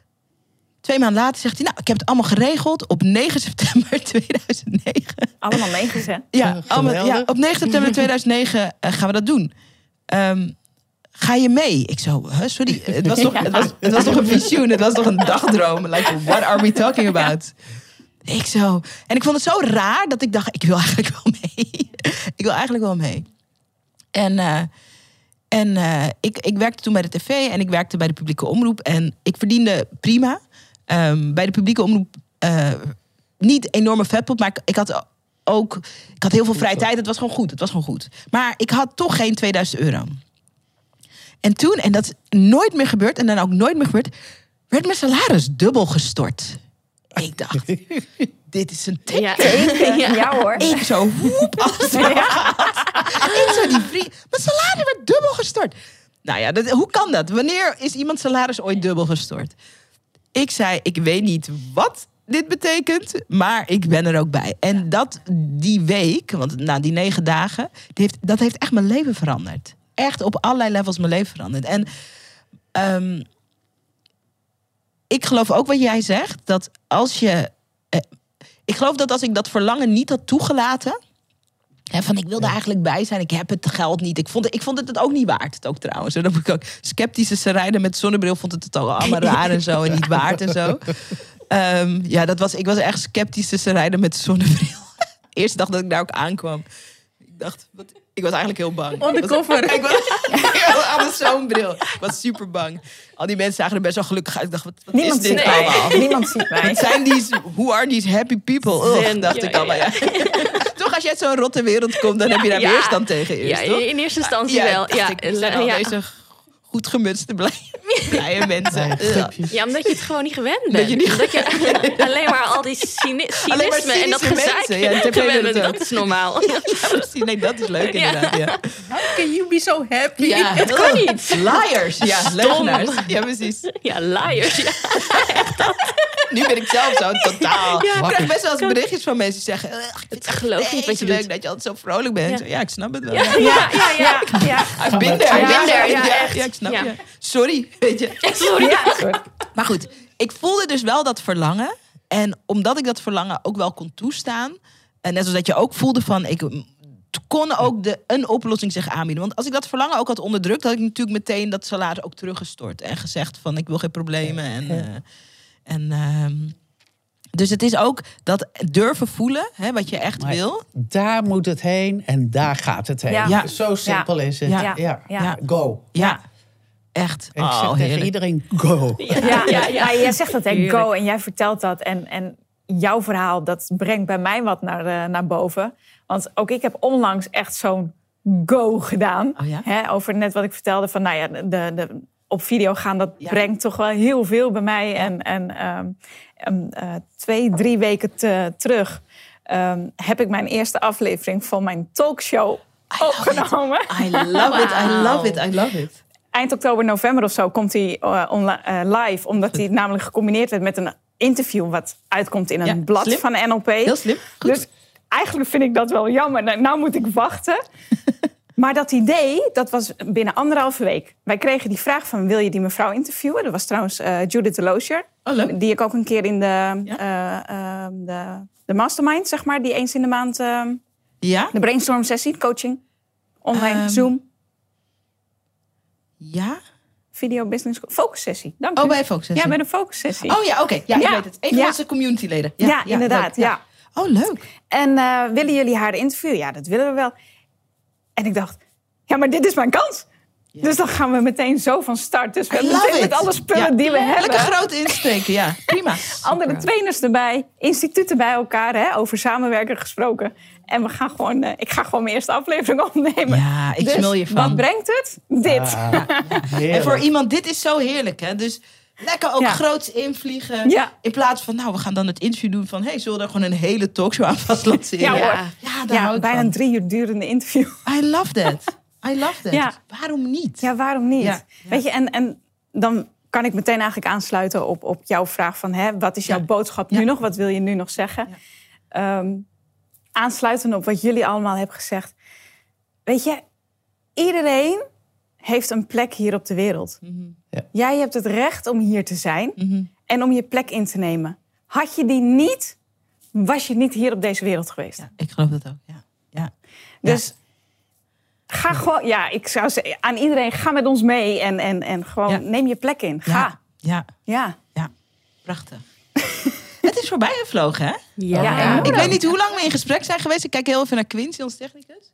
Speaker 1: Twee maanden later zegt hij, nou, ik heb het allemaal geregeld... op negen september tweeduizend negen.
Speaker 5: Allemaal negens, hè?
Speaker 1: Ja, allemaal, ja, op negen september tweeduizend negen uh, gaan we dat doen. Um, ga je mee? Ik zo, huh, sorry, het was, toch, het, was, het was toch een visioen? Het was toch een dagdroom? Like, what are we talking about? Ja. Ik zo. En ik vond het zo raar dat ik dacht, ik wil eigenlijk wel mee. ik wil eigenlijk wel mee. En, uh, en uh, ik, ik werkte toen bij de tv en ik werkte bij de publieke omroep. En ik verdiende prima. Um, bij de publieke omroep uh, niet enorme vetpot, maar ik, ik had ook ik had heel veel vrije tijd. Het was gewoon goed. Het was gewoon goed. Maar ik had toch geen tweeduizend euro. En toen, en dat is nooit meer gebeurd en dan ook nooit meer gebeurd, werd mijn salaris dubbel gestort. Ik dacht, dit is een teken.
Speaker 4: Ja.
Speaker 5: Ja, ja hoor.
Speaker 1: Ik zo, woep, alles ja. Ik zo, die vriend, mijn salaris werd dubbel gestort. Nou ja, dat, hoe kan dat? Wanneer is iemands salaris ooit dubbel gestort? Ik zei, ik weet niet wat dit betekent, maar ik ben er ook bij. En dat die week, want na die negen dagen, die heeft, dat heeft echt mijn leven veranderd. Echt op allerlei levels mijn leven veranderd. En um, ik geloof ook wat jij zegt, dat als je... Eh, ik geloof dat als ik dat verlangen niet had toegelaten... Hè, van ik wilde ja. eigenlijk bij zijn, ik heb het geld niet. Ik vond het, ik vond het het ook niet waard, het ook trouwens. Dan moet ik ook sceptische Sarayda met zonnebril vond het het ook allemaal raar en zo en niet waard en zo. Um, ja, dat was, ik was echt sceptische Sarayda met zonnebril. Eerste dag dat ik daar ook aankwam. dacht, wat, ik was eigenlijk heel bang.
Speaker 3: Undercover.
Speaker 1: Ik was, ik had zo'n bril. Ik was super bang. Al die mensen zagen er best wel gelukkig uit. Ik dacht, wat, wat
Speaker 5: Niemand
Speaker 1: is dit
Speaker 5: ziet mij.
Speaker 1: allemaal?
Speaker 5: Niemand ziet mij.
Speaker 1: Wat zijn die, who are these happy people? Ugh,
Speaker 4: Zen,
Speaker 1: dacht
Speaker 4: ja,
Speaker 1: ik allemaal. Ja. Toch als je uit zo'n rotte wereld komt, dan heb je daar
Speaker 4: Ja.
Speaker 1: weerstand tegen eerst,
Speaker 4: Ja,
Speaker 1: toch?
Speaker 4: in eerste instantie
Speaker 1: Ja,
Speaker 4: wel.
Speaker 1: dacht
Speaker 4: Ja,
Speaker 1: ik, er zijn al
Speaker 4: ja.
Speaker 1: deze goed gemutste blije, blije mensen.
Speaker 2: Nee,
Speaker 1: Ugh.
Speaker 2: grapjes.
Speaker 4: Ja, omdat je het gewoon niet gewend bent.
Speaker 1: Dat je niet
Speaker 4: Omdat je alleen maar al die cyni-
Speaker 1: Alleen maar
Speaker 4: cynisme en dat
Speaker 1: cynische
Speaker 4: gezeik
Speaker 1: mensen. Ja, tv
Speaker 4: gewend
Speaker 1: wil
Speaker 4: bent.
Speaker 1: het ook.
Speaker 4: Dat is normaal.
Speaker 1: Ja, precies. Nee, dat is leuk
Speaker 4: Ja.
Speaker 1: inderdaad. Ja.
Speaker 2: How can you be so happy?
Speaker 1: Ja,
Speaker 4: Het kan niet.
Speaker 1: Liars. Ja,
Speaker 4: Stom.
Speaker 1: leugenaars. Ja, precies.
Speaker 4: Ja, liars. Ja.
Speaker 1: Nu ben ik zelf zo totaal.
Speaker 4: Ja,
Speaker 1: ik krijg best wel eens berichtjes van mensen die zeggen... "Ugh, ik vind het
Speaker 4: geloof
Speaker 1: echt
Speaker 4: niet wat je
Speaker 1: leuk
Speaker 4: doet."
Speaker 1: dat je altijd zo vrolijk bent.
Speaker 4: Ja.
Speaker 1: Zo, Ja, ik snap het wel.
Speaker 4: Ja, ja, ja, ja.
Speaker 5: Ja, ja.
Speaker 1: I've been there.
Speaker 4: I've been there, ja,
Speaker 1: ja,
Speaker 4: echt.
Speaker 1: ja, ik snap
Speaker 4: Ja.
Speaker 1: je. Sorry, weet je.
Speaker 4: Sorry.
Speaker 5: Ja.
Speaker 1: Maar goed, ik voelde dus wel dat verlangen. En omdat ik dat verlangen ook wel kon toestaan... en net zoals dat je ook voelde van... ik kon ook de, een oplossing zich aanbieden. Want als ik dat verlangen ook had onderdrukt... had ik natuurlijk meteen dat salaris ook teruggestort. En gezegd van, ik wil geen problemen. En, uh, en, uh, dus het is ook dat durven voelen, hè, wat je echt
Speaker 2: Maar
Speaker 1: wil.
Speaker 2: Daar moet het heen en daar gaat het heen.
Speaker 5: Ja.
Speaker 1: Ja.
Speaker 2: Zo simpel is het.
Speaker 1: Ja.
Speaker 2: Ja.
Speaker 5: Ja.
Speaker 1: Ja.
Speaker 2: Go.
Speaker 1: Ja, echt.
Speaker 2: Ik
Speaker 1: Oh,
Speaker 2: zeg tegen
Speaker 1: heerlijk.
Speaker 2: iedereen, go.
Speaker 5: Ja,
Speaker 4: Ja,
Speaker 5: ja,
Speaker 4: ja.
Speaker 5: Maar jij zegt dat, hè,
Speaker 4: Heerlijk.
Speaker 5: go, en jij vertelt dat. En, en jouw verhaal, dat brengt bij mij wat naar, uh, naar boven. Want ook ik heb onlangs echt zo'n go gedaan.
Speaker 1: Oh ja?
Speaker 5: Hè, over net wat ik vertelde van, nou ja, de, de, op video gaan, dat
Speaker 1: Ja.
Speaker 5: brengt toch wel heel veel bij mij. En, en um, um, uh, twee, drie weken te, terug um, heb ik mijn eerste aflevering van mijn talkshow opgenomen.
Speaker 1: I love it, I love it, I love it.
Speaker 5: Eind oktober, november of zo komt hij uh, onla- uh, live. Omdat hij namelijk gecombineerd werd met een interview... wat uitkomt in een
Speaker 1: Ja,
Speaker 5: blad
Speaker 1: slim.
Speaker 5: van N L P.
Speaker 1: Heel slim. Goed.
Speaker 5: Dus eigenlijk vind ik dat wel jammer. Nou, nou moet ik wachten. Maar dat idee, dat was binnen anderhalve week. Wij kregen die vraag van, wil je die mevrouw interviewen? Dat was trouwens uh, Judith Delosier.
Speaker 1: Oh, leuk.
Speaker 5: Die ik ook een keer in de,
Speaker 1: Ja.
Speaker 5: uh, uh, de, de mastermind, zeg maar... die eens in de maand, uh,
Speaker 1: Ja?
Speaker 5: de brainstorm sessie, coaching... online,
Speaker 1: Um,
Speaker 5: Zoom,
Speaker 1: Ja?
Speaker 5: video business... focus sessie, dank
Speaker 1: Oh,
Speaker 5: u.
Speaker 1: bij Focus Sessie.
Speaker 5: Ja, bij de focus sessie.
Speaker 1: Oh ja, oké. Ja, ik
Speaker 5: Ja.
Speaker 1: weet het. Een van
Speaker 5: Ja.
Speaker 1: onze communityleden.
Speaker 5: Ja, inderdaad,
Speaker 1: leuk.
Speaker 5: ja.
Speaker 1: Oh, leuk.
Speaker 5: En uh, willen jullie haar interviewen? Ja, dat willen we wel. En ik dacht, ja, maar dit is mijn kans.
Speaker 1: Ja.
Speaker 5: Dus dan gaan we meteen zo van start. Dus we
Speaker 1: I
Speaker 5: hebben
Speaker 1: love
Speaker 5: meteen
Speaker 1: it.
Speaker 5: met alle spullen
Speaker 1: Ja.
Speaker 5: die we hebben.
Speaker 1: Lekker groot insteken, ja. Prima.
Speaker 5: Andere trainers erbij, instituten bij elkaar, hè, over samenwerken gesproken. En we gaan gewoon, uh, ik ga gewoon mijn eerste aflevering opnemen.
Speaker 1: Ja, ik
Speaker 5: dus
Speaker 1: smul je van.
Speaker 5: wat brengt het? Dit.
Speaker 2: Ah,
Speaker 1: En
Speaker 2: heerlijk.
Speaker 1: voor iemand, dit is zo heerlijk, hè. Dus lekker ook
Speaker 5: Ja.
Speaker 1: groots invliegen.
Speaker 5: Ja.
Speaker 1: In plaats van, nou, we gaan dan het interview doen van... hey, zullen we er gewoon een hele talkshow aan vast lanceren?
Speaker 5: Ja, hoor.
Speaker 4: Ja.
Speaker 1: Ja, daar hou
Speaker 5: Ja,
Speaker 1: ik
Speaker 5: bijna
Speaker 1: van.
Speaker 5: een drie uur durende interview.
Speaker 1: I love that. I love that.
Speaker 5: Ja.
Speaker 1: Waarom niet?
Speaker 5: Ja, waarom niet?
Speaker 1: Ja, ja.
Speaker 5: Weet je, en, en dan kan ik meteen eigenlijk aansluiten op, op jouw vraag van... Hè, wat is jouw
Speaker 1: Ja.
Speaker 5: boodschap nu
Speaker 1: Ja.
Speaker 5: nog? Wat wil je nu nog zeggen? Um, aansluiten op wat jullie allemaal hebben gezegd. Weet je, iedereen heeft een plek hier op de wereld.
Speaker 1: Mhm.
Speaker 2: Ja.
Speaker 5: Jij hebt het recht om hier te zijn
Speaker 1: Mhm.
Speaker 5: en om je plek in te nemen. Had je die niet, was je niet hier op deze wereld geweest.
Speaker 1: Ja, ik geloof dat ook, ja. ja.
Speaker 5: Dus ga gewoon, ja, ik zou zeggen aan iedereen, ga met ons mee en, en, en gewoon
Speaker 1: Ja.
Speaker 5: neem je plek in. Ga.
Speaker 1: Ja, ja,
Speaker 5: Ja.
Speaker 1: ja. Prachtig. Het is voorbij gevlogen, hè?
Speaker 4: Ja.
Speaker 5: Ja,
Speaker 4: Ja.
Speaker 5: en-
Speaker 1: Ik weet niet hoe lang we in gesprek zijn geweest. Ik kijk heel even naar Quincy, ons technicus.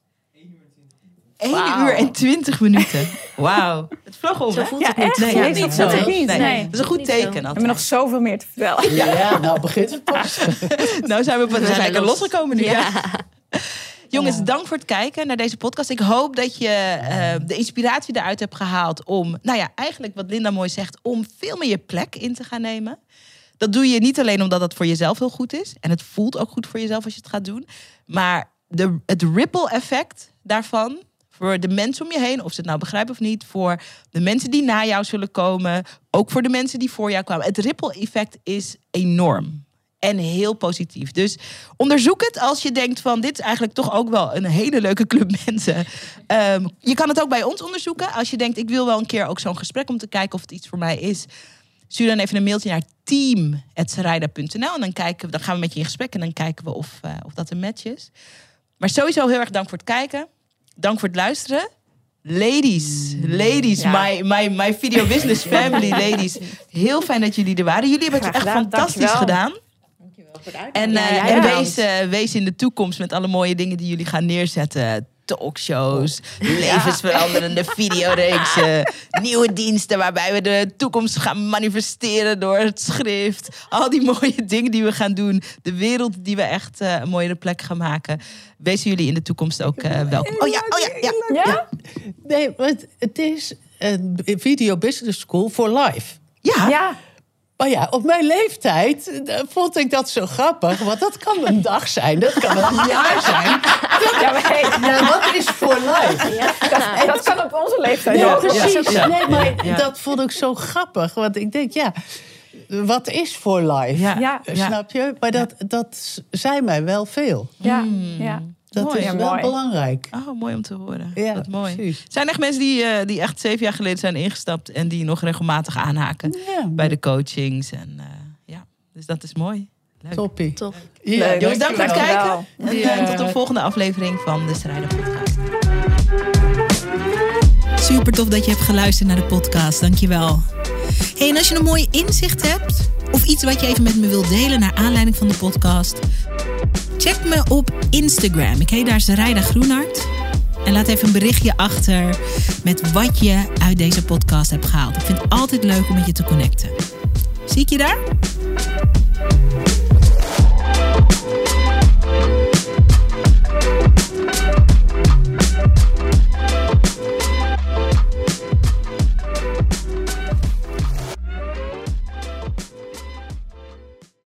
Speaker 1: één
Speaker 4: Wauw.
Speaker 1: uur en twintig minuten. Wauw. Het vloog om,
Speaker 4: Zo
Speaker 1: hè?
Speaker 4: voelt
Speaker 5: Ja,
Speaker 4: het niet.
Speaker 5: echt?
Speaker 1: Nee,
Speaker 5: Nee,
Speaker 1: dat
Speaker 5: zo
Speaker 1: is
Speaker 5: voelt
Speaker 1: zo.
Speaker 5: het niet. Nee.
Speaker 1: Dat is een goed
Speaker 4: Niet zo.
Speaker 1: teken
Speaker 5: We hebben
Speaker 1: altijd.
Speaker 5: nog zoveel meer te vertellen.
Speaker 2: Ja, nou begint het pas.
Speaker 1: Nou zijn we, we zijn lekker
Speaker 4: los.
Speaker 1: losgekomen nu. Ja.
Speaker 4: Ja.
Speaker 1: Jongens,
Speaker 2: Ja.
Speaker 1: dank voor het kijken naar deze podcast. Ik hoop dat je uh, de inspiratie eruit hebt gehaald om, nou ja, eigenlijk wat Linda mooi zegt, om veel meer je plek in te gaan nemen. Dat doe je niet alleen omdat dat voor jezelf heel goed is. En het voelt ook goed voor jezelf als je het gaat doen. Maar de, het ripple effect daarvan, voor de mensen om je heen, of ze het nou begrijpen of niet, voor de mensen die na jou zullen komen, ook voor de mensen die voor jou kwamen. Het ripple effect is enorm. En heel positief. Dus onderzoek het als je denkt van... dit is eigenlijk toch ook wel een hele leuke club mensen. Um, je kan het ook bij ons onderzoeken. Als je denkt, ik wil wel een keer ook zo'n gesprek... om te kijken of het iets voor mij is. Stuur dan even een mailtje naar team at sarayda punt n l. En dan, kijken we, dan gaan we met je in gesprek... en dan kijken we of, uh, of dat een match is. Maar sowieso heel erg dank voor het kijken. Dank voor het luisteren. Ladies, ladies,
Speaker 5: Ja.
Speaker 1: my, my, my video business family, ladies. Heel fijn dat jullie er waren. Jullie hebben het
Speaker 5: Graag
Speaker 1: echt
Speaker 5: gedaan,
Speaker 1: fantastisch
Speaker 5: dankjewel.
Speaker 1: gedaan. En,
Speaker 4: Ja,
Speaker 1: uh,
Speaker 4: jij
Speaker 1: en
Speaker 4: bedankt.
Speaker 1: wees, uh, wees in de toekomst met alle mooie dingen die jullie gaan neerzetten. talkshows, levensveranderende videoreeksen, nieuwe diensten waarbij we de toekomst gaan manifesteren door het schrift. Al die mooie dingen die we gaan doen. De wereld die we echt uh, een mooiere plek gaan maken. Wezen jullie in de toekomst ook uh, welkom. Oh ja, oh ja, ja.
Speaker 5: Ja?
Speaker 1: ja.
Speaker 2: Nee, het, het is een video business school for life.
Speaker 1: Ja.
Speaker 5: Ja.
Speaker 2: Maar ja, op mijn leeftijd vond ik dat zo grappig. Want dat kan een dag zijn, dat kan een jaar zijn.
Speaker 5: Ja, maar hey,
Speaker 2: Ja, wat is for life?
Speaker 5: ja, dat, dat kan op onze leeftijd
Speaker 2: Ja,
Speaker 5: ook.
Speaker 2: precies.
Speaker 1: Ja.
Speaker 2: Nee, maar
Speaker 1: Ja.
Speaker 2: dat vond ik zo grappig. Want ik denk, ja, wat is for life?
Speaker 1: Ja.
Speaker 5: Ja.
Speaker 1: Ja.
Speaker 2: Snap je? Maar dat, dat zei mij wel veel.
Speaker 5: Ja,
Speaker 1: Mm.
Speaker 5: ja.
Speaker 2: Dat
Speaker 1: Mooi.
Speaker 2: is
Speaker 5: Ja,
Speaker 2: wel
Speaker 5: mooi.
Speaker 2: belangrijk.
Speaker 1: Oh, mooi om te horen.
Speaker 2: Ja,
Speaker 1: Wat mooi.
Speaker 2: precies.
Speaker 1: Het zijn echt mensen die, uh, die echt zeven jaar geleden zijn ingestapt en die nog regelmatig aanhaken
Speaker 2: Ja,
Speaker 1: bij de coachings. En uh, ja, dus dat is mooi. Leuk.
Speaker 2: toppie.
Speaker 4: Top.
Speaker 2: Ja,
Speaker 5: Leuk.
Speaker 1: Jongens, dank voor het
Speaker 5: Dankjewel.
Speaker 1: kijken. En uh, tot de volgende aflevering van de Strijder Podcast.
Speaker 6: Super tof dat je hebt geluisterd naar de podcast. Dankjewel. Hey, en als je een mooi inzicht hebt of iets wat je even met me wilt delen naar aanleiding van de podcast, check me op Instagram. Ik heet daar Zaraida Groenhart. En laat even een berichtje achter met wat je uit deze podcast hebt gehaald. Ik vind het altijd leuk om met je te connecten. Zie ik je daar?